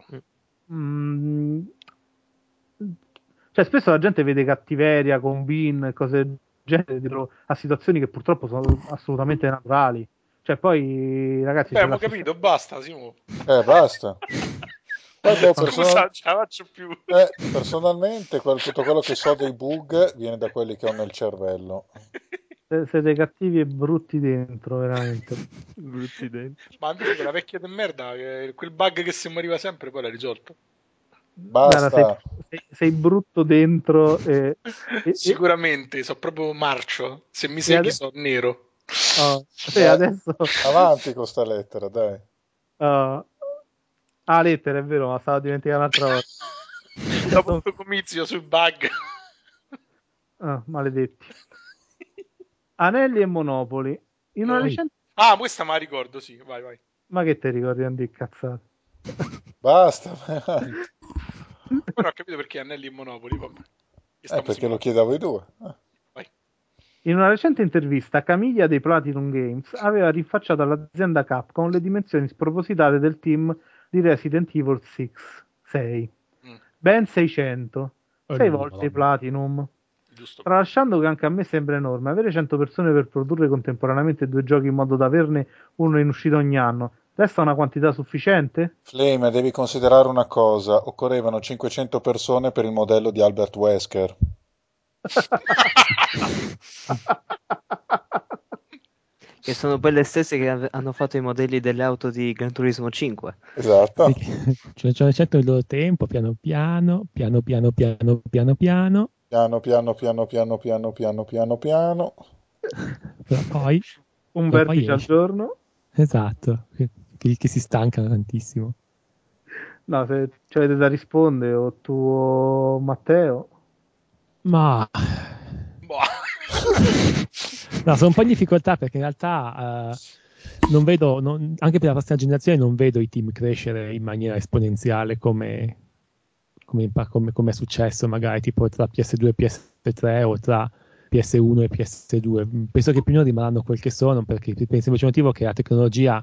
Cioè, spesso la gente vede cattiveria, combin, cose del genere a situazioni che purtroppo sono assolutamente naturali. Cioè, poi, ragazzi, c'è Abbiamo capito, basta, Simo. Basta. Poi, Scusa, ce la faccio più. personalmente, tutto quello che so dei bug viene da quelli che ho nel cervello. Siete cattivi e brutti dentro, veramente. Brutti denti. Ma invece quella vecchia di merda, quel bug che si moriva sempre, poi l'ha risolto. Guarda, Basta. sei brutto dentro Sicuramente, so proprio marcio. Se mi e segui, so nero. adesso Avanti con sta lettera, dai. lettera, è vero, ma stavo dimenticando un'altra volta. Dopo questo comizio sui bug. Maledetti. Anelli e Monopoli. In una Poi- recente... Ah, questa me la ricordo, sì, vai. Ma che te ricordi, Andy, cazzate? Basta, vai avanti. Poi non ho capito perché Anelli e Monopoli, vabbè. Che stiamo Perché lo simulando. chiedo a voi due. Vai. In una recente intervista, Camiglia dei Platinum Games aveva rinfacciato all'azienda Capcom le dimensioni spropositate del team di Resident Evil 6. Mm, Ben 600. 6 Madonna. volte i Platinum. giusto. Tralasciando che anche a me sembra enorme, avere 100 persone per produrre contemporaneamente 2 giochi in modo da averne uno in uscita ogni anno, resta una quantità sufficiente? Flame, devi considerare una cosa. Occorrevano 500 persone per il modello di Albert Wesker. Che sono quelle stesse che hanno fatto i modelli delle auto di Gran Turismo 5. Esatto. Sì, ci hanno certo il loro tempo, piano piano. Piano, piano, piano, piano, piano. Però poi, Un però poi vertice al esce. giorno? Esatto, che si stancano tantissimo. No, se ci avete da rispondere, o tu o Matteo. Ma Boh. no, sono un po' in difficoltà perché in realtà non vedo, anche per la prossima generazione, non vedo i team crescere in maniera esponenziale come è successo magari tipo tra PS2 e PS3 o tra PS1 e PS2. Penso che più o meno rimarranno quel che sono per il semplice motivo che la tecnologia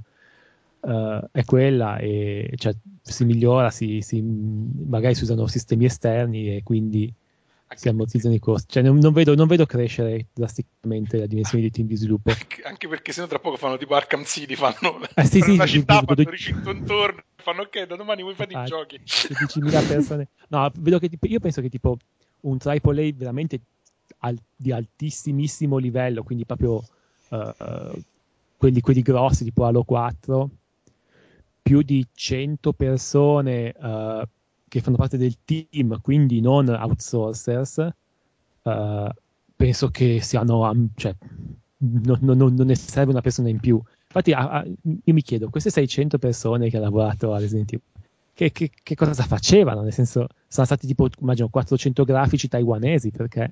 è quella e cioè, si migliora, magari si usano sistemi esterni e quindi si ammortizzano i costi. Cioè, non vedo crescere drasticamente la dimensione dei team di sviluppo. Anche perché sennò tra poco fanno tipo Arkham City, fanno Sì, per sì, una città, fanno ricinto intorno, fanno ok, da domani voi fate i giochi. 10.000 persone. No, vedo che io penso che tipo un AAA veramente di altissimissimo livello, quindi proprio quelli grossi, tipo Halo 4, più di 100 persone che fanno parte del team, quindi non outsourcers, penso che siano, cioè, non ne serve una persona in più. Infatti, io mi chiedo, queste 600 persone che hanno lavorato a Resident Evil, che cosa facevano? Nel senso, sono stati tipo, immagino, 400 grafici taiwanesi, perché...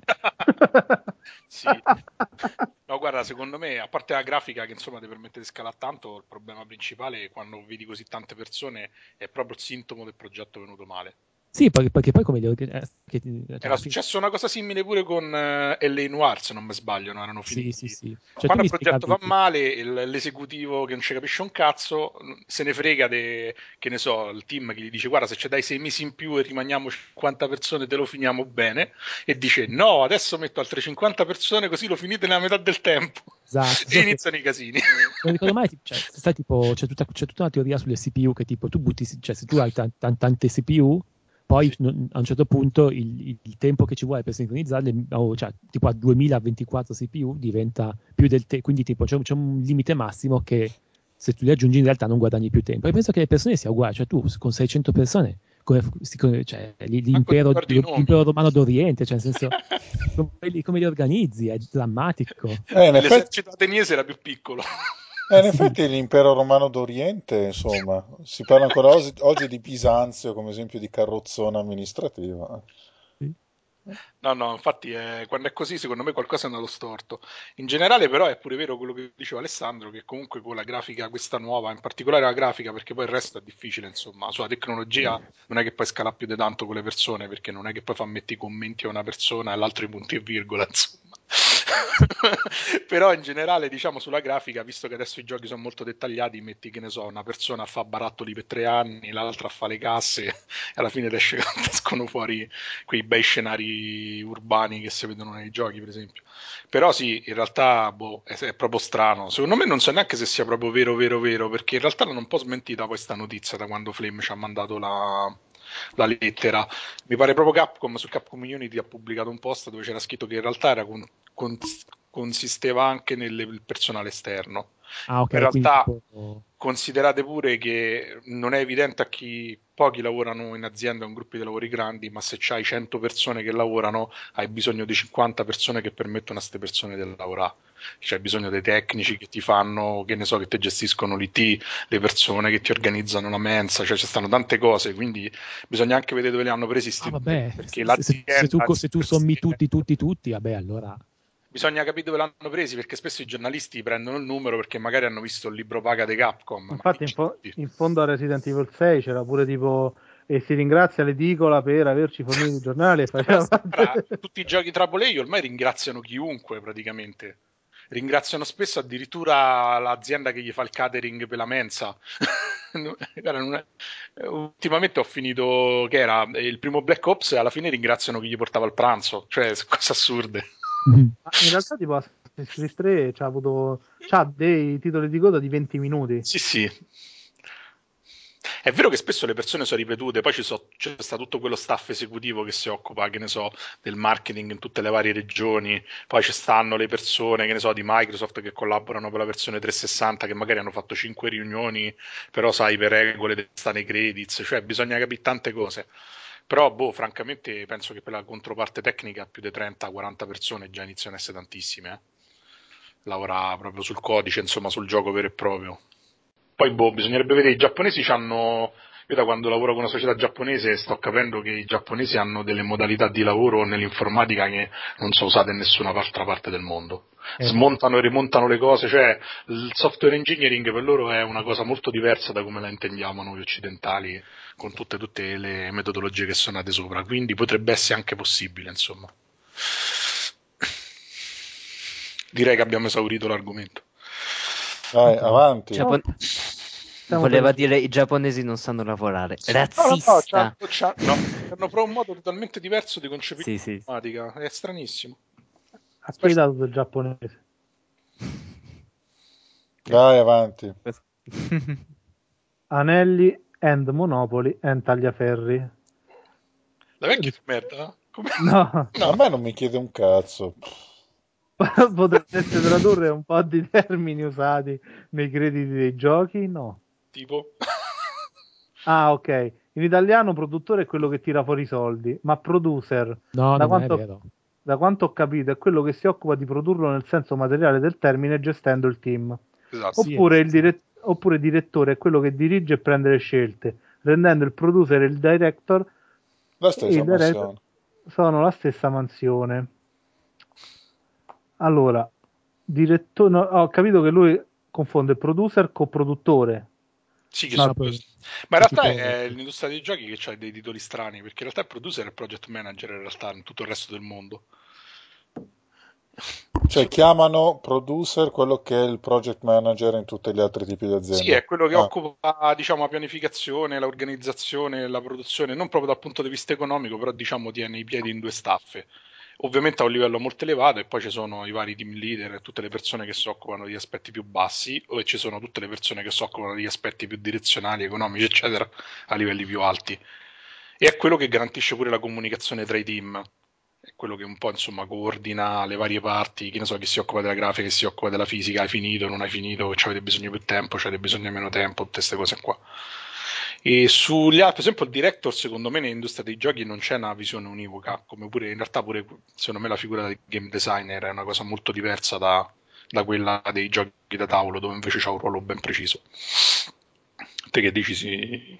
Sì. No, guarda, secondo me, a parte la grafica che insomma ti permette di scalare tanto, il problema principale quando vedi così tante persone è proprio il sintomo del progetto venuto male. Sì, perché poi come li cioè, Era alla fine... successo una cosa simile pure con L.A. Noir, se non mi sbaglio, no? Erano Sì, sì, finiti. sì. Cioè, tu Quando mi il progetto va spiegavi... male, l'esecutivo che non ci capisce un cazzo se ne frega che ne so, il team che gli dice guarda se ci dai 6 mesi in più e rimaniamo 50 persone te lo finiamo bene e dice no, adesso metto altre 50 persone così lo finite nella metà del tempo Esatto, e solo che iniziano i casini. non ricordo mai, cioè, sai, tipo, c'è tutta una teoria sulle CPU che tipo tu butti, cioè se tu hai tante CPU, poi Sì. a un certo punto il tempo che ci vuole per sincronizzarle, cioè tipo a 2024 CPU diventa più del tempo, quindi tipo c'è un limite massimo che se tu li aggiungi in realtà non guadagni più tempo. E penso che le persone sia uguali, cioè tu con 600 persone, cioè, Manco ti ricordi i nomi. l'impero romano d'Oriente, cioè nel senso come li organizzi? È drammatico. In effetti, L'esercito ateniese era più piccolo. in Sì. effetti l'impero romano d'Oriente, insomma, si parla ancora oggi di Bisanzio come esempio di carrozzone amministrativa. Sì. No, infatti quando è così secondo me qualcosa è andato storto. In generale però è pure vero quello che diceva Alessandro, che comunque con la grafica questa nuova, in particolare la grafica, perché poi il resto è difficile, insomma, sulla tecnologia non è che puoi scalare più di tanto con le persone, perché non è che poi fa metti i commenti a una persona e l'altro i punti e virgola, insomma. Però in generale diciamo sulla grafica, visto che adesso i giochi sono molto dettagliati, metti che ne so, una persona fa barattoli per 3 anni, l'altra fa le casse e alla fine escono fuori quei bei scenari urbani che si vedono nei giochi, per esempio. Però sì, in realtà boh, è proprio strano. Secondo me non so neanche se sia proprio vero, perché in realtà l'hanno un po' smentita questa notizia da quando Flame ci ha mandato la lettera. Mi pare proprio Capcom su Capcom Unity ha pubblicato un post dove c'era scritto che in realtà era consisteva anche nel personale esterno. Ah, In ok, quindi realtà tipo... considerate pure che non è evidente a chi pochi lavorano in azienda o in gruppi di lavori grandi, ma se c'hai 100 persone che lavorano, hai bisogno di 50 persone che permettono a queste persone di lavorare. C'hai bisogno dei tecnici che ti fanno, che ne so, che ti gestiscono l'IT, le persone che ti organizzano la mensa, cioè ci stanno tante cose, quindi bisogna anche vedere dove li hanno presi Ah, sti numeri, vabbè, perché se l'azienda tu di sommi per sé. tutti, vabbè, allora... Bisogna capire dove l'hanno presi, perché spesso i giornalisti prendono il numero perché magari hanno visto il libro paga di Capcom. Infatti in fondo a Resident Evil 6 c'era pure tipo e si ringrazia l'edicola per averci fornito i giornali e faceva parte... Tutti i giochi AAA ormai ringraziano chiunque praticamente. Ringraziano spesso addirittura l'azienda che gli fa il catering per la mensa. Ultimamente ho finito che era il primo Black Ops e alla fine ringraziano chi gli portava il pranzo, cioè cose assurde. In realtà tipo Assassin's Creed 3 c'ha dei titoli di coda di 20 minuti. Sì, sì. È vero che spesso le persone sono ripetute, poi c'è sta tutto quello staff esecutivo che si occupa, che ne so, del marketing in tutte le varie regioni, poi ci stanno le persone, che ne so, di Microsoft che collaborano per la versione 360, che magari hanno fatto 5 riunioni, però sai, per regole stanno i credits, cioè bisogna capire tante cose. Però, boh, francamente penso che per la controparte tecnica più di 30-40 persone già iniziano a essere tantissime, Lavora proprio sul codice, insomma, sul gioco vero e proprio. Poi, boh, bisognerebbe vedere, i giapponesi hanno. Io da quando lavoro con una società giapponese sto capendo che i giapponesi hanno delle modalità di lavoro nell'informatica che non sono usate in nessuna altra parte del mondo. Smontano e rimontano le cose, cioè il software engineering per loro è una cosa molto diversa da come la intendiamo noi occidentali, con tutte le metodologie che sono nate sopra, quindi potrebbe essere anche possibile, insomma. Direi che abbiamo esaurito l'argomento. Vai, avanti. Voleva dire i giapponesi non sanno lavorare. Sì. Razzista! No, hanno proprio un modo totalmente diverso di concepire Sì. l'informatica, è stranissimo. A chi hai dato del giapponese? Vai, avanti. Anelli and Monopoly and Tagliaferri. La vecchia di merda? Come? No, A me non mi chiede un cazzo. potreste tradurre un po' di termini usati nei crediti dei giochi? No. Tipo? Ah, ok. In italiano produttore è quello che tira fuori i soldi, ma producer, No, da non è quanto, vero. da quanto ho capito, è quello che si occupa di produrlo nel senso materiale del termine gestendo il team. Esatto. Oppure direttore è quello che dirige e prende le scelte, rendendo il producer e il director La stessa mansione. sono la stessa mansione. Allora, direttore, no, ho capito che lui confonde producer con produttore. Sì, che No, sono ma in realtà tipo- è l'industria dei giochi che ha dei titoli strani, perché in realtà il producer è il project manager in realtà in tutto il resto del mondo. Cioè chiamano producer quello che è il project manager in tutti gli altri tipi di Sì, è aziende. quello che Ah, occupa, diciamo, la pianificazione, l'organizzazione, la produzione, non proprio dal punto di vista economico, però diciamo tiene i piedi in due staffe. Ovviamente a un livello molto elevato e poi ci sono i vari team leader e tutte le persone che si occupano di aspetti più bassi e ci sono tutte le persone che si occupano degli aspetti più direzionali, economici, eccetera, a livelli più alti. E è quello che garantisce pure la comunicazione tra i team. È quello che un po' insomma coordina le varie parti, chi ne so, chi si occupa della grafica, chi si occupa della fisica, hai finito, non hai finito, avete bisogno di più tempo, avete bisogno di meno tempo, tutte queste cose qua. E sugli altri, per esempio, il director, secondo me, nell'industria dei giochi non c'è una visione univoca, come pure in realtà pure secondo me la figura del game designer è una cosa molto diversa da quella dei giochi da tavolo, dove invece c'ha un ruolo ben preciso. Te che dici sì?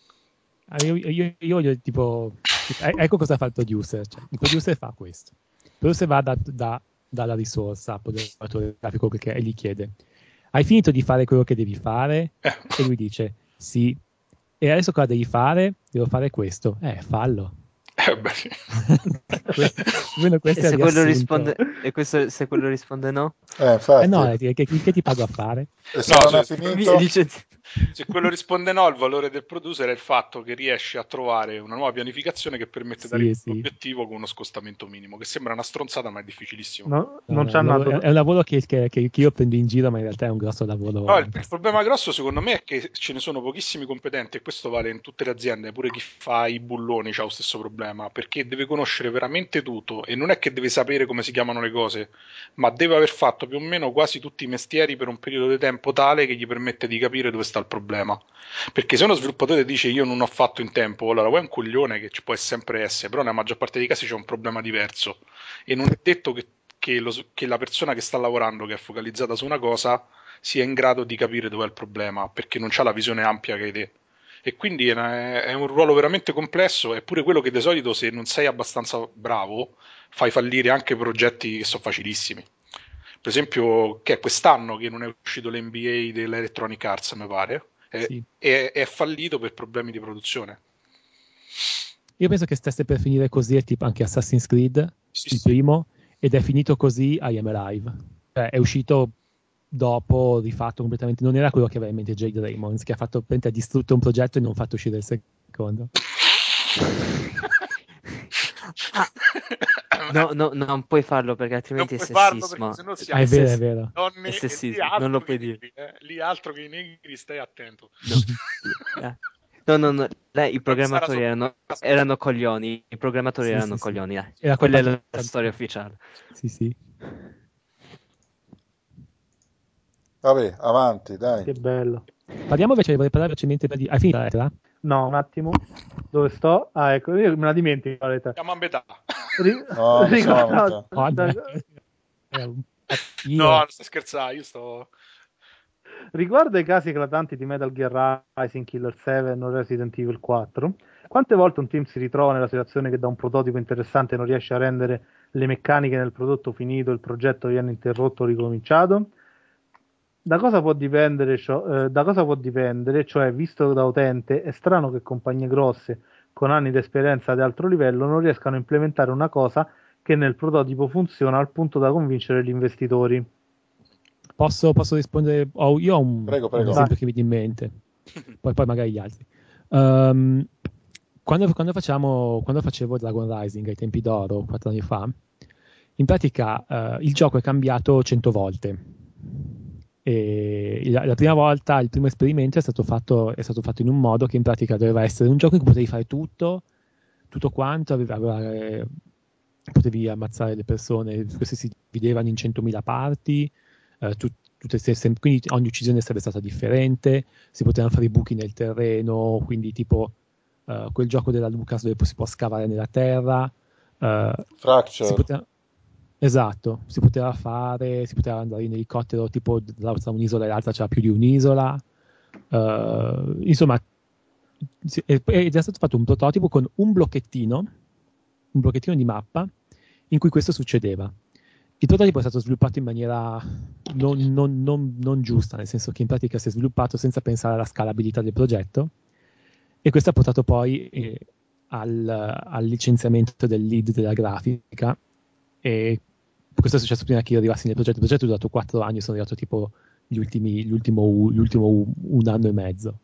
Io tipo, ecco cosa fa il producer. Cioè, il producer fa questo. Il producer va dalla risorsa al modellatore grafico e gli chiede: hai finito di fare quello che devi fare? E lui dice: sì. E adesso cosa devi fare? Devo fare questo. Fallo. Beh, sì. Questo E è il se quello riassunto. se quello risponde no? Eh infatti. no, che ti pago a fare? E se No, non ha Mi finito? licenzi- se quello risponde no, il valore del producer è il fatto che riesce a trovare una nuova pianificazione che permette di Sì, arrivare sì. all'obiettivo con uno scostamento minimo, che sembra una stronzata ma è difficilissimo. No, No, non no, c'hanno è un lavoro che io prendo in giro, ma in realtà è un grosso No, lavoro. il problema grosso secondo me è che ce ne sono pochissimi competenti e questo vale in tutte le aziende, pure chi fa i bulloni ha lo stesso problema, perché deve conoscere veramente tutto e non è che deve sapere come si chiamano le cose, ma deve aver fatto più o meno quasi tutti i mestieri per un periodo di tempo tale che gli permette di capire dove sta il problema. Perché se uno sviluppatore dice io non ho fatto in tempo, allora poi è un coglione che ci può sempre essere, però nella maggior parte dei casi c'è un problema diverso e non è detto che la persona che sta lavorando, che è focalizzata su una cosa, sia in grado di capire dov'è il problema, perché non c'ha la visione ampia che hai te. E quindi è un ruolo veramente complesso, eppure quello che di solito, se non sei abbastanza bravo, fai fallire anche progetti che sono facilissimi. Per esempio, che è quest'anno che non è uscito l'NBA dell'Electronic Arts, mi pare, Sì. è fallito per problemi di produzione. Io penso che stesse per finire così, è tipo anche Assassin's Creed, Sì, il sì. primo, ed è finito così I Am Alive. Cioè, è uscito dopo, rifatto completamente. Non era quello che aveva in mente Jade Raymond, che ha distrutto un progetto e non fatto uscire il secondo. No, non puoi farlo perché Non altrimenti è puoi farlo perché sessismo. sennò si Ah, è apre vero, è Sess- vero. donne è e lì sessismo, non lo altro che i puoi dire. negri, lì altro che i negri, stai attento. No, eh. No, dai, i Però sarà programmatori sotto casa. erano coglioni. I programmatori Sì, erano sì, sì. coglioni, dai. Era Quella colpa è di... la storia ufficiale. Sì, sì. Vabbè, avanti, dai. Che bello. Parliamo invece, vorrei parlare velocemente di... Hai finito la lettera? No, un attimo. Dove sto? Ah, ecco, io me la dimentico la lettera. Siamo a metà. No, non siamo a Ricordo, metà. Oh, no. No, Io... non sto scherzando, io sto... riguardo ai casi eclatanti di Metal Gear Rising, Killer 7 o Resident Evil 4, quante volte un team si ritrova nella situazione che da un prototipo interessante non riesce a rendere le meccaniche nel prodotto finito, il progetto viene interrotto o ricominciato? Da cosa può dipendere, cioè, visto da utente, è strano che compagnie grosse con anni di esperienza di alto livello non riescano a implementare una cosa che nel prototipo funziona al punto da convincere gli investitori. Posso rispondere? Io ho Prego, un prego. esempio che mi viene in mente, poi magari gli altri. Quando facevo Dragon Rising ai tempi d'oro, 4 anni fa, in pratica il gioco è cambiato 100 volte. E la prima volta, il primo esperimento è stato fatto in un modo che in pratica doveva essere un gioco in cui potevi fare tutto quanto, potevi ammazzare le persone, queste si dividevano in 100.000 parti, quindi ogni uccisione sarebbe stata differente, si potevano fare i buchi nel terreno, quindi tipo quel gioco della Lucas dove si può scavare nella terra, si Fracture. poteva, esatto, si poteva andare in elicottero tipo tra un'isola e l'altra c'era più di un'isola, insomma, ed è stato fatto un prototipo con un blocchettino di mappa in cui questo succedeva. Il prototipo è stato sviluppato in maniera non giusta, nel senso che in pratica si è sviluppato senza pensare alla scalabilità del progetto e questo ha portato poi al licenziamento del lead della grafica e questo è successo prima che io arrivassi nel progetto. Il progetto è durato 4 anni, sono arrivato tipo l'ultimo 1 anno e mezzo.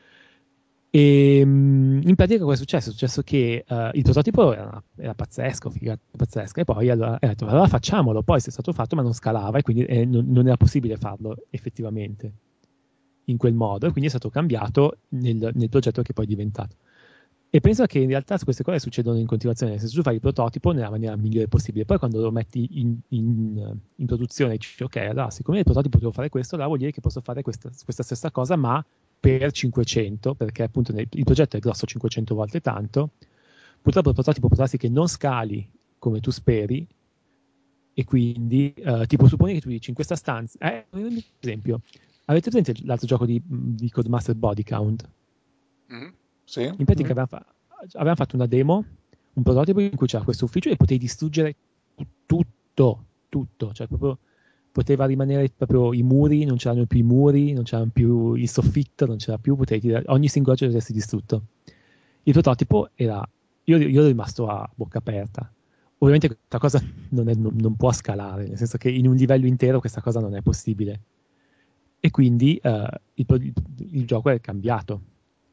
E in pratica cosa è successo? È successo che il prototipo era pazzesco, figata pazzesca, e poi allora, ho detto, allora facciamolo, poi se è stato fatto ma non scalava e quindi non era possibile farlo effettivamente in quel modo, e quindi è stato cambiato nel progetto che poi è diventato. E penso che in realtà queste cose succedono in continuazione, nel senso tu fai il prototipo nella maniera migliore possibile, poi quando lo metti in produzione dici ok, allora siccome il prototipo potevo fare questo, allora vuol dire che posso fare questa stessa cosa, ma per 500, perché appunto il progetto è grosso 500 volte tanto, purtroppo il prototipo può darsi che non scali come tu speri, e quindi tipo supponi che tu dici in questa stanza, un esempio, avete presente l'altro gioco di Codemaster Body Count? Mhm. Sì? In pratica avevamo fatto una demo, un prototipo in cui c'era questo ufficio e potevi distruggere tutto, cioè proprio poteva rimanere proprio i muri, non c'erano più i muri, non c'era più il soffitto, non c'era più, ogni singolo oggetto potesse distrutto. Il prototipo era, io ero rimasto a bocca aperta. Ovviamente questa cosa non può scalare, nel senso che in un livello intero questa cosa non è possibile. E quindi il gioco è cambiato.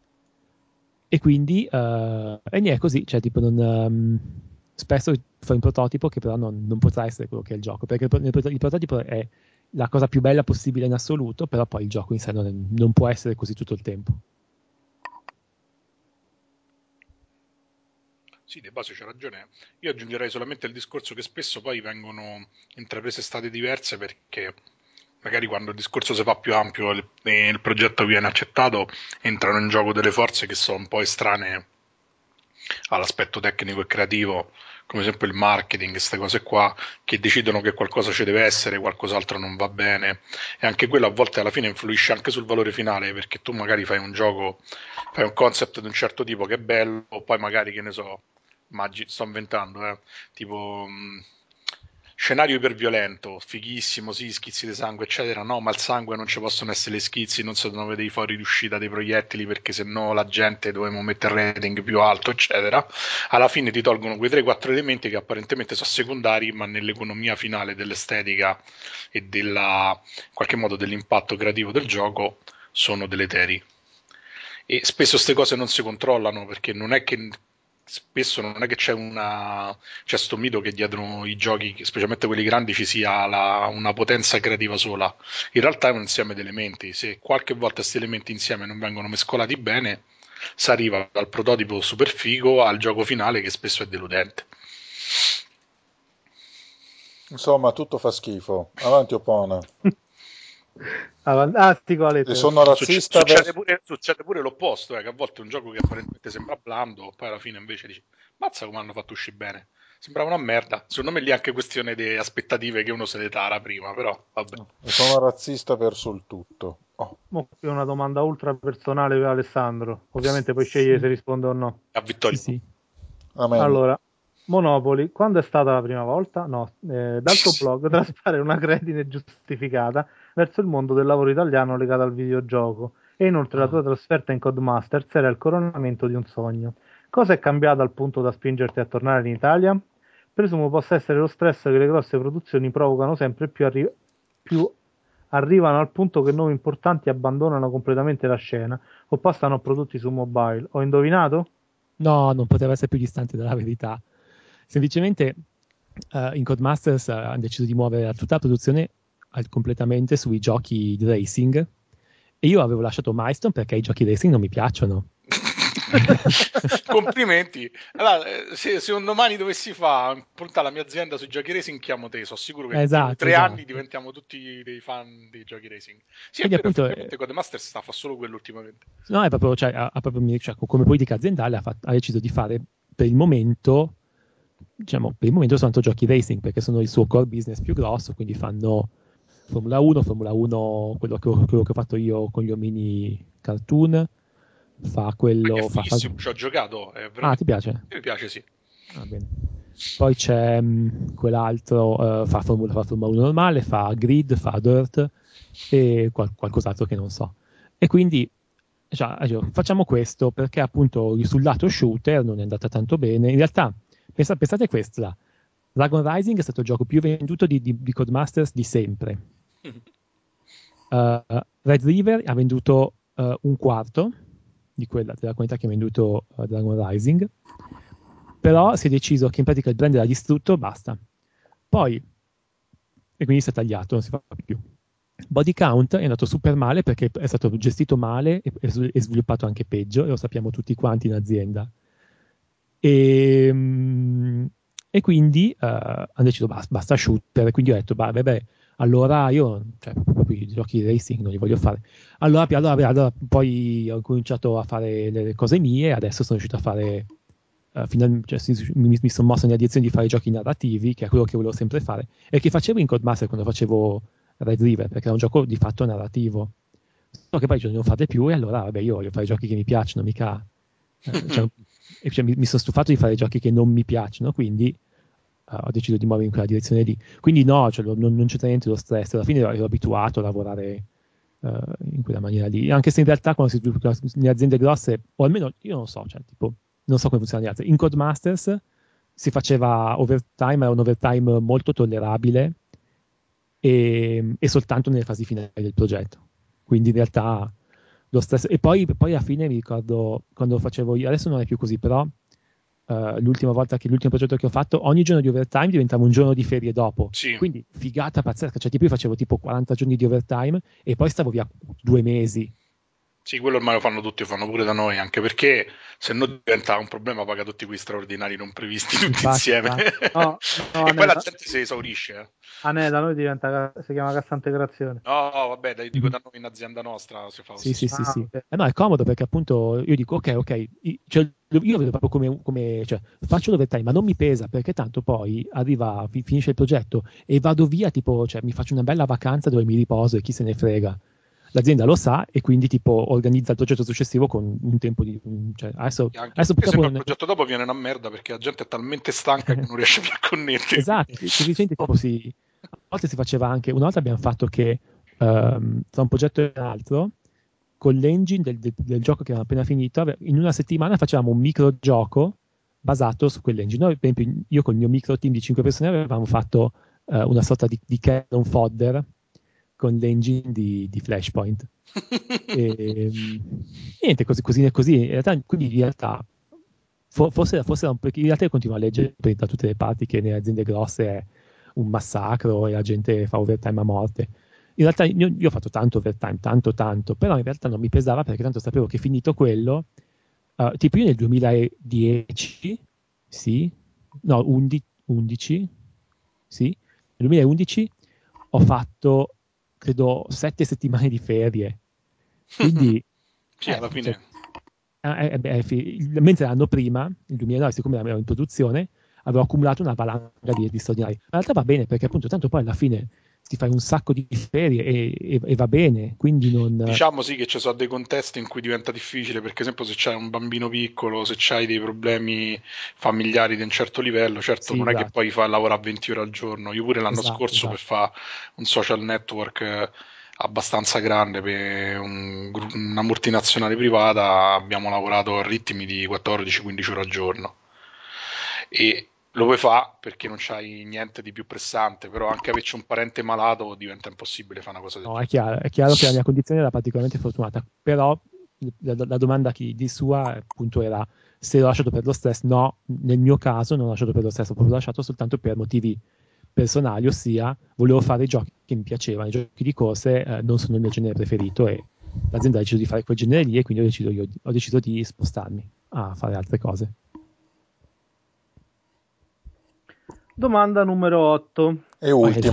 E quindi è così, cioè tipo spesso fai un prototipo che però non potrà essere quello che è il gioco, perché il prototipo è la cosa più bella possibile in assoluto, però poi il gioco in sé non può essere così tutto il tempo. Sì, di base c'è ragione. Io aggiungerei solamente il discorso che spesso poi vengono intraprese strade diverse perché magari quando il discorso si fa più ampio e il progetto viene accettato, entrano in gioco delle forze che sono un po' estranee all'aspetto tecnico e creativo, come sempre il marketing, queste cose qua, che decidono che qualcosa ci deve essere, qualcos'altro non va bene, e anche quello a volte alla fine influisce anche sul valore finale, perché tu magari fai un gioco, fai un concept di un certo tipo che è bello, poi magari, che ne so, sto inventando, tipo scenario iperviolento, fighissimo, sì, schizzi di sangue, eccetera. No, ma il sangue non ci possono essere le schizzi, non si devono vedere i fori di uscita dei proiettili perché sennò la gente doveva mettere il rating più alto, eccetera. Alla fine ti tolgono quei 3-4 elementi che apparentemente sono secondari, ma nell'economia finale dell'estetica e in qualche modo dell'impatto creativo del gioco sono deleteri. E spesso queste cose non si controllano perché non è che spesso non è che c'è sto mito che dietro i giochi, specialmente quelli grandi, ci sia una potenza creativa sola. In realtà è un insieme di elementi. Se qualche volta questi elementi insieme non vengono mescolati bene, si arriva dal prototipo super figo al gioco finale che spesso è deludente. Insomma, tutto fa schifo. Avanti, Opona. E sono razzista Succede pure l'opposto, che a volte un gioco che apparentemente sembra blando, poi alla fine invece dici, mazza come hanno fatto uscire bene. Sembrava una merda. Secondo me lì è anche questione di aspettative che uno se le tara prima, però vabbè. E sono razzista verso il tutto. Oh. È una domanda ultra personale per Alessandro. Ovviamente puoi scegliere se risponde o no. A Vittorio. Sì. Amen. Allora, Monopoli, quando è stata la prima volta? No, dal tuo blog traspare una credine giustificata verso il mondo del lavoro italiano legato al videogioco e inoltre la tua trasferta in Codemasters era il coronamento di un sogno. Cosa è cambiato al punto da spingerti a tornare in Italia? Presumo possa essere lo stress che le grosse produzioni provocano sempre più arrivano al punto che nomi importanti abbandonano completamente la scena o passano a prodotti su mobile. Ho indovinato? No, non poteva essere più distante dalla verità. Semplicemente in Codemasters hanno deciso di muovere tutta la produzione completamente sui giochi di racing e io avevo lasciato Milestone perché i giochi racing non mi piacciono. Complimenti. Allora, se un domani dovessi fare puntare la mia azienda sui giochi racing, chiamo te. So sicuro che in 3 anni diventiamo tutti dei fan dei giochi racing. Sì, quindi è vero, appunto effettivamente Codemasters sta fa solo quello ultimamente. No, è proprio, come politica aziendale ha deciso di fare per il momento, soltanto giochi racing perché sono il suo core business più grosso, quindi fanno Formula 1, quello che ho fatto io con gli omini cartoon, fa quello... È fighissimo, ci ho giocato. ti piace? Mi piace, sì. Ah, bene. Poi c'è quell'altro, fa Formula 1 normale, fa Grid, fa Dirt e qualcos'altro che non so. E quindi facciamo questo perché appunto sul lato shooter non è andata tanto bene. In realtà, pensate questa, Dragon Rising è stato il gioco più venduto di Codemasters di sempre. Red River ha venduto un quarto della quantità che ha venduto Dragon Rising, però si è deciso che in pratica il brand era distrutto, basta. Poi, e quindi si è tagliato, non si fa più. Body Count è andato super male perché è stato gestito male e sviluppato anche peggio, e lo sappiamo tutti quanti in azienda. E quindi hanno deciso basta shooter, quindi ho detto vabbè, allora io proprio i giochi racing non li voglio fare. Allora poi ho cominciato a fare le cose mie, adesso sono riuscito a fare mi sono mosso nella direzione di fare giochi narrativi, che è quello che volevo sempre fare e che facevo in Codemaster quando facevo Red River, perché era un gioco di fatto narrativo. So che poi non fate più e allora vabbè, io voglio fare giochi che mi piacciono, mica mi sono stufato di fare giochi che non mi piacciono, quindi ho deciso di muovermi in quella direzione lì. Quindi no, non c'entra niente lo stress, alla fine ero abituato a lavorare in quella maniera lì, anche se in realtà quando si sviluppa nelle aziende grosse, o almeno io non so, tipo non so come funziona gli altri, in Codemasters si faceva overtime, era un overtime molto tollerabile e soltanto nelle fasi finali del progetto, quindi in realtà lo stress, e poi alla fine mi ricordo quando facevo io, adesso non è più così, però l'ultimo progetto che ho fatto, ogni giorno di overtime diventava un giorno di ferie dopo, sì. Quindi figata pazzesca, cioè tipo io facevo tipo 40 giorni di overtime e poi stavo via 2 mesi. Sì, quello ormai lo fanno tutti, lo fanno pure da noi, anche perché se no diventa un problema pagare tutti quei straordinari non previsti tutti Infatti, insieme. No, E poi la gente si esaurisce. Da noi si chiama cassa integrazione. No, vabbè, dai, dico da noi in azienda nostra si fa lo Sì, stesso. sì, sì, sì. Okay. No, è comodo perché appunto io dico ok, cioè, io vedo proprio come cioè, faccio l'overtime, ma non mi pesa perché tanto poi finisce il progetto e vado via, tipo, cioè, mi faccio una bella vacanza dove mi riposo e chi se ne frega. L'azienda lo sa e quindi tipo organizza il progetto successivo con un tempo di... Cioè, adesso Anche se purtroppo poi il progetto dopo viene una merda perché la gente è talmente stanca che non riesce più a connettere. Esatto, semplicemente tipo a volte si faceva anche, una volta abbiamo fatto che tra un progetto e l'altro, con l'engine del gioco che avevamo appena finito, in una settimana facevamo un microgioco basato su quell'engine. Noi, per esempio, io con il mio micro team di 5 persone avevamo fatto una sorta di cannon fodder con l'engine di Flashpoint. E, niente, così. Quindi in realtà forse era un po', in realtà io continuo a leggere da tutte le parti che nelle aziende grosse è un massacro e la gente fa overtime a morte. In realtà io ho fatto tanto overtime, tanto, però in realtà non mi pesava perché tanto sapevo che finito quello, tipo io nel 2010, sì, no, 11, sì, nel 2011 ho fatto, credo, 7 settimane di ferie. Quindi, Sì, alla cioè, fine. mentre l'anno prima, il 2009, siccome ero in produzione, avevo accumulato una valanga di straordinari. In realtà va bene perché appunto tanto poi alla fine ti fai un sacco di ferie e va bene, quindi non... Diciamo sì che ci sono dei contesti in cui diventa difficile, perché esempio se c'hai un bambino piccolo, se c'hai dei problemi familiari di un certo livello, certo Sì, non è che esatto, poi fai lavorare 20 ore al giorno. Io pure l'anno scorso per esatto. fare un social network abbastanza grande per una multinazionale privata abbiamo lavorato a ritmi di 14-15 ore al giorno. E lo puoi fare perché non c'hai niente di più pressante, però anche averci un parente malato diventa impossibile fare una cosa del No, genere. è chiaro che la mia condizione era particolarmente fortunata, però la domanda di sua appunto era se l'ho lasciato per lo stress. No, nel mio caso non l'ho lasciato per lo stress, ho proprio lasciato soltanto per motivi personali, ossia volevo fare i giochi che mi piacevano, i giochi di corse non sono il mio genere preferito e l'azienda ha deciso di fare quel genere lì e quindi ho deciso di spostarmi a fare altre cose. Domanda numero 8 E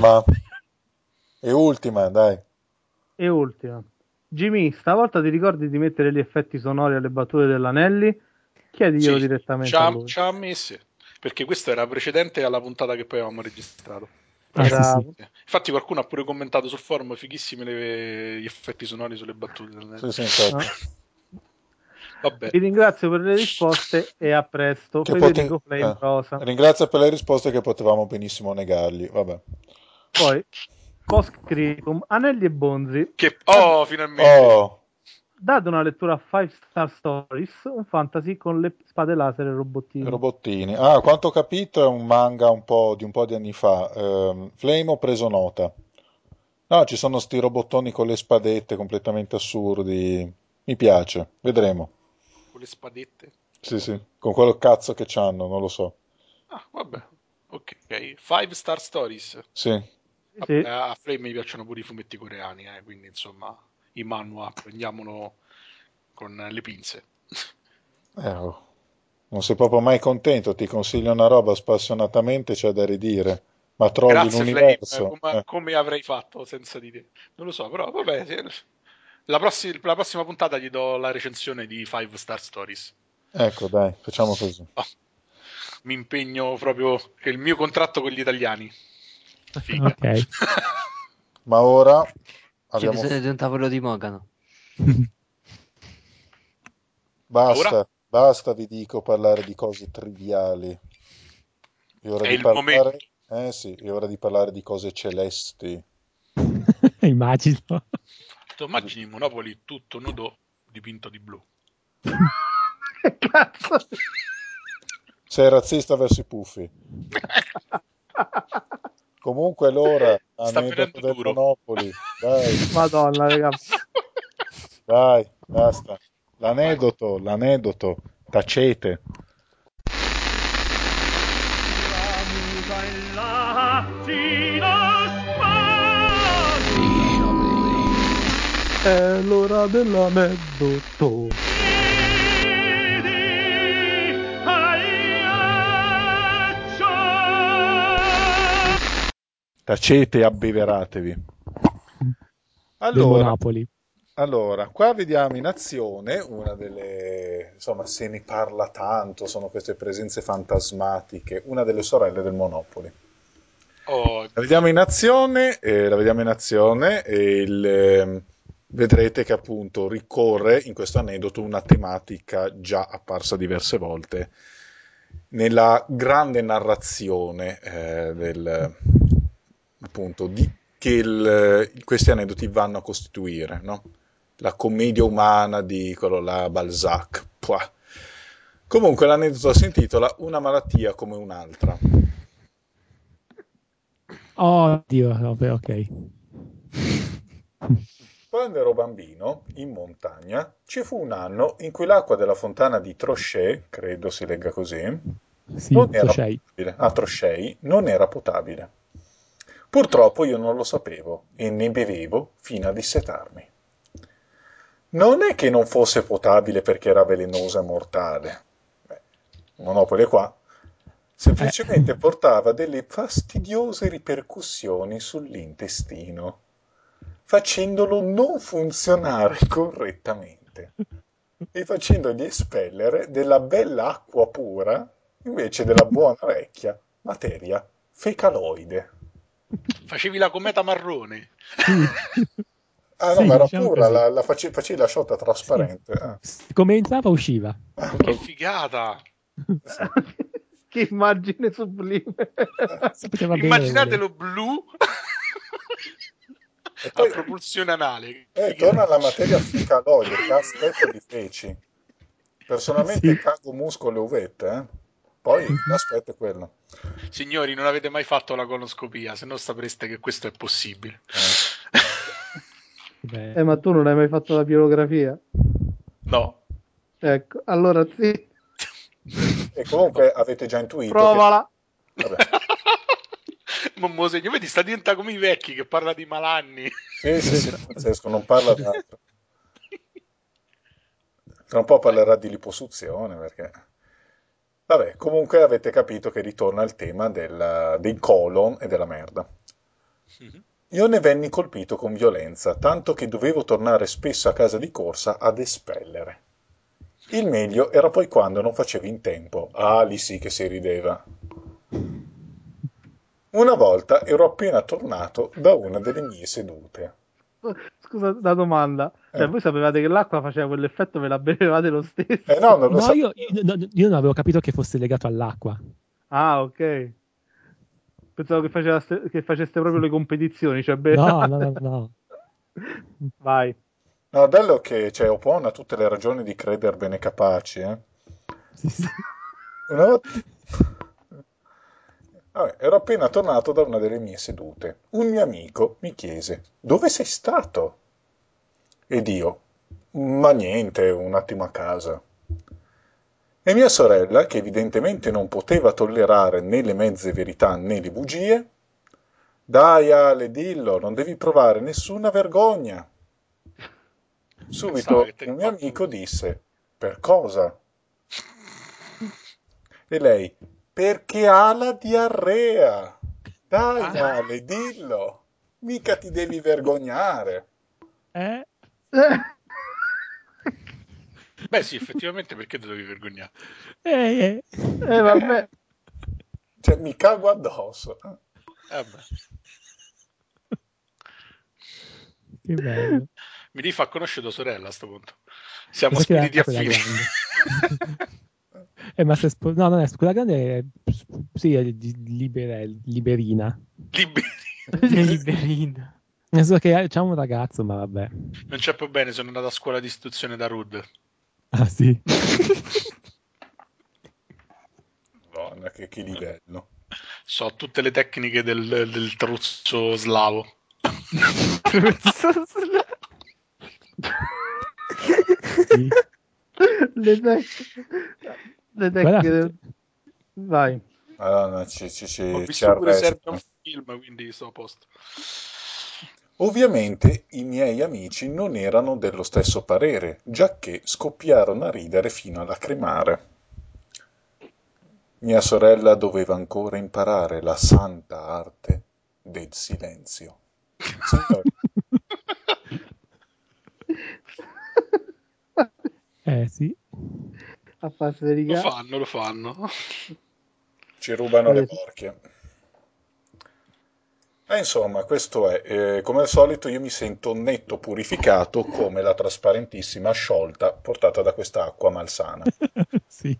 ultima, dai. e ultima. Jimmy, stavolta ti ricordi di mettere gli effetti sonori alle battute dell'Anelli? Chiediglielo Sì, direttamente a lui. ci ha messi, perché questo era precedente alla puntata che poi avevamo registrato. Ah, sì, sì. Bravo. Infatti qualcuno ha pure commentato sul forum, fighissimi gli effetti sonori sulle battute. Sì, sì, infatti. Vabbè, Vi ringrazio per le risposte e a presto. Che Federico Flame Rosa. Ringrazio per le risposte che potevamo benissimo negargli. Vabbè. Poi, post scriptum, Anelli e Bonzi. oh, finalmente. Oh, Date una lettura a 5 Star Stories, un fantasy con le spade laser e robottini. robottini. Ah, quanto ho capito è un manga un po' di anni fa. Flame ho preso nota. No, ci sono sti robottoni con le spadette completamente assurdi. Mi piace, vedremo. Con le spadette. Sì, sì, con quello cazzo che c'hanno, non lo so. Ah, vabbè. Ok. 5 Star Stories. Sì, Sì, Vabbè, sì. a Flame mi piacciono pure i fumetti coreani, quindi insomma, i manhwa prendiamolo con le pinze. oh, non sei proprio mai contento, ti consiglio una roba spassionatamente, c'è da ridire. Ma trolli Grazie Flame, l'universo. come avrei fatto senza di te? Non lo so, però vabbè, la prossima puntata gli do la recensione di 5 Star Stories. Ecco, dai, facciamo così. Oh, mi impegno proprio, che è il mio contratto con gli italiani. Figa. Ok. Ma ora C'è abbiamo... bisogno di un tavolo di Mogano. Ora Basta, vi dico, parlare di cose triviali. È ora è di il momento. parlare... sì, è ora di parlare di cose celesti. Immagino. Tu immagini Monopoli tutto nudo dipinto di blu. Che cazzo? Sei razzista verso i puffi. Comunque l'ora, Sta aneddoto venendo del duro. Monopoli. Dai, Madonna, raga. dai, basta. Vai. L'aneddoto. Tacete. È l'ora dell'aneddoto. Tacete e abbeveratevi. Del Allora, Monopoli. qua vediamo in azione una delle, insomma, se ne parla tanto, sono queste presenze fantasmatiche, una delle sorelle del Monopoli. Oh, La vediamo in azione, e vedrete che appunto ricorre in questo aneddoto una tematica già apparsa diverse volte nella grande narrazione appunto questi aneddoti vanno a costituire, no? La commedia umana di quello là, Balzac. Pua. Comunque l'aneddoto si intitola Una malattia come un'altra. Oh, Dio, vabbè, ok. Quando ero bambino, in montagna, ci fu un anno in cui l'acqua della fontana di Trochey, credo si legga così, Sì, non era Soshei. potabile. A Trochey non era potabile. Purtroppo io non lo sapevo e ne bevevo fino a dissetarmi. Non è che non fosse potabile perché era velenosa e mortale. Beh, Monopoli è qua. Semplicemente portava delle fastidiose ripercussioni sull'intestino, facendolo non funzionare correttamente e facendogli espellere della bella acqua pura invece della buona vecchia materia fecaloide. facevi la cometa marrone. Ah no, Sì, ma era diciamo pura, così. facevi la sciolta Sì. trasparente. Ah. Come entrava, usciva. Che figata! Sì. Che immagine sublime. Si poteva bere, Immaginatelo blu E a poi propulsione anale. Che torna figata. alla materia fecaloide che ha aspetto di feci. Personalmente Sì. cago muscolo e uvette, eh? Poi l'aspetto è quello. Signori, non avete mai fatto la colonoscopia, se no sapreste che questo è possibile. Beh, Ma tu non hai mai fatto la pirografia? No. Ecco, allora sì, E comunque avete già intuito che... provala. Vabbè. Mo segno, vedi, sta diventando come i vecchi che parla di malanni. Sì, sì, sì, pazzesco, non parla d'altro. Tra un po' Vai. parlerà di liposuzione perché... Vabbè, comunque avete capito che ritorna il tema dei colon e della merda. Mhm. Io ne venni colpito con violenza, tanto che dovevo tornare spesso a casa di corsa ad espellere. Il meglio era poi quando non facevi in tempo. Ah, lì sì che si rideva. Una volta ero appena tornato da una delle mie sedute. Scusa, una domanda. Cioè, Eh, voi sapevate che l'acqua faceva quell'effetto, ve la bevevate lo no, stesso? non lo no, io, sapevo. io- no, io non avevo capito che fosse legato all'acqua. Ah, ok. Pensavo che faceste proprio le competizioni, cioè No, no, bevevate. no, no. Vai. No, bello che cioè, Opon ha tutte le ragioni di credere bene capaci, eh. Sì, sì. Una volta... Vabbè, ero appena tornato da una delle mie sedute. Un mio amico mi chiese: Dove sei stato? Ed io: Ma niente, un attimo a casa. E mia sorella, che evidentemente non poteva tollerare né le mezze verità né le bugie: Dai Ale, dillo, non devi provare nessuna vergogna. Pensava Subito che te un ne mio fatto. amico disse: Per cosa? E lei: Perché ha la diarrea. Dai Ah, Ale, dillo. Mica ti devi vergognare. Eh? beh, sì, effettivamente perché ti dovevi vergognare? Eh. Vabbè. Cioè, mi cago addosso. Vabbè. Che bello. Mi devi far conoscere tua sorella a sto punto. Siamo Mi sa che spiriti era quella affini. grande. Ma se no, non è quella grande, sì, è liberina. Liberi. Liberina. Nel senso che c'ha un ragazzo, ma vabbè. Non c'è più bene, sono andato a scuola di istruzione da Rud. Ah, sì. Madonna, che livello. So tutte le tecniche del truzzo slavo. Sì. Le tecniche. Le Quella, tecniche. Vai. Madonna, Ho ci visto pure Serbian arrestano. film, quindi sto a posto. Ovviamente i miei amici non erano dello stesso parere, giacché scoppiarono a ridere fino a lacrimare. Mia sorella doveva ancora imparare la santa arte del silenzio. Signori, Sì. A farsi dedicare. Lo fanno. ci rubano le porche. E insomma, questo è. Come al solito io mi sento netto purificato come la trasparentissima sciolta portata da quest'acqua malsana. Sì.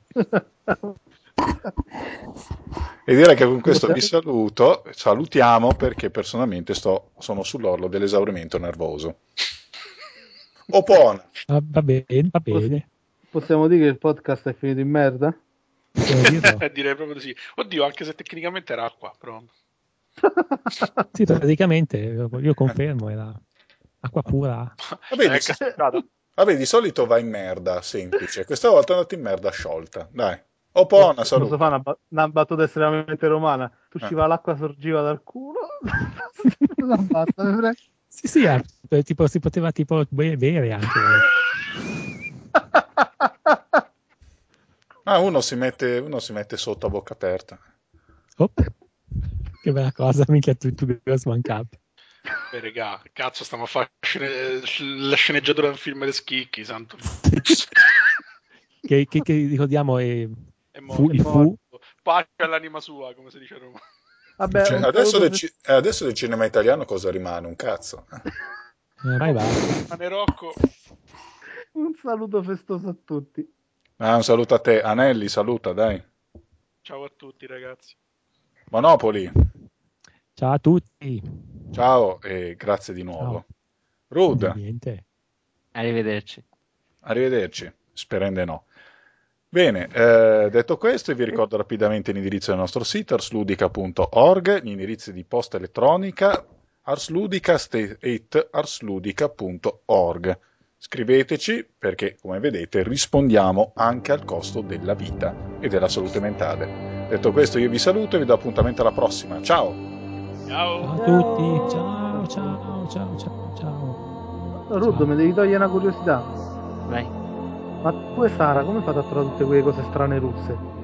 E direi che con questo vi salutiamo perché personalmente sono sull'orlo dell'esaurimento nervoso. Opona! Va bene, va bene. Possiamo dire che il podcast è finito in merda? Direi proprio di sì. Oddio, anche se tecnicamente era acqua, però. Sì, praticamente, io confermo, era acqua pura. Vabbè, di solito va in merda semplice, questa volta è andato in merda sciolta. Dai, Opona, Posso saluta. fare una battuta estremamente romana? Tu ci Eh. va l'acqua sorgiva dal culo? L'ha fatta, mi prego. Sì, tipo, si poteva tipo bere anche. Uno si mette sotto a bocca aperta. Oh, che bella cosa, minchia, tu ho smancato. Beh, regà, cazzo, stiamo a fare la sceneggiatura del film di Schicchi, santo. che ricordiamo è morto. fu. Pace all'anima sua, come si dice a Roma. Vabbè, Cioè, adesso del cinema italiano cosa rimane? Un cazzo. Vai. Pane Rocco. Un saluto festoso a tutti. Un saluto a te. Anelli, saluta, dai. Ciao a tutti, ragazzi. Monopoli. Ciao a tutti. Ciao e grazie di nuovo. Ciao. Rude. Niente. Arrivederci. Arrivederci. Sperende no. Bene, detto questo, vi ricordo rapidamente l'indirizzo del nostro sito arsludica.org, gli indirizzi di posta elettronica arsludica@arsludica.org. Scriveteci perché, come vedete, rispondiamo anche al costo della vita e della salute mentale. Detto questo, io vi saluto e vi do appuntamento alla prossima. Ciao! Ciao a tutti. Ciao. Ruddo, mi devi togliere una curiosità. Vai. Ma tu e Sara come fate a trovare tutte quelle cose strane russe?